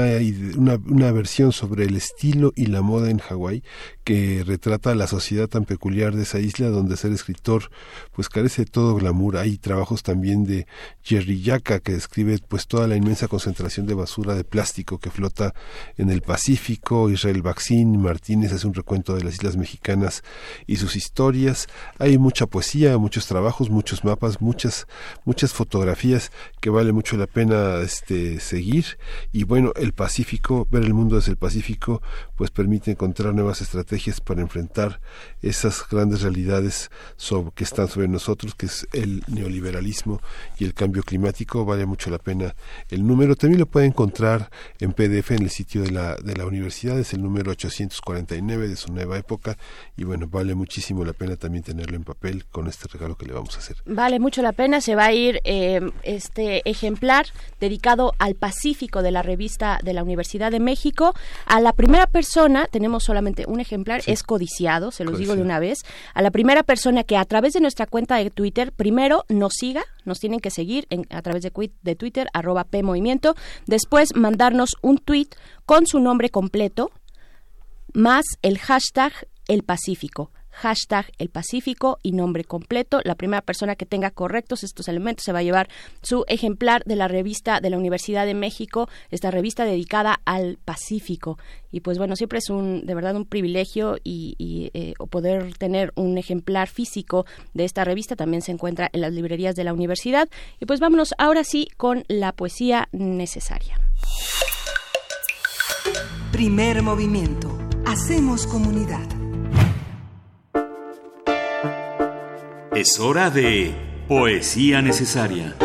una versión sobre el estilo y la moda en Hawái, que retrata la sociedad tan peculiar de esa isla, donde ser escritor pues carece de todo glamour. Hay trabajos también de Jerry Yaca, que describe pues toda la inmensa concentración de basura de plástico que flota en el Pacífico. Israel Baxín Martínez hace un recuento de las islas mexicanas y sus historias. Hay mucha poesía, muchos trabajos, muchos mapas, muchas fotografías que vale mucho la pena seguir. Y bueno, el Pacífico, ver el mundo desde el Pacífico, pues permite encontrar nuevas estrategias para enfrentar esas grandes realidades que están sobre nosotros, que es el neoliberalismo y el cambio climático. Vale mucho la pena el número. También lo puede encontrar en PDF en el sitio de la universidad. Es el número 849 de su nueva época, y bueno, vale muchísimo la pena también tenerlo en papel con este regalo que le vamos a hacer. Vale mucho la pena. Se va a ir este ejemplar dedicado al Pacífico de la revista de la Universidad de México. A la primera persona, tenemos solamente un ejemplar, sí. Es codiciado, se los digo de una vez. A la primera persona que a través de nuestra cuenta de Twitter primero nos siga, nos tienen que seguir a través de Twitter, @PMovimiento, después mandarnos un tweet con su nombre completo, más el hashtag El Pacífico. Hashtag El Pacífico y nombre completo. La primera persona que tenga correctos estos elementos se va a llevar su ejemplar de la revista de la Universidad de México, esta revista dedicada al Pacífico. Y pues bueno, siempre es de verdad un privilegio y poder tener un ejemplar físico de esta revista. También se encuentra en las librerías de la universidad. Y pues vámonos ahora sí con la poesía necesaria. Primer movimiento. Hacemos comunidad. Es hora de Poesía Necesaria.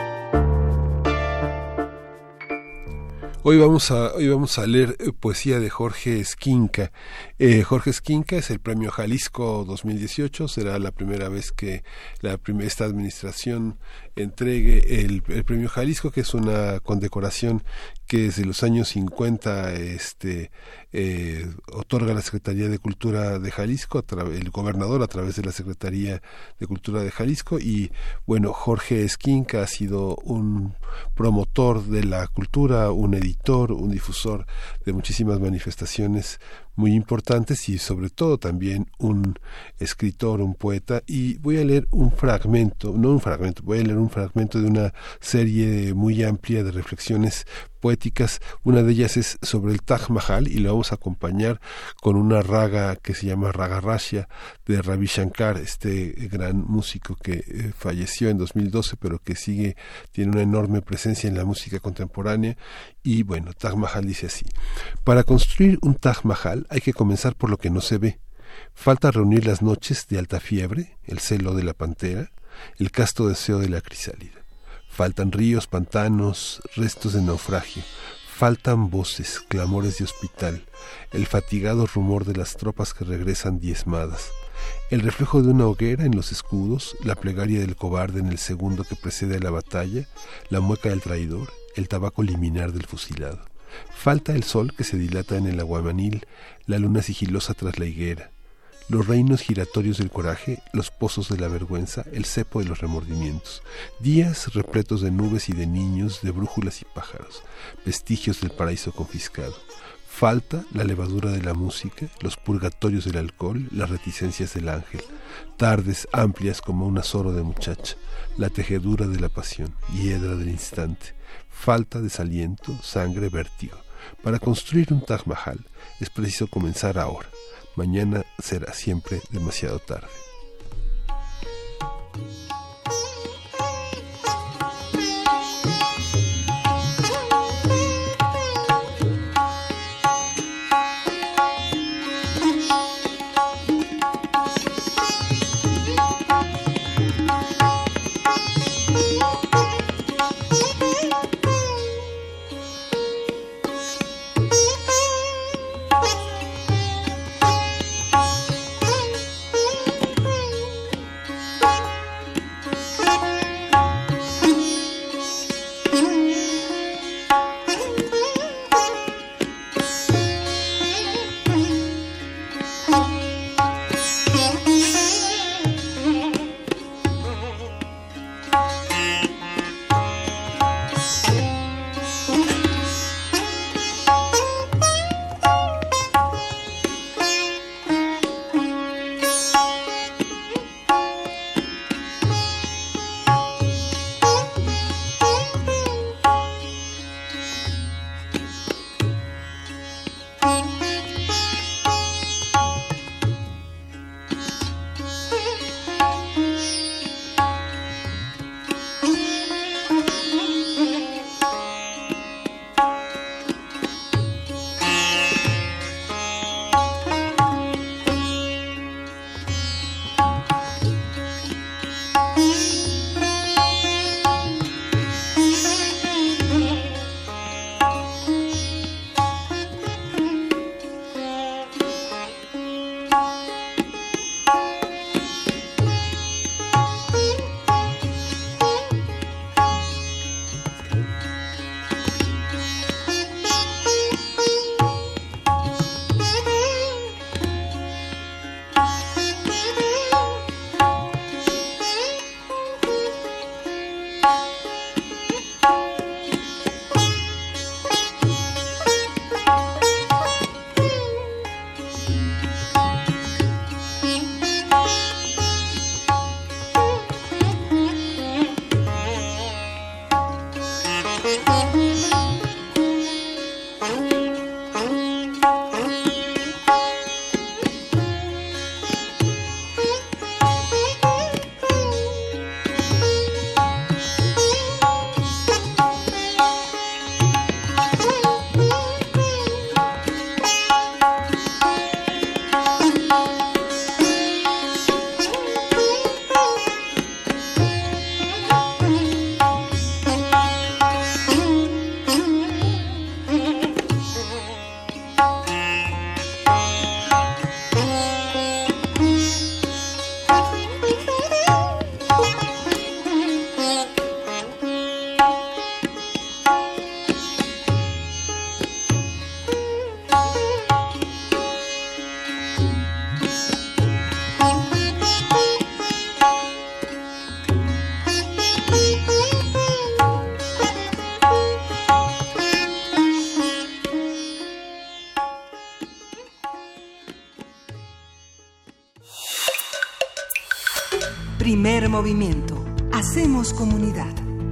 Hoy vamos a leer poesía de Jorge Esquinca. Jorge Esquinca es el Premio Jalisco 2018. Será la primera vez que esta administración entregue el Premio Jalisco, que es una condecoración que desde los años 50 otorga la Secretaría de Cultura de Jalisco, el gobernador a través de la Secretaría de Cultura de Jalisco. Y bueno, Jorge Esquinca ha sido un promotor de la cultura, un editor, un difusor de muchísimas manifestaciones muy importantes, y sobre todo también un escritor, un poeta. Y voy a leer voy a leer un fragmento de una serie muy amplia de reflexiones poéticas. Una de ellas es sobre el Taj Mahal, y lo vamos a acompañar con una raga que se llama Raga Rashia de Ravi Shankar, este gran músico que falleció en 2012, pero que tiene una enorme presencia en la música contemporánea. Y bueno, Taj Mahal dice así: para construir un Taj Mahal hay que comenzar por lo que no se ve. Falta reunir las noches de alta fiebre, el celo de la pantera, el casto deseo de la crisálida. Faltan ríos, pantanos, restos de naufragio. Faltan voces, clamores de hospital, el fatigado rumor de las tropas que regresan diezmadas, el reflejo de una hoguera en los escudos, la plegaria del cobarde en el segundo que precede a la batalla, la mueca del traidor, el tabaco liminar del fusilado. Falta el sol que se dilata en el aguamanil, la luna sigilosa tras la higuera, los reinos giratorios del coraje, los pozos de la vergüenza, el cepo de los remordimientos, días repletos de nubes y de niños, de brújulas y pájaros, vestigios del paraíso confiscado. Falta la levadura de la música, los purgatorios del alcohol, las reticencias del ángel, tardes amplias como un azoro de muchacha, la tejedura de la pasión, hiedra del instante, falta desaliento, sangre, vértigo. Para construir un Taj Mahal es preciso comenzar ahora. Mañana será siempre demasiado tarde. Primer movimiento. Hacemos comunidad.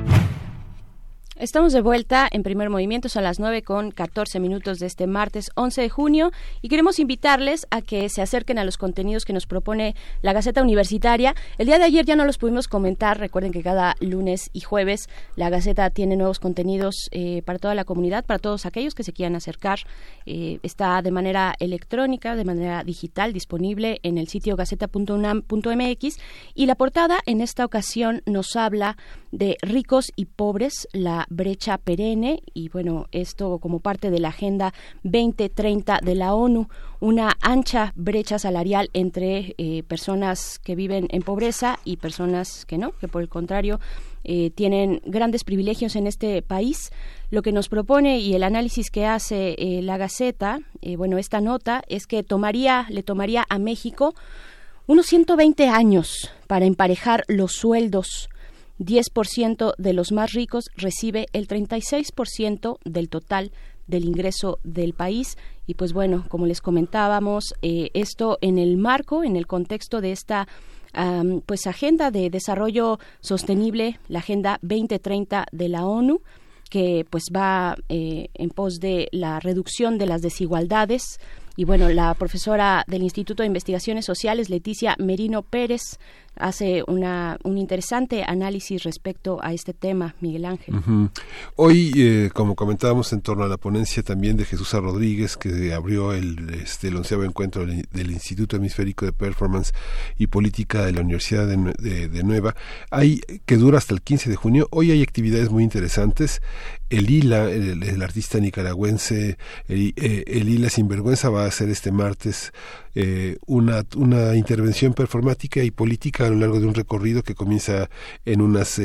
Estamos de vuelta en Primer Movimiento, a las 9:14 de este martes 11 de junio y queremos invitarles a que se acerquen a los contenidos que nos propone la Gaceta Universitaria. El día de ayer ya no los pudimos comentar, recuerden que cada lunes y jueves la Gaceta tiene nuevos contenidos para toda la comunidad, para todos aquellos que se quieran acercar. Está de manera electrónica, de manera digital, disponible en el sitio gaceta.unam.mx y la portada en esta ocasión nos habla de ricos y pobres, la brecha perenne, y bueno, esto como parte de la Agenda 2030 de la ONU, una ancha brecha salarial entre personas que viven en pobreza y personas que no, que por el contrario tienen grandes privilegios en este país. Lo que nos propone y el análisis que hace la Gaceta, esta nota, es que le tomaría a México unos 120 años para emparejar los sueldos. 10% de los más ricos recibe el 36% del total del ingreso del país. Y pues bueno, como les comentábamos, esto en el contexto de esta Agenda de Desarrollo Sostenible, la Agenda 2030 de la ONU, que pues va en pos de la reducción de las desigualdades. Y bueno, la profesora del Instituto de Investigaciones Sociales, Leticia Merino Pérez, hace un interesante análisis respecto a este tema, Miguel Ángel. Uh-huh. Hoy, como comentábamos en torno a la ponencia también de Jesús Rodríguez, que abrió el 11º encuentro del Instituto Hemisférico de Performance y Política de la Universidad de Nueva, que dura hasta el 15 de junio. Hoy hay actividades muy interesantes. Elila, el artista nicaragüense Elila Sinvergüenza, va a hacer este martes una intervención performática y política a lo largo de un recorrido que comienza en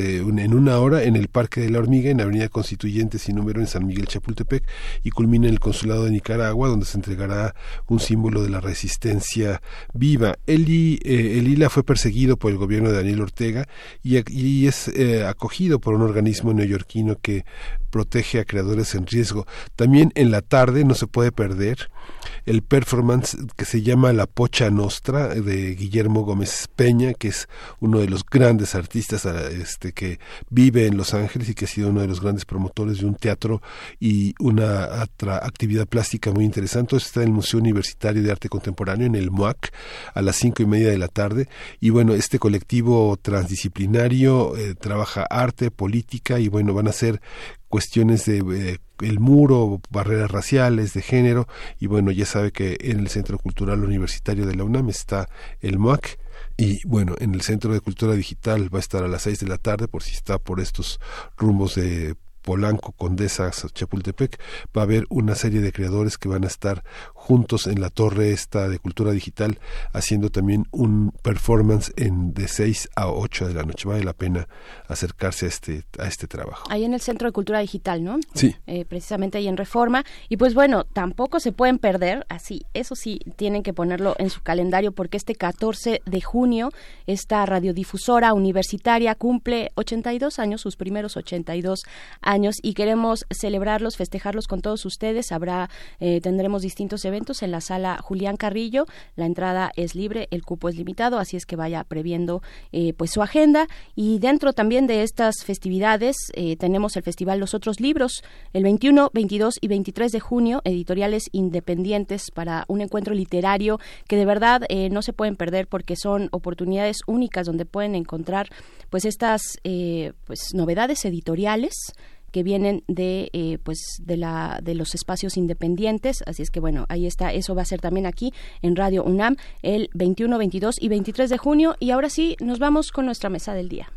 una hora en el Parque de la Hormiga, en Avenida Constituyente sin número, en San Miguel Chapultepec, y culmina en el Consulado de Nicaragua, donde se entregará un símbolo de la resistencia viva. Elila fue perseguido por el gobierno de Daniel Ortega y es acogido por un organismo neoyorquino que protege a creadores en riesgo. También en la tarde no se puede perder el performance que se llama La Pocha Nostra, de Guillermo Gómez Peña, que es uno de los grandes artistas que vive en Los Ángeles y que ha sido uno de los grandes promotores de un teatro y una actividad plástica muy interesante. Esto está en el Museo Universitario de Arte Contemporáneo, en el MUAC, a las 5:30 de la tarde. Y bueno, este colectivo transdisciplinario trabaja arte, política, y bueno, van a ser cuestiones de el muro, barreras raciales, de género, y bueno, ya sabe que en el Centro Cultural Universitario de la UNAM está el MUAC, y bueno, en el Centro de Cultura Digital va a estar a las 6 de la tarde, por si está por estos rumbos de Polanco, Condesa, Chapultepec. Va a haber una serie de creadores que van a estar juntos en la torre esta de Cultura Digital, haciendo también un performance de 6 a 8 de la noche. Vale la pena acercarse a este trabajo. Ahí en el Centro de Cultura Digital, ¿no? Sí. Precisamente ahí en Reforma. Y pues bueno, tampoco se pueden perder, eso sí, tienen que ponerlo en su calendario, porque este 14 de junio esta radiodifusora universitaria cumple 82 años, sus primeros 82 años, y queremos celebrarlos, festejarlos con todos ustedes. Tendremos distintos eventos en la sala Julián Carrillo. La entrada es libre, el cupo es limitado, así es que vaya previendo pues su agenda. Y dentro también de estas festividades tenemos el festival Los Otros Libros, el 21, 22 y 23 de junio, editoriales independientes para un encuentro literario que de verdad no se pueden perder, porque son oportunidades únicas donde pueden encontrar pues estas pues novedades editoriales que vienen de los espacios independientes. Así es que bueno, ahí está, eso va a ser también aquí en Radio UNAM el 21, 22 y 23 de junio. Y ahora sí, nos vamos con nuestra mesa del día.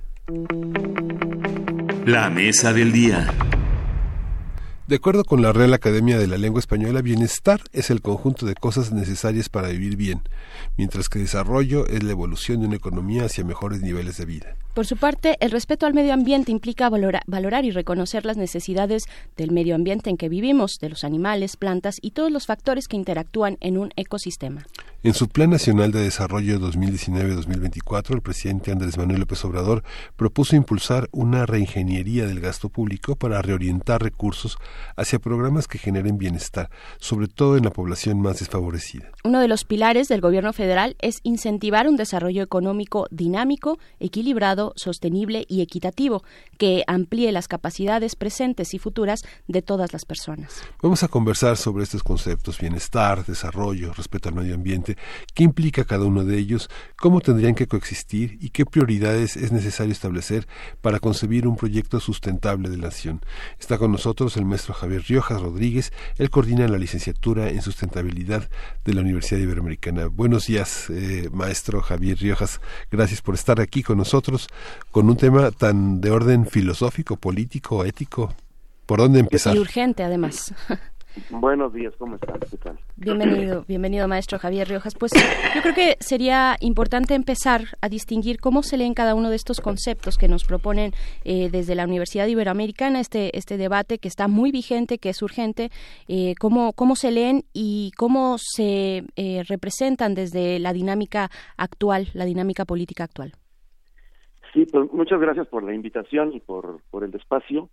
La mesa del día. De acuerdo con la Real Academia de la Lengua Española, bienestar es el conjunto de cosas necesarias para vivir bien, mientras que desarrollo es la evolución de una economía hacia mejores niveles de vida. Por su parte, el respeto al medio ambiente implica valorar y reconocer las necesidades del medio ambiente en que vivimos, de los animales, plantas y todos los factores que interactúan en un ecosistema. En su Plan Nacional de Desarrollo 2019-2024, el presidente Andrés Manuel López Obrador propuso impulsar una reingeniería del gasto público para reorientar recursos hacia programas que generen bienestar, sobre todo en la población más desfavorecida. Uno de los pilares del gobierno federal es incentivar un desarrollo económico dinámico, equilibrado, sostenible y equitativo, que amplíe las capacidades presentes y futuras de todas las personas. Vamos a conversar sobre estos conceptos: bienestar, desarrollo, respeto al medio ambiente, qué implica cada uno de ellos, cómo tendrían que coexistir y qué prioridades es necesario establecer para concebir un proyecto sustentable de la nación. Está con nosotros el maestro Javier Riojas Rodríguez. Él coordina la licenciatura en sustentabilidad de la Universidad Iberoamericana. Buenos días, maestro Javier Riojas. Gracias por estar aquí con nosotros. con un tema tan de orden filosófico, político, ético. ¿Por dónde empezar? Y urgente, además. Buenos días, ¿cómo están? ¿Qué tal? Bienvenido, maestro Javier Riojas. Pues yo creo que sería importante empezar a distinguir cómo se leen cada uno de estos conceptos que nos proponen desde la Universidad Iberoamericana, este debate que está muy vigente, que es urgente, cómo se leen y cómo se representan desde la dinámica actual, la dinámica política actual. Sí, pues muchas gracias por la invitación y por el espacio.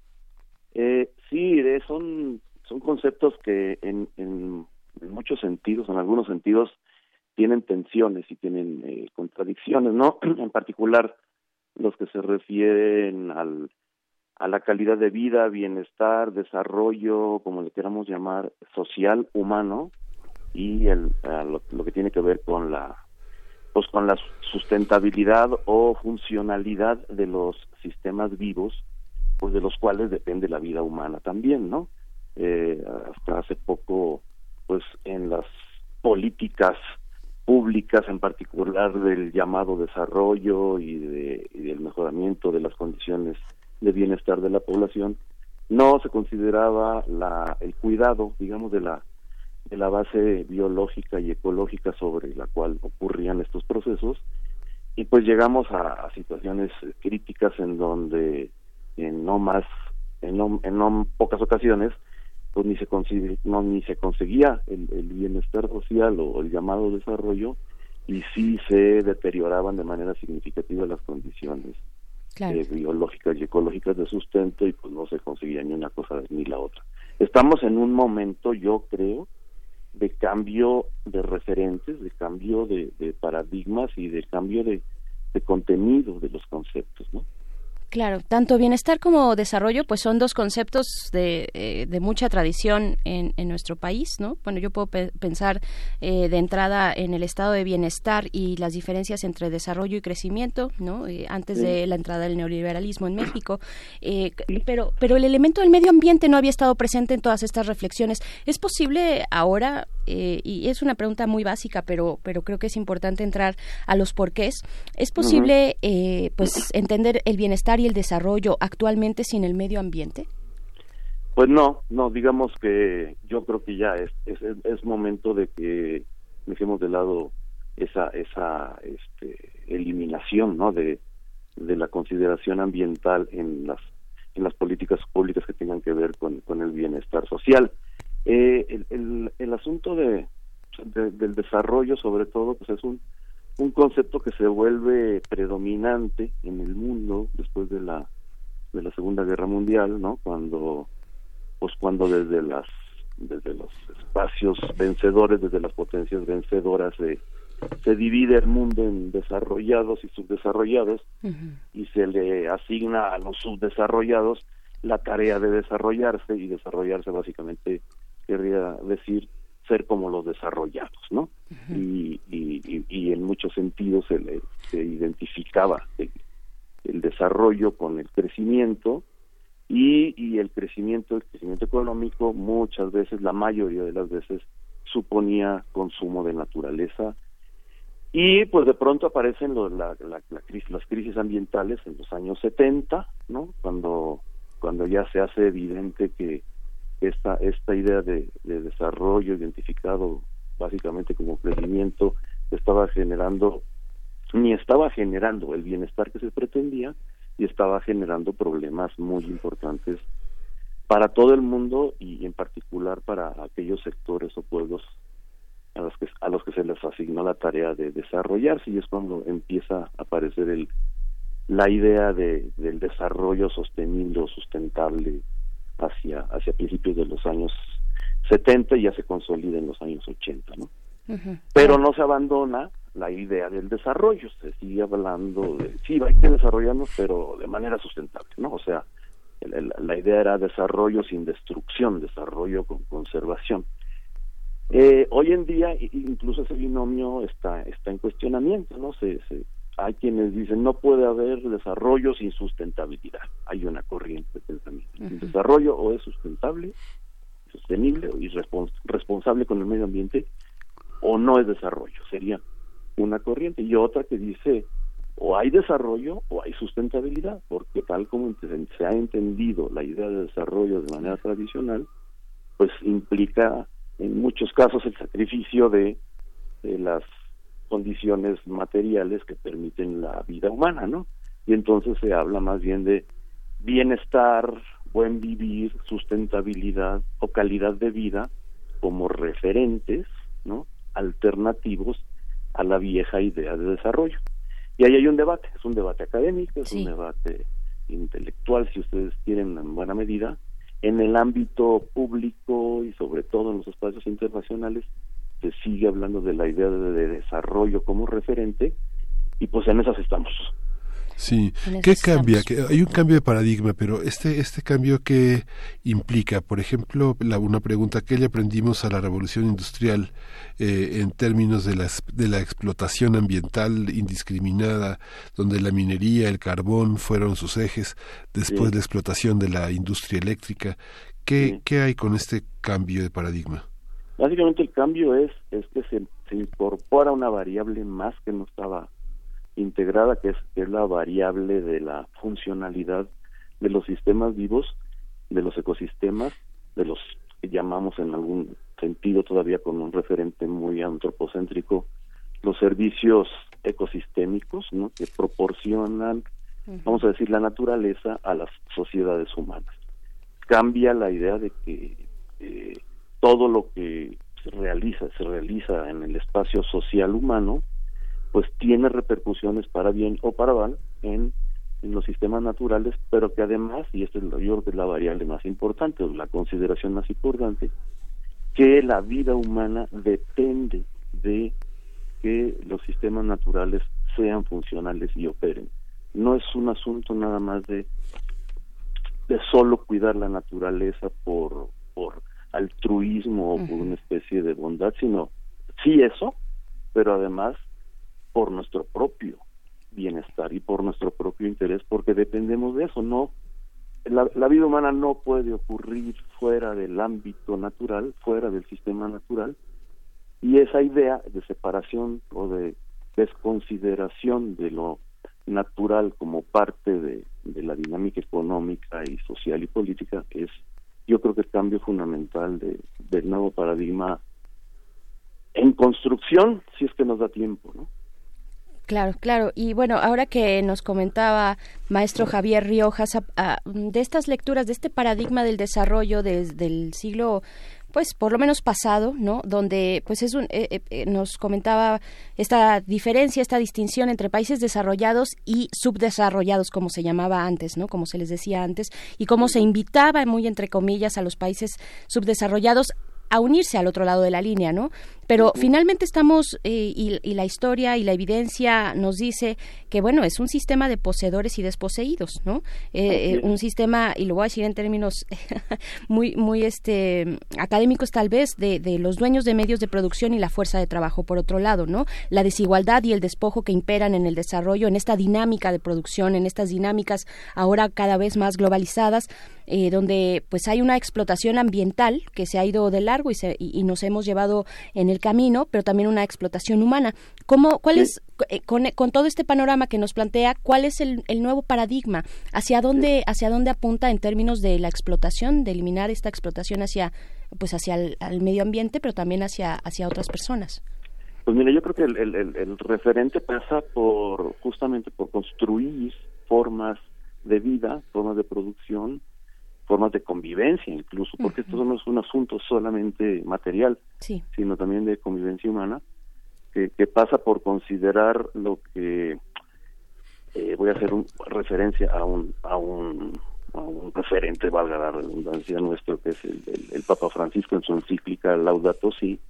Son conceptos que en muchos sentidos, en algunos sentidos, tienen tensiones y tienen contradicciones, ¿no? En particular, los que se refieren a la calidad de vida, bienestar, desarrollo, como le queramos llamar, social, humano, y lo que tiene que ver con la sustentabilidad o funcionalidad de los sistemas vivos, pues de los cuales depende la vida humana también, ¿no? Hasta hace poco, pues en las políticas públicas, en particular del llamado desarrollo y del mejoramiento de las condiciones de bienestar de la población, no se consideraba el cuidado, digamos, de la base biológica y ecológica sobre la cual ocurrían estos procesos, y pues llegamos a situaciones críticas en donde en no pocas ocasiones pues ni se conseguía el bienestar social o el llamado desarrollo, y sí se deterioraban de manera significativa las condiciones biológicas y ecológicas de sustento, y pues no se conseguía ni una cosa ni la otra. Estamos en un momento, yo creo, de cambio de referentes, de cambio de paradigmas y de cambio de contenido de los conceptos, ¿no? Claro, tanto bienestar como desarrollo pues son dos conceptos de mucha tradición en nuestro país, ¿no? Bueno, yo puedo pensar de entrada en el estado de bienestar y las diferencias entre desarrollo y crecimiento, ¿no? Antes de la entrada del neoliberalismo en México, pero el elemento del medio ambiente no había estado presente en todas estas reflexiones. ¿Es posible ahora, y es una pregunta muy básica, pero creo que es importante entrar a los porqués, ¿es posible pues entender el bienestar y el desarrollo actualmente sin el medio ambiente? Pues no, digamos que yo creo que ya es momento de que dejemos de lado esa eliminación, ¿no? de la consideración ambiental en las políticas públicas que tengan que ver con el bienestar social. El asunto del desarrollo, sobre todo, pues es un concepto que se vuelve predominante en el mundo después de la Segunda Guerra Mundial, ¿no? Cuando desde los espacios vencedores, desde las potencias vencedoras, se divide el mundo en desarrollados y subdesarrollados, y se le asigna a los subdesarrollados la tarea de desarrollarse, y desarrollarse básicamente querría decir ser como los desarrollados, ¿no? Y en muchos sentidos se identificaba el desarrollo con el crecimiento, y el crecimiento económico muchas veces, la mayoría de las veces, suponía consumo de naturaleza, y pues de pronto aparecen las crisis ambientales en los años 70, ¿no? Cuando ya se hace evidente que esta idea de desarrollo identificado básicamente como crecimiento ni estaba generando el bienestar que se pretendía, y estaba generando problemas muy importantes para todo el mundo, y en particular para aquellos sectores o pueblos a los que se les asignó la tarea de desarrollarse, y es cuando empieza a aparecer la idea del desarrollo sostenible o sustentable hacia principios de los años 70, y ya se consolida en los años 80, ¿no? Pero no se abandona la idea del desarrollo, se sigue hablando sí, hay que desarrollarnos, pero de manera sustentable, ¿no? O sea, la idea era desarrollo sin destrucción, desarrollo con conservación. Hoy en día incluso ese binomio está en cuestionamiento, ¿no? Hay quienes dicen no puede haber desarrollo sin sustentabilidad. Hay una corriente de pensamiento. El desarrollo o es sustentable, sostenible y responsable con el medio ambiente, o no es desarrollo. Sería una corriente. Y otra que dice o hay desarrollo o hay sustentabilidad, porque tal como se ha entendido la idea de desarrollo de manera tradicional, pues implica en muchos casos el sacrificio de las condiciones materiales que permiten la vida humana, ¿no? Y entonces se habla más bien de bienestar, buen vivir, sustentabilidad o calidad de vida como referentes, ¿no?, alternativos a la vieja idea de desarrollo. Y ahí hay un debate, es un debate académico, es un debate intelectual, si ustedes quieren, en buena medida. En el ámbito público y sobre todo en los espacios internacionales se sigue hablando de la idea de desarrollo como referente, y pues en esas estamos. Sí, ¿qué cambia? Hay un cambio de paradigma, pero este cambio, ¿qué implica? Por ejemplo, una pregunta que le aprendimos a la revolución industrial en términos de la explotación ambiental indiscriminada, donde la minería, el carbón fueron sus ejes, después la explotación de la industria eléctrica. ¿Qué hay con este cambio de paradigma? Básicamente el cambio es que se incorpora una variable más que no estaba integrada, que es la variable de la funcionalidad de los sistemas vivos, de los ecosistemas, de los que llamamos en algún sentido todavía con un referente muy antropocéntrico, los servicios ecosistémicos, ¿no?, que proporcionan, vamos a decir, la naturaleza a las sociedades humanas. Cambia la idea de que todo lo que se realiza en el espacio social humano, pues tiene repercusiones para bien o para mal en los sistemas naturales, pero que además, y esto yo creo que es la variable más importante, o la consideración más importante, que la vida humana depende de que los sistemas naturales sean funcionales y operen. No es un asunto nada más de solo cuidar la naturaleza por altruismo o por una especie de bondad, sino sí eso, pero además por nuestro propio bienestar y por nuestro propio interés, porque dependemos de eso. No, la vida humana no puede ocurrir fuera del ámbito natural, fuera del sistema natural, y esa idea de separación o de desconsideración de lo natural como parte de la dinámica económica y social y política es, yo creo que el cambio fundamental del nuevo paradigma en construcción, si es que nos da tiempo, ¿no? Claro. Y bueno, ahora que nos comentaba maestro Javier Riojas de estas lecturas, de este paradigma del desarrollo desde el siglo, pues por lo menos pasado, ¿no?, donde pues nos comentaba esta diferencia, esta distinción entre países desarrollados y subdesarrollados, como se llamaba antes, ¿no?, como se les decía antes, y cómo se invitaba, muy entre comillas, a los países subdesarrollados a unirse al otro lado de la línea, ¿no? Pero finalmente estamos, y la historia y la evidencia nos dice que, bueno, es un sistema de poseedores y desposeídos, ¿no? Un sistema, y lo voy a decir en términos muy académicos tal vez, de los dueños de medios de producción y la fuerza de trabajo, por otro lado, ¿no? La desigualdad y el despojo que imperan en el desarrollo, en esta dinámica de producción, en estas dinámicas ahora cada vez más globalizadas, donde pues hay una explotación ambiental que se ha ido de largo y nos hemos llevado en el camino, pero también una explotación humana. ¿Cuál es, con todo este panorama que nos plantea, cuál es el nuevo paradigma? ¿Hacia dónde apunta en términos de la explotación, de eliminar esta explotación hacia el medio ambiente, pero también hacia otras personas? Pues mira, yo creo que el referente pasa justamente por construir formas de vida, formas de producción, formas de convivencia incluso, porque esto no es un asunto solamente material, sino también de convivencia humana, que pasa por considerar lo que voy a hacer referencia a un referente, valga la redundancia, nuestro, que es el Papa Francisco en su encíclica Laudato Si.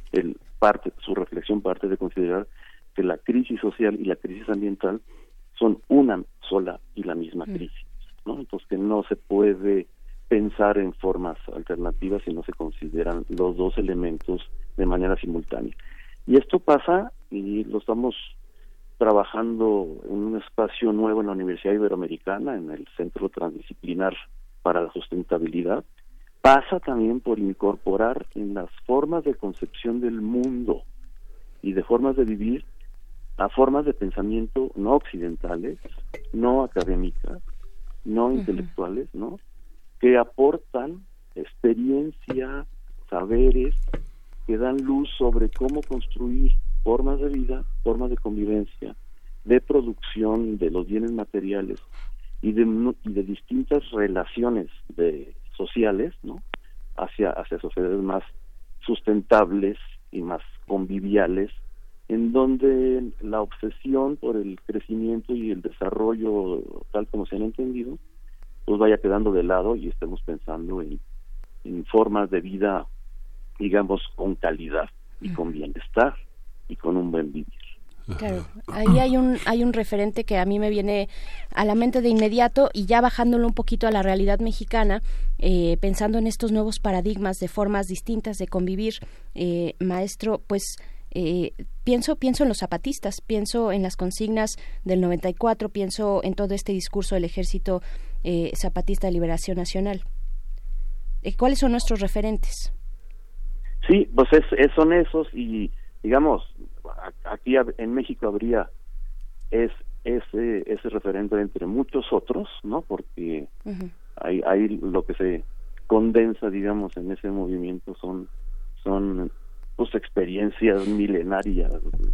Su reflexión parte de considerar que la crisis social y la crisis ambiental son una sola y la misma crisis, ¿no? Entonces que no se puede pensar en formas alternativas si no se consideran los dos elementos de manera simultánea. Y esto pasa, y lo estamos trabajando en un espacio nuevo en la Universidad Iberoamericana, en el Centro Transdisciplinar para la Sustentabilidad, pasa también por incorporar en las formas de concepción del mundo y de formas de vivir a formas de pensamiento no occidentales, no académicas, no intelectuales, ¿no? Que aportan experiencia, saberes, que dan luz sobre cómo construir formas de vida, formas de convivencia, de producción de los bienes materiales y de distintas relaciones sociales, ¿no? hacia sociedades más sustentables y más conviviales, en donde la obsesión por el crecimiento y el desarrollo tal como se han entendido pues vaya quedando de lado y estemos pensando en formas de vida, digamos, con calidad y con bienestar y con un buen vivir. Claro, ahí hay un referente que a mí me viene a la mente de inmediato, y ya bajándolo un poquito a la realidad mexicana, pensando en estos nuevos paradigmas de formas distintas de convivir, maestro, pues pienso en los zapatistas, pienso en las consignas del 94, pienso en todo este discurso del Ejército Zapatista de Liberación Nacional. ¿Cuáles son nuestros referentes? Sí, pues son esos, y digamos, aquí en México habría ese referente entre muchos otros, ¿no? Porque hay lo que se condensa, digamos, en ese movimiento son pues experiencias milenarias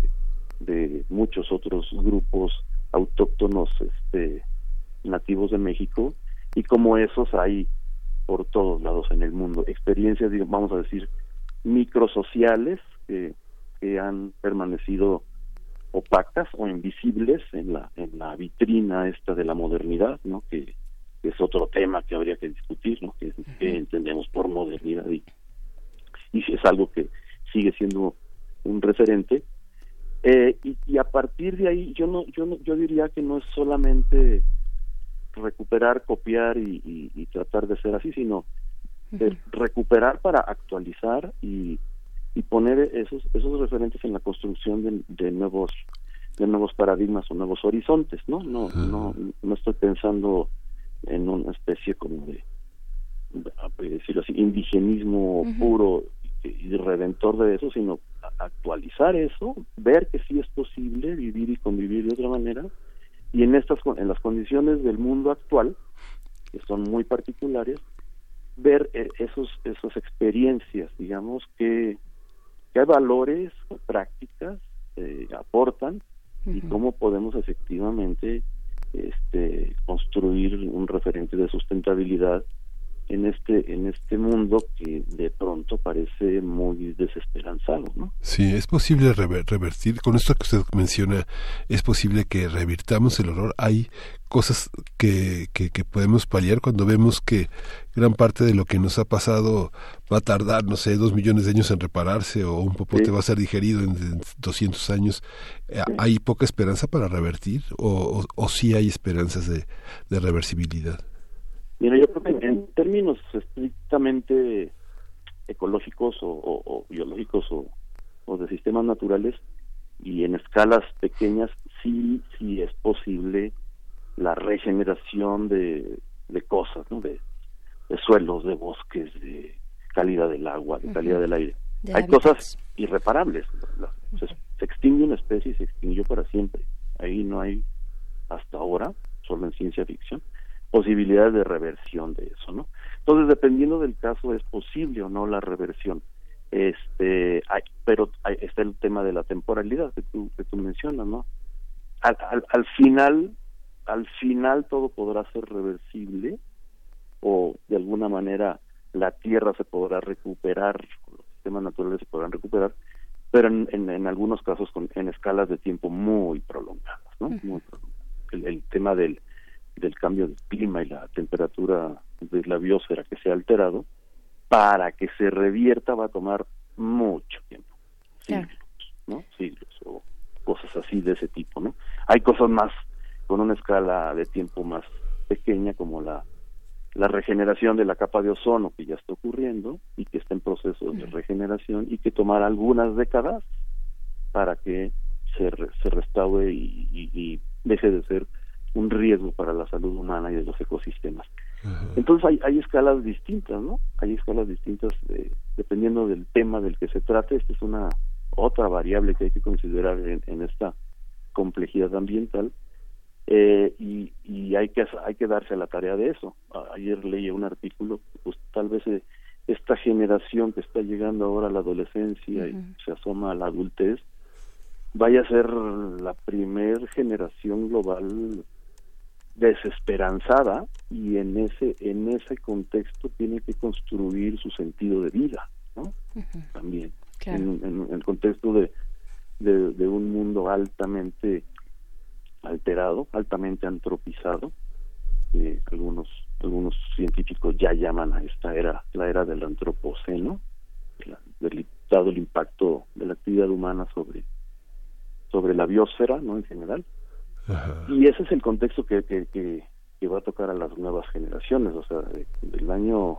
de muchos otros grupos autóctonos nativos de México, y como esos hay por todos lados en el mundo, experiencias, vamos a decir, microsociales que han permanecido opacas o invisibles en la vitrina esta de la modernidad, ¿no? Que es otro tema que habría que discutir, ¿no? Que entendemos por modernidad, y es algo que sigue siendo un referente, y a partir de ahí yo diría que no es solamente recuperar, copiar y tratar de ser así, sino de recuperar para actualizar y poner esos referentes en la construcción de nuevos paradigmas o nuevos horizontes, ¿no? No estoy pensando en una especie como de decirlo así, indigenismo puro y redentor de eso, sino actualizar eso, ver que sí es posible vivir y convivir de otra manera, y en las condiciones del mundo actual, que son muy particulares, ver esas experiencias, digamos, que hay valores, prácticas, aportan, y cómo podemos efectivamente construir un referente de sustentabilidad en este mundo que de pronto parece muy desesperanzado, ¿no? Sí, es posible revertir, con esto que usted menciona, es posible que revirtamos el horror. Hay cosas que podemos paliar cuando vemos que gran parte de lo que nos ha pasado va a tardar, 2 millones de años en repararse, o un popote va a ser digerido en 200 años. ¿Hay poca esperanza para revertir o sí hay esperanzas de reversibilidad? Mira, yo creo que en términos estrictamente ecológicos o biológicos o de sistemas naturales y en escalas pequeñas, sí es posible la regeneración de cosas, ¿no? De suelos, de bosques, de calidad del agua, de calidad del aire. Hay cosas irreparables. Se extingue una especie y se extinguió para siempre. Ahí no hay, hasta ahora, solo en ciencia ficción, posibilidades de reversión de eso, ¿no? Entonces, dependiendo del caso, es posible o no la reversión. Pero está el tema de la temporalidad que tú mencionas, ¿no? Al final todo podrá ser reversible, o de alguna manera la tierra se podrá recuperar, los sistemas naturales se podrán recuperar, pero en algunos casos en escalas de tiempo muy prolongadas, ¿no? Muy prolongadas. El tema del cambio del clima y la temperatura de la biosfera que se ha alterado, para que se revierta va a tomar mucho tiempo, siglos o cosas así de ese tipo, ¿no? Hay cosas más con una escala de tiempo más pequeña, como la regeneración de la capa de ozono, que ya está ocurriendo y que está en proceso de regeneración, y que tomará algunas décadas para que se restaure y deje de ser un riesgo para la salud humana y de los ecosistemas. Entonces hay escalas distintas, ¿no? Hay escalas distintas dependiendo del tema del que se trate. Esta es una otra variable que hay que considerar en esta complejidad ambiental, y hay que darse a la tarea de eso. Ayer leí un artículo, pues tal vez esta generación que está llegando ahora a la adolescencia y se asoma a la adultez vaya a ser la primer generación global desesperanzada, y en ese contexto tiene que construir su sentido de vida, ¿no? También claro. en el contexto de un mundo altamente alterado, altamente antropizado. Algunos científicos ya llaman a esta era la era del antropoceno, dado el impacto de la actividad humana sobre la biosfera, ¿no? En general. Ajá. Y ese es el contexto que va a tocar a las nuevas generaciones. O sea, del año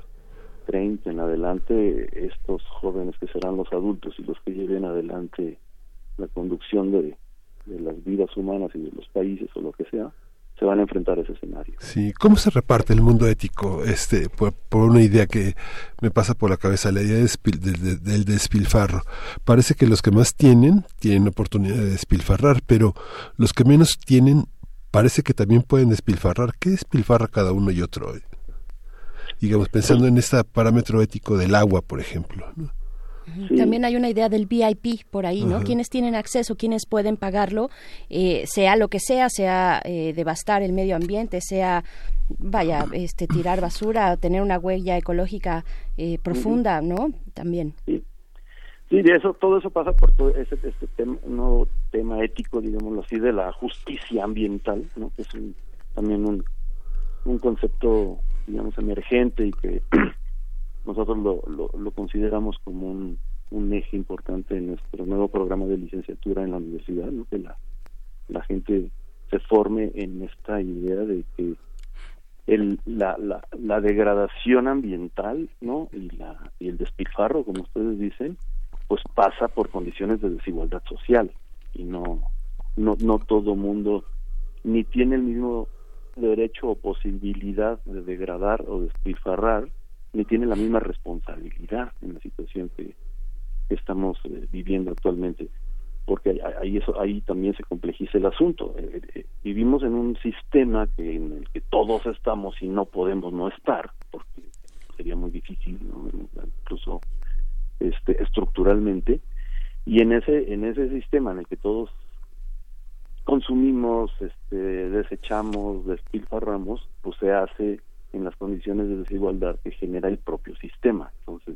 30 en adelante, estos jóvenes que serán los adultos y los que lleven adelante la conducción de las vidas humanas y de los países o lo que sea, se van a enfrentar a ese escenario. Sí, ¿cómo se reparte el mundo ético? Por una idea que me pasa por la cabeza, la idea del despilfarro. Parece que los que más tienen oportunidad de despilfarrar, pero los que menos tienen parece que también pueden despilfarrar. ¿Qué despilfarra cada uno y otro? Digamos, pensando en este parámetro ético del agua, por ejemplo, ¿no? Sí. También hay una idea del VIP por ahí, ¿no? Quienes tienen acceso, quienes pueden pagarlo, sea lo que sea devastar el medio ambiente, sea, tirar basura, tener una huella ecológica profunda, ¿no? También. Sí, todo eso pasa por todo este tema ético, digámoslo así, de la justicia ambiental, ¿no? Que es también un concepto, digamos, emergente y que nosotros lo consideramos como un eje importante en nuestro nuevo programa de licenciatura en la universidad, ¿no? Que la gente se forme en esta idea de que la degradación ambiental, ¿no? y el despilfarro, como ustedes dicen, pues pasa por condiciones de desigualdad social, y no todo mundo ni tiene el mismo derecho o posibilidad de degradar o despilfarrar, ni tiene la misma responsabilidad en la situación que estamos viviendo actualmente, porque ahí también se complejiza el asunto. Vivimos en un sistema en el que todos estamos y no podemos no estar, porque sería muy difícil, ¿no? Incluso estructuralmente, y en ese sistema en el que todos consumimos, desechamos, despilfarramos, pues se hace en las condiciones de desigualdad que genera el propio sistema. Entonces,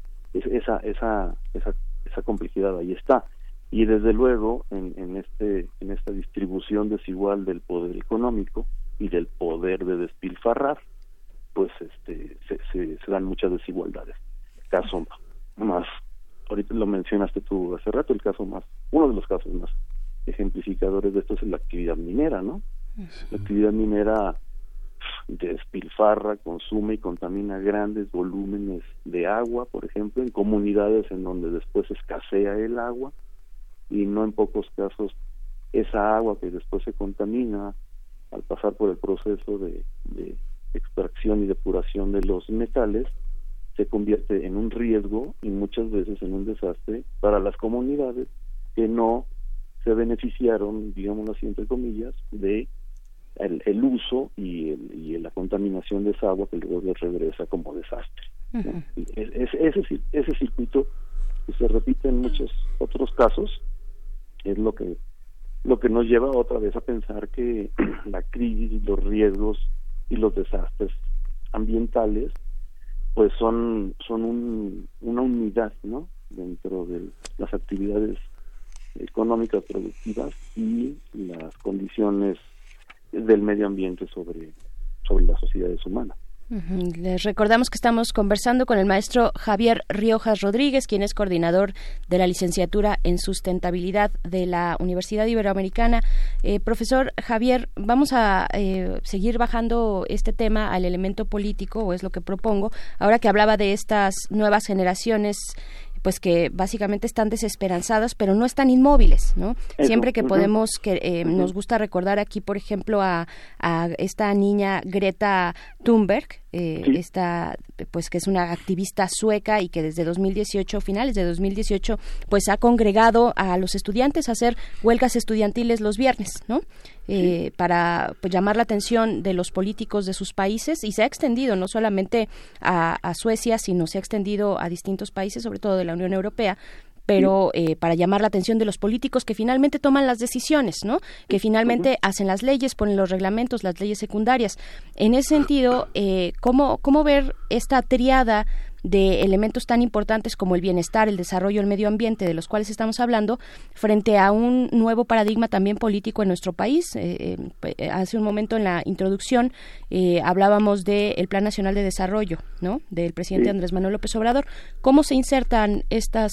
esa complejidad ahí está. Y desde luego, en esta distribución desigual del poder económico y del poder de despilfarrar, pues se dan muchas desigualdades. Caso más, ahorita lo mencionaste tú hace rato, uno de los casos más ejemplificadores de esto es la actividad minera, ¿no? La actividad minera despilfarra, consume y contamina grandes volúmenes de agua, por ejemplo, en comunidades en donde después escasea el agua, y no en pocos casos esa agua que después se contamina al pasar por el proceso de extracción y depuración de los metales se convierte en un riesgo y muchas veces en un desastre para las comunidades que no se beneficiaron, digámoslo así entre comillas, de el uso y la contaminación de esa agua que luego les regresa como desastre, ¿no? Ese circuito que se repite en muchos otros casos es lo que nos lleva otra vez a pensar que la crisis, los riesgos y los desastres ambientales pues son una unidad, ¿no? Dentro de las actividades económicas productivas y las condiciones del medio ambiente sobre las sociedades humanas. Les recordamos que estamos conversando con el maestro Javier Riojas Rodríguez, quien es coordinador de la licenciatura en sustentabilidad de la Universidad Iberoamericana. Profesor Javier, vamos a seguir bajando este tema al elemento político, o es lo que propongo, ahora que hablaba de estas nuevas generaciones pues que básicamente están desesperanzadas, pero no están inmóviles, ¿no? Siempre que podemos, nos gusta recordar aquí, por ejemplo, a esta niña Greta Thunberg, esta, pues que es una activista sueca y que desde 2018, finales de 2018, pues ha congregado a los estudiantes a hacer huelgas estudiantiles los viernes, ¿no? Para pues, llamar la atención de los políticos de sus países, y se ha extendido no solamente a Suecia, sino se ha extendido a distintos países, sobre todo de la Unión Europea, pero para llamar la atención de los políticos que finalmente toman las decisiones, ¿no? Que finalmente hacen las leyes, ponen los reglamentos, las leyes secundarias. En ese sentido, ¿cómo ver esta triada de elementos tan importantes como el bienestar, el desarrollo, el medio ambiente, de los cuales estamos hablando, frente a un nuevo paradigma también político en nuestro país? Hace un momento en la introducción hablábamos del Plan Nacional de Desarrollo, ¿no? Del presidente Andrés Manuel López Obrador. ¿Cómo se insertan estas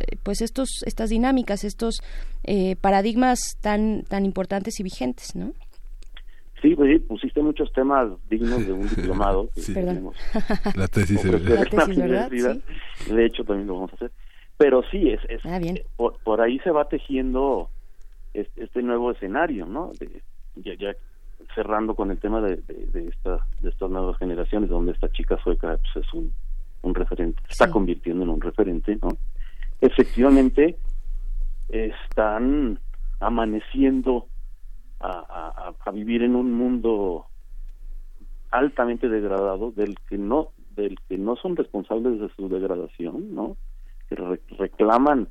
dinámicas, estos paradigmas tan importantes y vigentes, ¿no? Sí, pues pusiste muchos temas dignos de un diplomado. Sí. La tesis, ¿verdad? Sí. De hecho, también lo vamos a hacer. Pero sí, bien. Por ahí se va tejiendo este nuevo escenario, ¿no? Ya cerrando con el tema de estas nuevas generaciones, donde esta chica sueca pues, es un referente, se está convirtiendo en un referente, ¿no? Efectivamente, están amaneciendo a vivir en un mundo altamente degradado, del que no son responsables de su degradación, ¿no? Que reclaman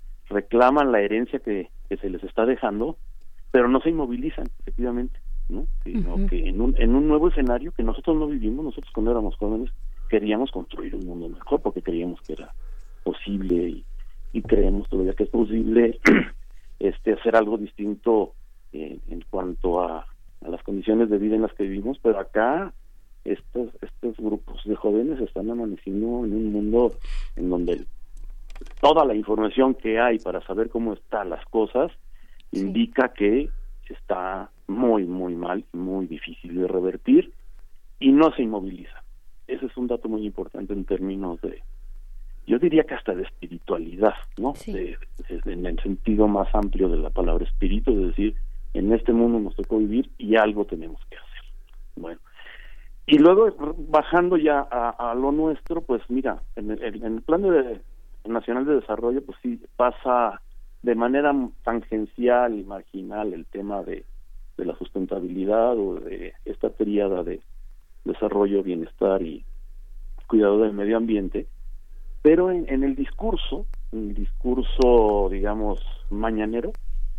la herencia que se les está dejando, pero no se inmovilizan, efectivamente, ¿no? Sino que en un nuevo escenario que nosotros no vivimos. Nosotros cuando éramos jóvenes queríamos construir un mundo mejor porque creíamos que era posible y creemos todavía que es posible hacer algo distinto en cuanto a las condiciones de vida en las que vivimos, pero acá estos grupos de jóvenes están amaneciendo en un mundo en donde toda la información que hay para saber cómo están las cosas indica que está muy, muy mal, muy difícil de revertir, y no se inmoviliza. Ese es un dato muy importante en términos de, yo diría que hasta de espiritualidad, ¿no? En el sentido más amplio de la palabra espíritu, es decir, en este mundo nos tocó vivir y algo tenemos que hacer. Bueno, y luego bajando ya a lo nuestro, pues mira, en el Plan Nacional de Desarrollo, pues sí pasa de manera tangencial y marginal el tema de la sustentabilidad o de esta tríada de desarrollo, bienestar y cuidado del medio ambiente, pero en el discurso, digamos, mañanero,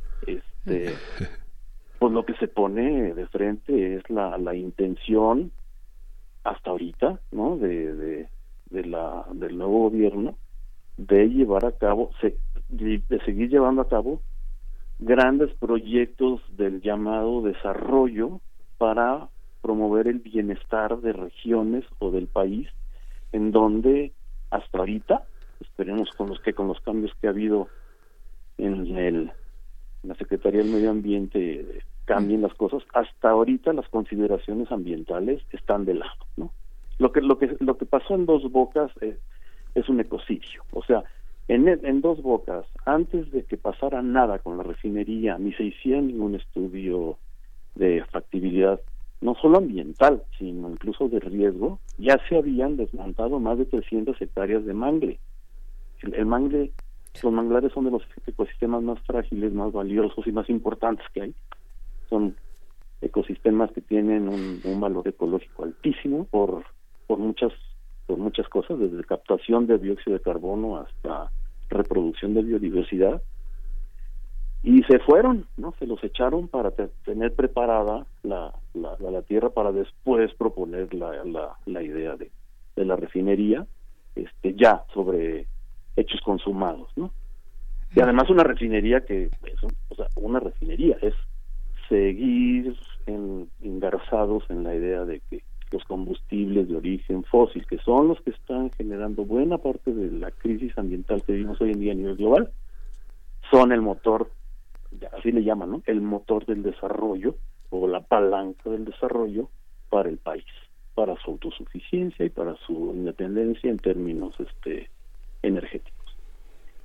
pues lo que se pone de frente es la intención hasta ahorita, ¿no? del nuevo gobierno de llevar a cabo, de seguir llevando a cabo grandes proyectos del llamado desarrollo para promover el bienestar de regiones o del país, en donde hasta ahorita, esperemos con los cambios que ha habido en la Secretaría del Medio Ambiente cambien las cosas, hasta ahorita las consideraciones ambientales están de lado, ¿no? Lo que pasó en Dos Bocas es un ecocidio. O sea, en Dos Bocas, antes de que pasara nada con la refinería, ni se hiciera ningún estudio de factibilidad, no solo ambiental, sino incluso de riesgo, ya se habían desmontado más de 300 hectáreas de mangle. El mangle, los manglares son de los ecosistemas más frágiles, más valiosos y más importantes que hay. Son ecosistemas que tienen un valor ecológico altísimo por muchas cosas, desde captación de dióxido de carbono hasta reproducción de biodiversidad, y se fueron, ¿no? Se los echaron para tener preparada la tierra para después proponer la idea de la refinería, ya sobre hechos consumados, ¿no? Y además una refinería una refinería es seguir engarzados en la idea de que los combustibles de origen fósil, que son los que están generando buena parte de la crisis ambiental que vivimos hoy en día a nivel global, son el motor, así le llaman, ¿no? El motor del desarrollo o la palanca del desarrollo para el país, para su autosuficiencia y para su independencia en términos energéticos.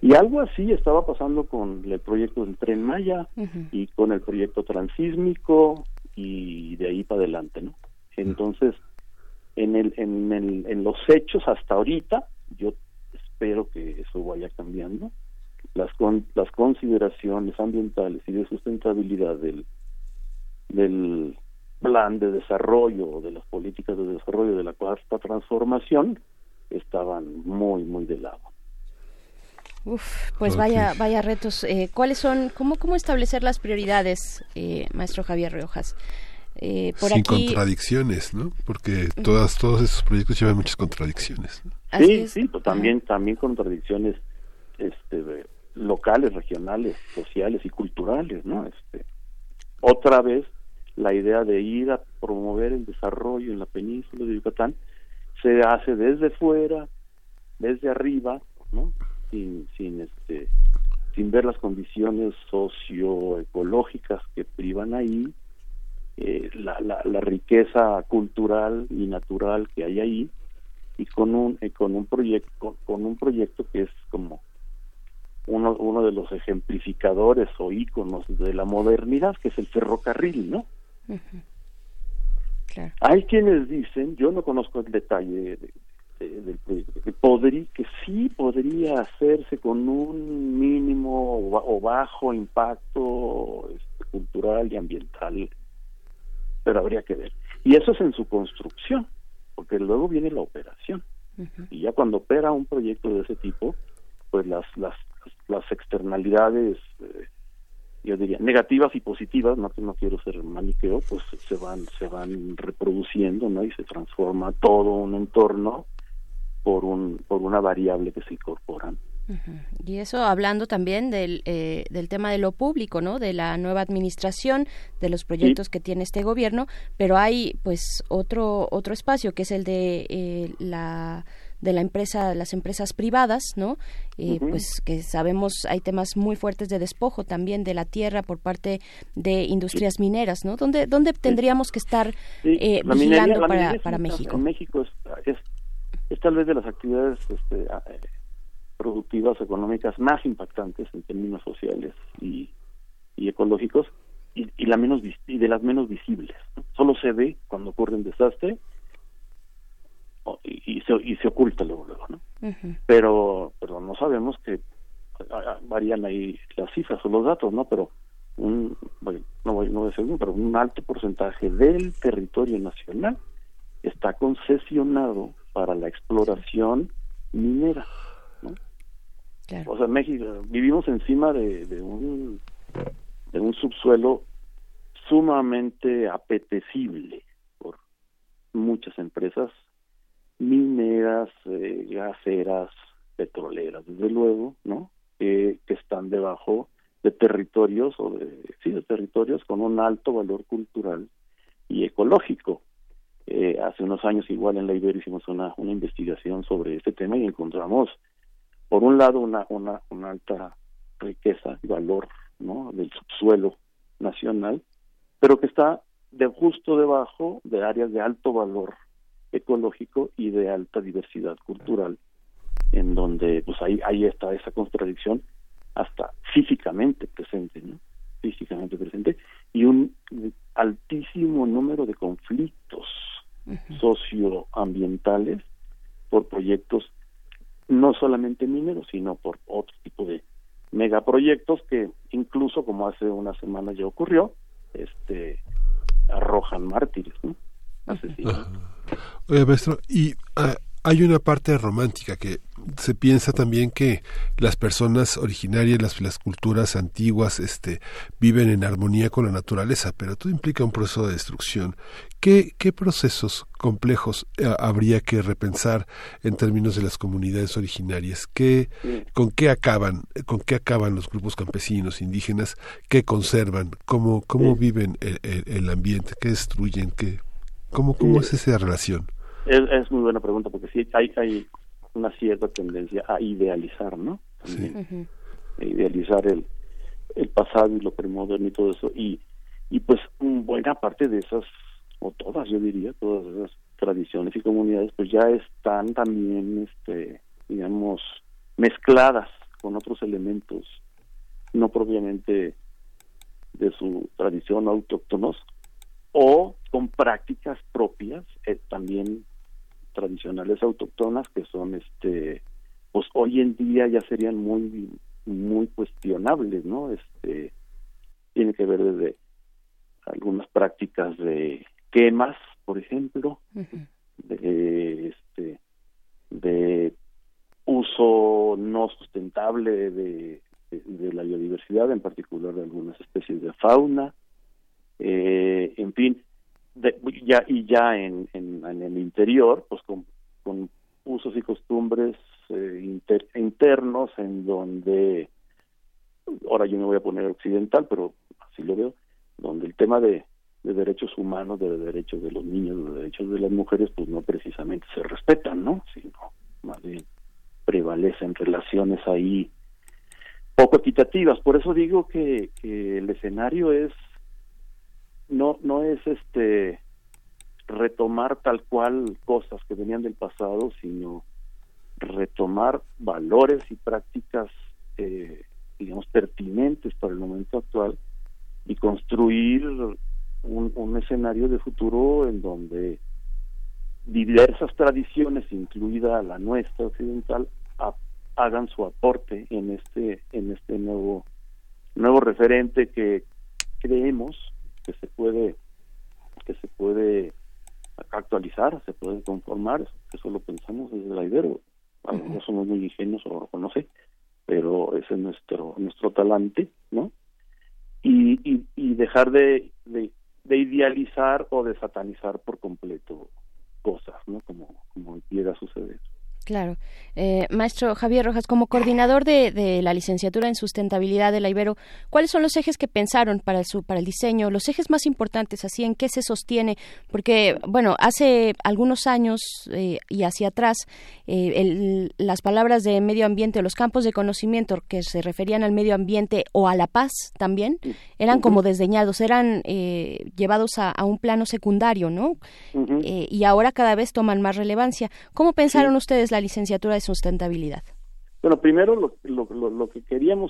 Y algo así estaba pasando con el proyecto del Tren Maya y con el proyecto transísmico y de ahí para adelante, ¿no? Entonces, en los hechos hasta ahorita, yo espero que eso vaya cambiando. Las consideraciones ambientales y de sustentabilidad del plan de desarrollo, de las políticas de desarrollo de la cuarta transformación, estaban muy, muy de lado. Pues vaya retos. ¿Cuáles son? ¿Cómo establecer las prioridades, maestro Javier Riojas? Por Sin aquí... contradicciones, ¿no? Porque todos esos proyectos llevan muchas contradicciones, ¿no? Sí, pues también contradicciones locales, regionales, sociales y culturales, ¿no? Otra vez la idea de ir a promover el desarrollo en la península de Yucatán se hace desde fuera, desde arriba, ¿no? Sin ver las condiciones socioecológicas que privan ahí, la riqueza cultural y natural que hay ahí, y con un proyecto que es como uno de los ejemplificadores o íconos de la modernidad, que es el ferrocarril, ¿no? Claro. Hay quienes dicen, yo no conozco el detalle del proyecto, que sí podría hacerse con un mínimo o bajo impacto cultural y ambiental, pero habría que ver. Y eso es en su construcción, porque luego viene la operación. Y ya cuando opera un proyecto de ese tipo, pues las externalidades, yo diría, negativas y positivas, no quiero ser maniqueo, pues se van reproduciendo, ¿no? Y se transforma todo un entorno por una variable que se incorporan. Y eso hablando también del tema de lo público, ¿no? De la nueva administración, de los proyectos que tiene este gobierno, pero hay pues otro espacio que es el de las empresas privadas, ¿no? Pues que sabemos hay temas muy fuertes de despojo también de la tierra por parte de industrias mineras, ¿no? ¿Dónde tendríamos que estar vigilando para México? En México es tal vez de las actividades productivas económicas más impactantes en términos sociales y ecológicos y de las menos visibles, ¿no? Solo se ve cuando ocurre un desastre y se oculta luego, ¿no? Pero no sabemos que varían ahí las cifras o los datos, ¿no? Pero no voy a decir pero un alto porcentaje del territorio nacional está concesionado para la exploración minera, ¿no? Claro. O sea, México, vivimos encima de un subsuelo sumamente apetecible por muchas empresas mineras, gaseras, petroleras, desde luego, ¿no? Que están debajo de territorios de territorios con un alto valor cultural y ecológico. Hace unos años igual en la Ibero hicimos una investigación sobre este tema y encontramos por un lado una alta riqueza y valor, ¿no? Del subsuelo nacional, pero que está justo debajo de áreas de alto valor ecológico y de alta diversidad cultural, en donde pues ahí está esa contradicción hasta físicamente presente, ¿no? Físicamente presente, y un altísimo número de conflictos socioambientales por proyectos no solamente mineros, sino por otro tipo de megaproyectos que incluso, como hace una semana ya ocurrió, arrojan mártires, ¿no? Asesinos. Oye, maestro, y hay una parte romántica que se piensa también que las personas originarias, las culturas antiguas, viven en armonía con la naturaleza, pero todo implica un proceso de destrucción. ¿Qué procesos complejos habría que repensar en términos de las comunidades originarias? ¿Con qué acaban los grupos campesinos, indígenas? ¿Qué conservan? ¿Cómo viven el ambiente? ¿Qué destruyen? ¿Cómo es esa relación? Es muy buena pregunta, porque sí hay una cierta tendencia a idealizar, ¿no? También, idealizar el pasado y lo premoderno y todo eso, y pues buena parte de esas, o todas, yo diría, todas esas tradiciones y comunidades, pues ya están también, digamos, mezcladas con otros elementos no propiamente de su tradición autóctonos, o con prácticas propias también tradicionales autóctonas que son pues hoy en día ya serían muy cuestionables, ¿no? Tiene que ver desde algunas prácticas de quemas, por ejemplo, de uso no sustentable de la biodiversidad, en particular de algunas especies de fauna, en fin, ya en el interior, pues con usos y costumbres internos, en donde, ahora yo me voy a poner occidental, pero así lo veo, donde el tema de derechos humanos, de derechos de los niños, de derechos de las mujeres, pues no precisamente se respetan, ¿no? Sino más bien prevalecen relaciones ahí poco equitativas. Por eso digo que el escenario no es retomar tal cual cosas que venían del pasado, sino retomar valores y prácticas digamos pertinentes para el momento actual y construir un escenario de futuro en donde diversas tradiciones, incluida la nuestra occidental, hagan su aporte en este nuevo referente que creemos que se puede actualizar, se puede conformar. Eso lo pensamos desde la Ibero. A lo mejor somos muy ingenuos o no sé, pero ese es nuestro talante, ¿no? Y dejar de idealizar o de satanizar por completo cosas, ¿no? Como llega a suceder. Claro. Maestro Javier Rojas, como coordinador de la licenciatura en sustentabilidad de la Ibero, ¿cuáles son los ejes que pensaron para el diseño? Los ejes más importantes, así, ¿en qué se sostiene? Porque, bueno, hace algunos años y hacia atrás, las palabras de medio ambiente, los campos de conocimiento que se referían al medio ambiente o a la paz también, eran como desdeñados, eran llevados a un plano secundario, ¿no? Y ahora cada vez toman más relevancia. ¿Cómo pensaron ustedes la licenciatura de sustentabilidad? Bueno, primero lo que queríamos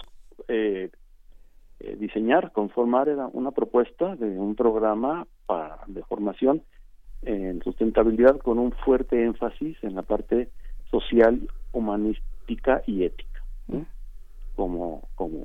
diseñar, conformar, era una propuesta de un programa de formación en sustentabilidad con un fuerte énfasis en la parte social, humanística y ética, ¿no? como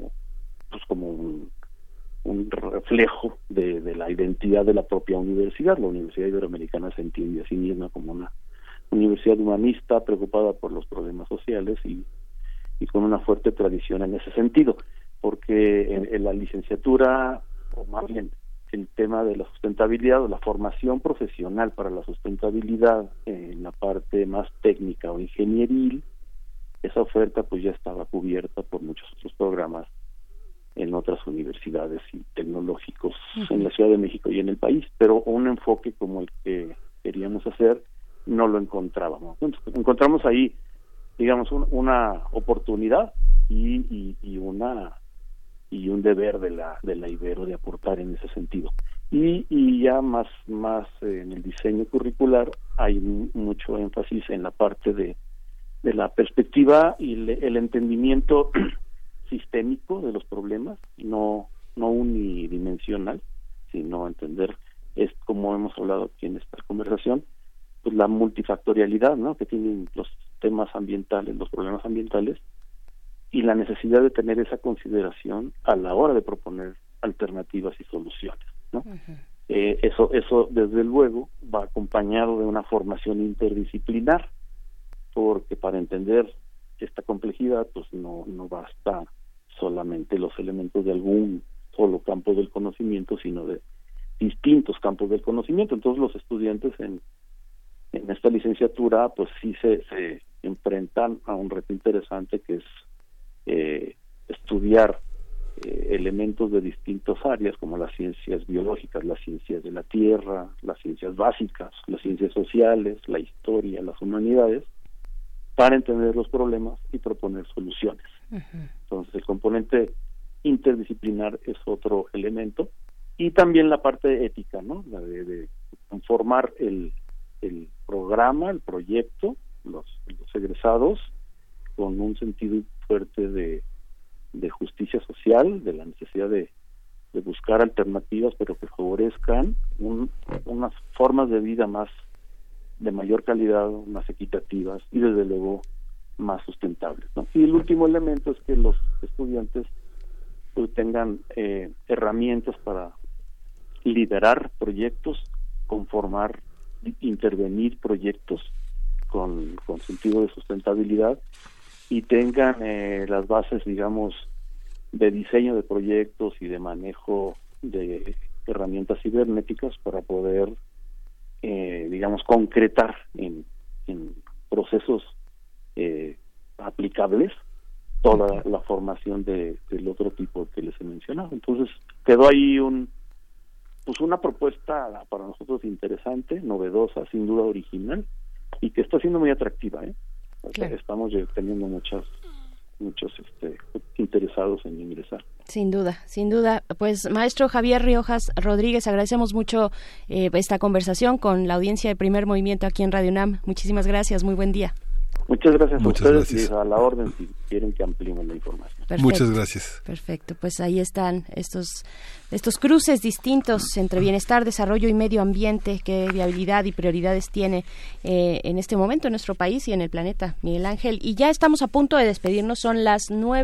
un reflejo de la identidad de la propia universidad. La Universidad Iberoamericana se entiende a sí misma como una universidad humanista preocupada por los problemas sociales y con una fuerte tradición en ese sentido, porque en la licenciatura, o más bien el tema de la sustentabilidad o la formación profesional para la sustentabilidad en la parte más técnica o ingenieril, esa oferta pues ya estaba cubierta por muchos otros programas en otras universidades y tecnológicos en la Ciudad de México y en el país, pero un enfoque como el que queríamos hacer no lo encontrábamos. Entonces, encontramos ahí, digamos, una oportunidad y un deber de la Ibero de aportar en ese sentido. Y ya más en el diseño curricular hay mucho énfasis en la parte de la perspectiva y el entendimiento sistémico de los problemas, no unidimensional, sino entender, es como hemos hablado aquí en esta conversación, pues la multifactorialidad, ¿no?, que tienen los temas ambientales, los problemas ambientales, y la necesidad de tener esa consideración a la hora de proponer alternativas y soluciones, ¿no? Eso desde luego va acompañado de una formación interdisciplinar, porque para entender esta complejidad pues no basta solamente los elementos de algún solo campo del conocimiento, sino de distintos campos del conocimiento. Entonces los estudiantes en esta licenciatura pues sí se enfrentan a un reto interesante, que es estudiar elementos de distintas áreas, como las ciencias biológicas, las ciencias de la tierra, las ciencias básicas, las ciencias sociales, la historia, las humanidades, para entender los problemas y proponer soluciones. Entonces el componente interdisciplinar es otro elemento, y también la parte ética, ¿no?, la de conformar el programa, el proyecto, los egresados con un sentido fuerte de justicia social, de la necesidad de buscar alternativas, pero que favorezcan unas formas de vida de mayor calidad, más equitativas y desde luego más sustentables, ¿no? Y el último elemento es que los estudiantes pues tengan herramientas para liderar proyectos, conformar, intervenir proyectos con sentido de sustentabilidad y tengan las bases, digamos, de diseño de proyectos y de manejo de herramientas cibernéticas para poder, digamos, concretar en procesos aplicables toda la formación del otro tipo que les he mencionado. Entonces quedó ahí una propuesta para nosotros interesante, novedosa, sin duda original, y que está siendo muy atractiva, Claro. Estamos teniendo muchos interesados en ingresar. Sin duda. Pues maestro Javier Riojas Rodríguez, agradecemos mucho esta conversación con la audiencia de Primer Movimiento aquí en Radio UNAM. Muchísimas gracias, muy buen día. Muchas gracias a ustedes y a la orden si quieren que ampliemos la información. Perfecto. Muchas gracias. Perfecto, pues ahí están estos cruces distintos entre bienestar, desarrollo y medio ambiente, qué viabilidad y prioridades tiene en este momento en nuestro país y en el planeta, Miguel Ángel. Y ya estamos a punto de despedirnos, son las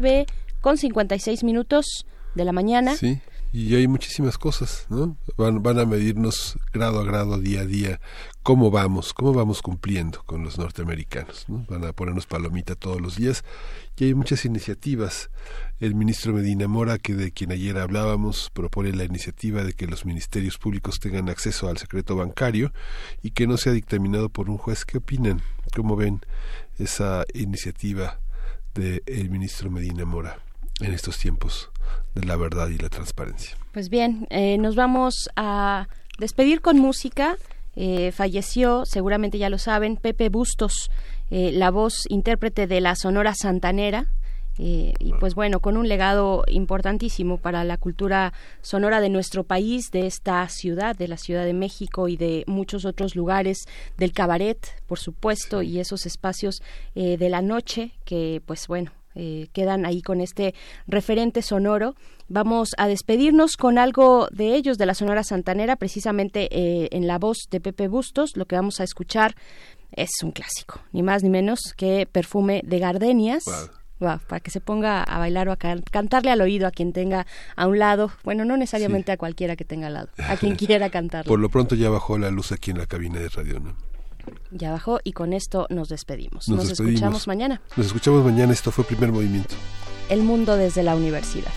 9:56 de la mañana. Sí. Y hay muchísimas cosas, ¿no? Van a medirnos grado a grado, día a día, cómo vamos cumpliendo con los norteamericanos, ¿no? Van a ponernos palomita todos los días y hay muchas iniciativas. El ministro Medina Mora, de quien ayer hablábamos, propone la iniciativa de que los ministerios públicos tengan acceso al secreto bancario y que no sea dictaminado por un juez. ¿Qué opinan? ¿Cómo ven esa iniciativa del ministro Medina Mora en estos tiempos de la verdad y la transparencia? Pues bien, nos vamos a despedir con música. Falleció, seguramente ya lo saben, Pepe Bustos, la voz intérprete de la Sonora Santanera, y pues bueno, con un legado importantísimo para la cultura sonora de nuestro país, de esta ciudad, de la Ciudad de México y de muchos otros lugares, del cabaret, por supuesto, y esos espacios de la noche que pues bueno, quedan ahí con este referente sonoro. Vamos a despedirnos con algo de ellos, de la Sonora Santanera, precisamente en la voz de Pepe Bustos. Lo que vamos a escuchar es un clásico, ni más ni menos que Perfume de Gardenias. Wow, para que se ponga a bailar o a cantarle al oído a quien tenga a un lado, bueno, no necesariamente a cualquiera que tenga al lado, a quien quiera cantarle. Por lo pronto ya bajó la luz aquí en la cabina de radio, ¿no? Ya bajó y con esto nos despedimos. Nos escuchamos mañana. Nos escuchamos mañana. Esto fue Primer Movimiento. El mundo desde la universidad.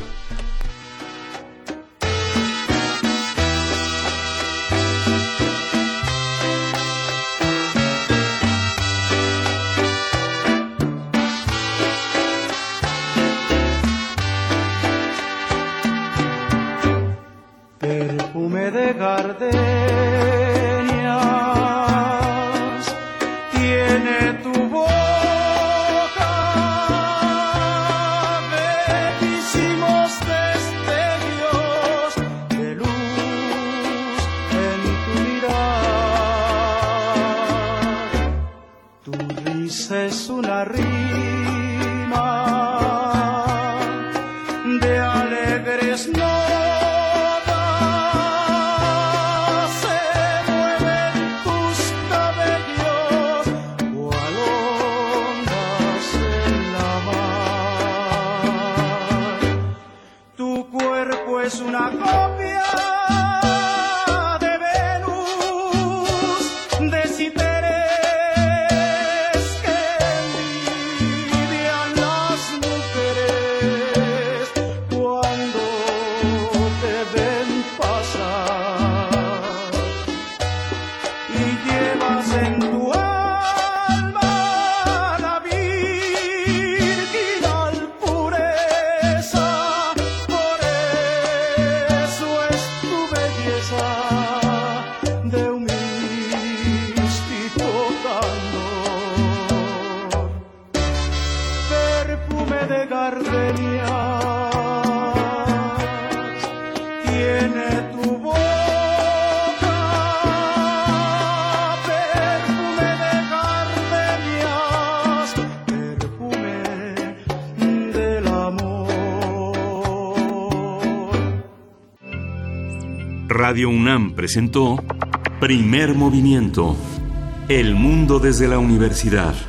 Perfume de gardenias tiene tu boca, bellísimos destellos de luz en tu mirar. Tu risa es una rima de alegres notas. Es una copia de Venus, de Citeres que Radio UNAM presentó Primer Movimiento. El mundo desde la universidad.